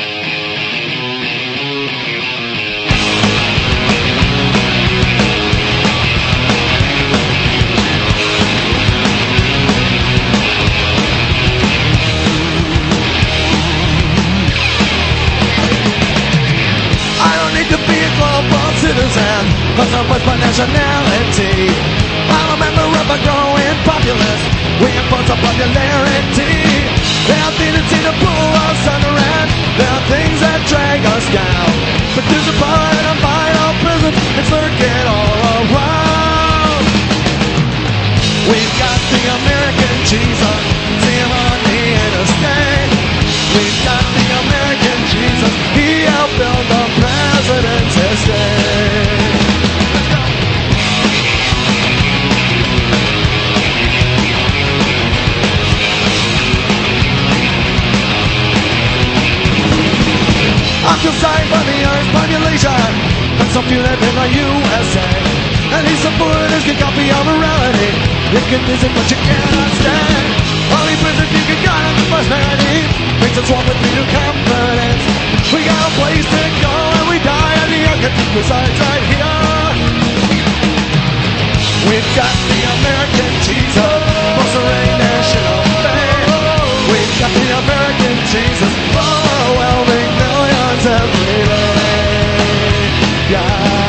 S6: Citizen, cause I'm with my nationality. I'm a member of a growing populace. We enforce our popularity. There are things that seem to pull us under and there are things that drag us down. But there's a part in a vital prison that's lurking all around. We've got the American Jesus, see him on the interstate. We've got the American Jesus, he helped build the president's estate. I'm consigned by the Earth's population, and some few live in the USA. And he's a Buddhist, can copy of morality. You can visit but you cannot stand. Only prison you can got on the first melody. Makes us one with me to confidence. We got a place to go and we die and the architect resides right here. We've got the American Jesus, Monterey National Bank. We've got the American Jesus, overwhelming millions every day. Yeah.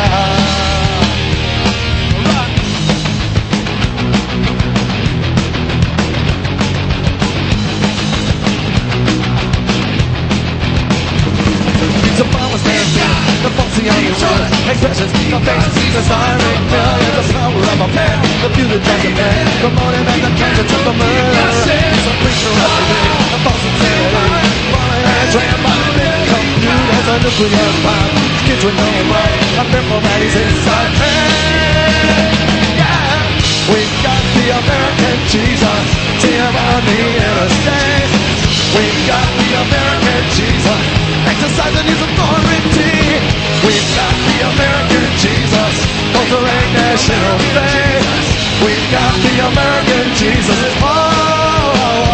S6: The fancy on the road, expressions, the faces, the siren, millions, the power of a man, the beauty of a man, the motive and the conscience of a murder. He's a preacher of the day, a false insanity, falling and tramp by the big computers, a nuclear bomb, kids with no right, a fearful that he's inside. Yeah, we've got the American Jesus, here on the interstate. We've got the American Jesus, exercising his authority. We've got the American Jesus, altering national faith. We've got the American Jesus. Oh, oh,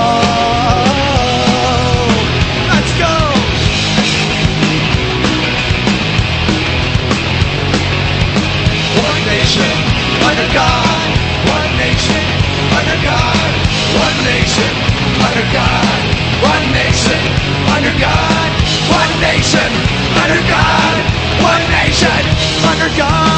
S6: oh. Let's go. One nation under God. One nation under God. One nation under God. One nation under God. One nation under God. One nation under God.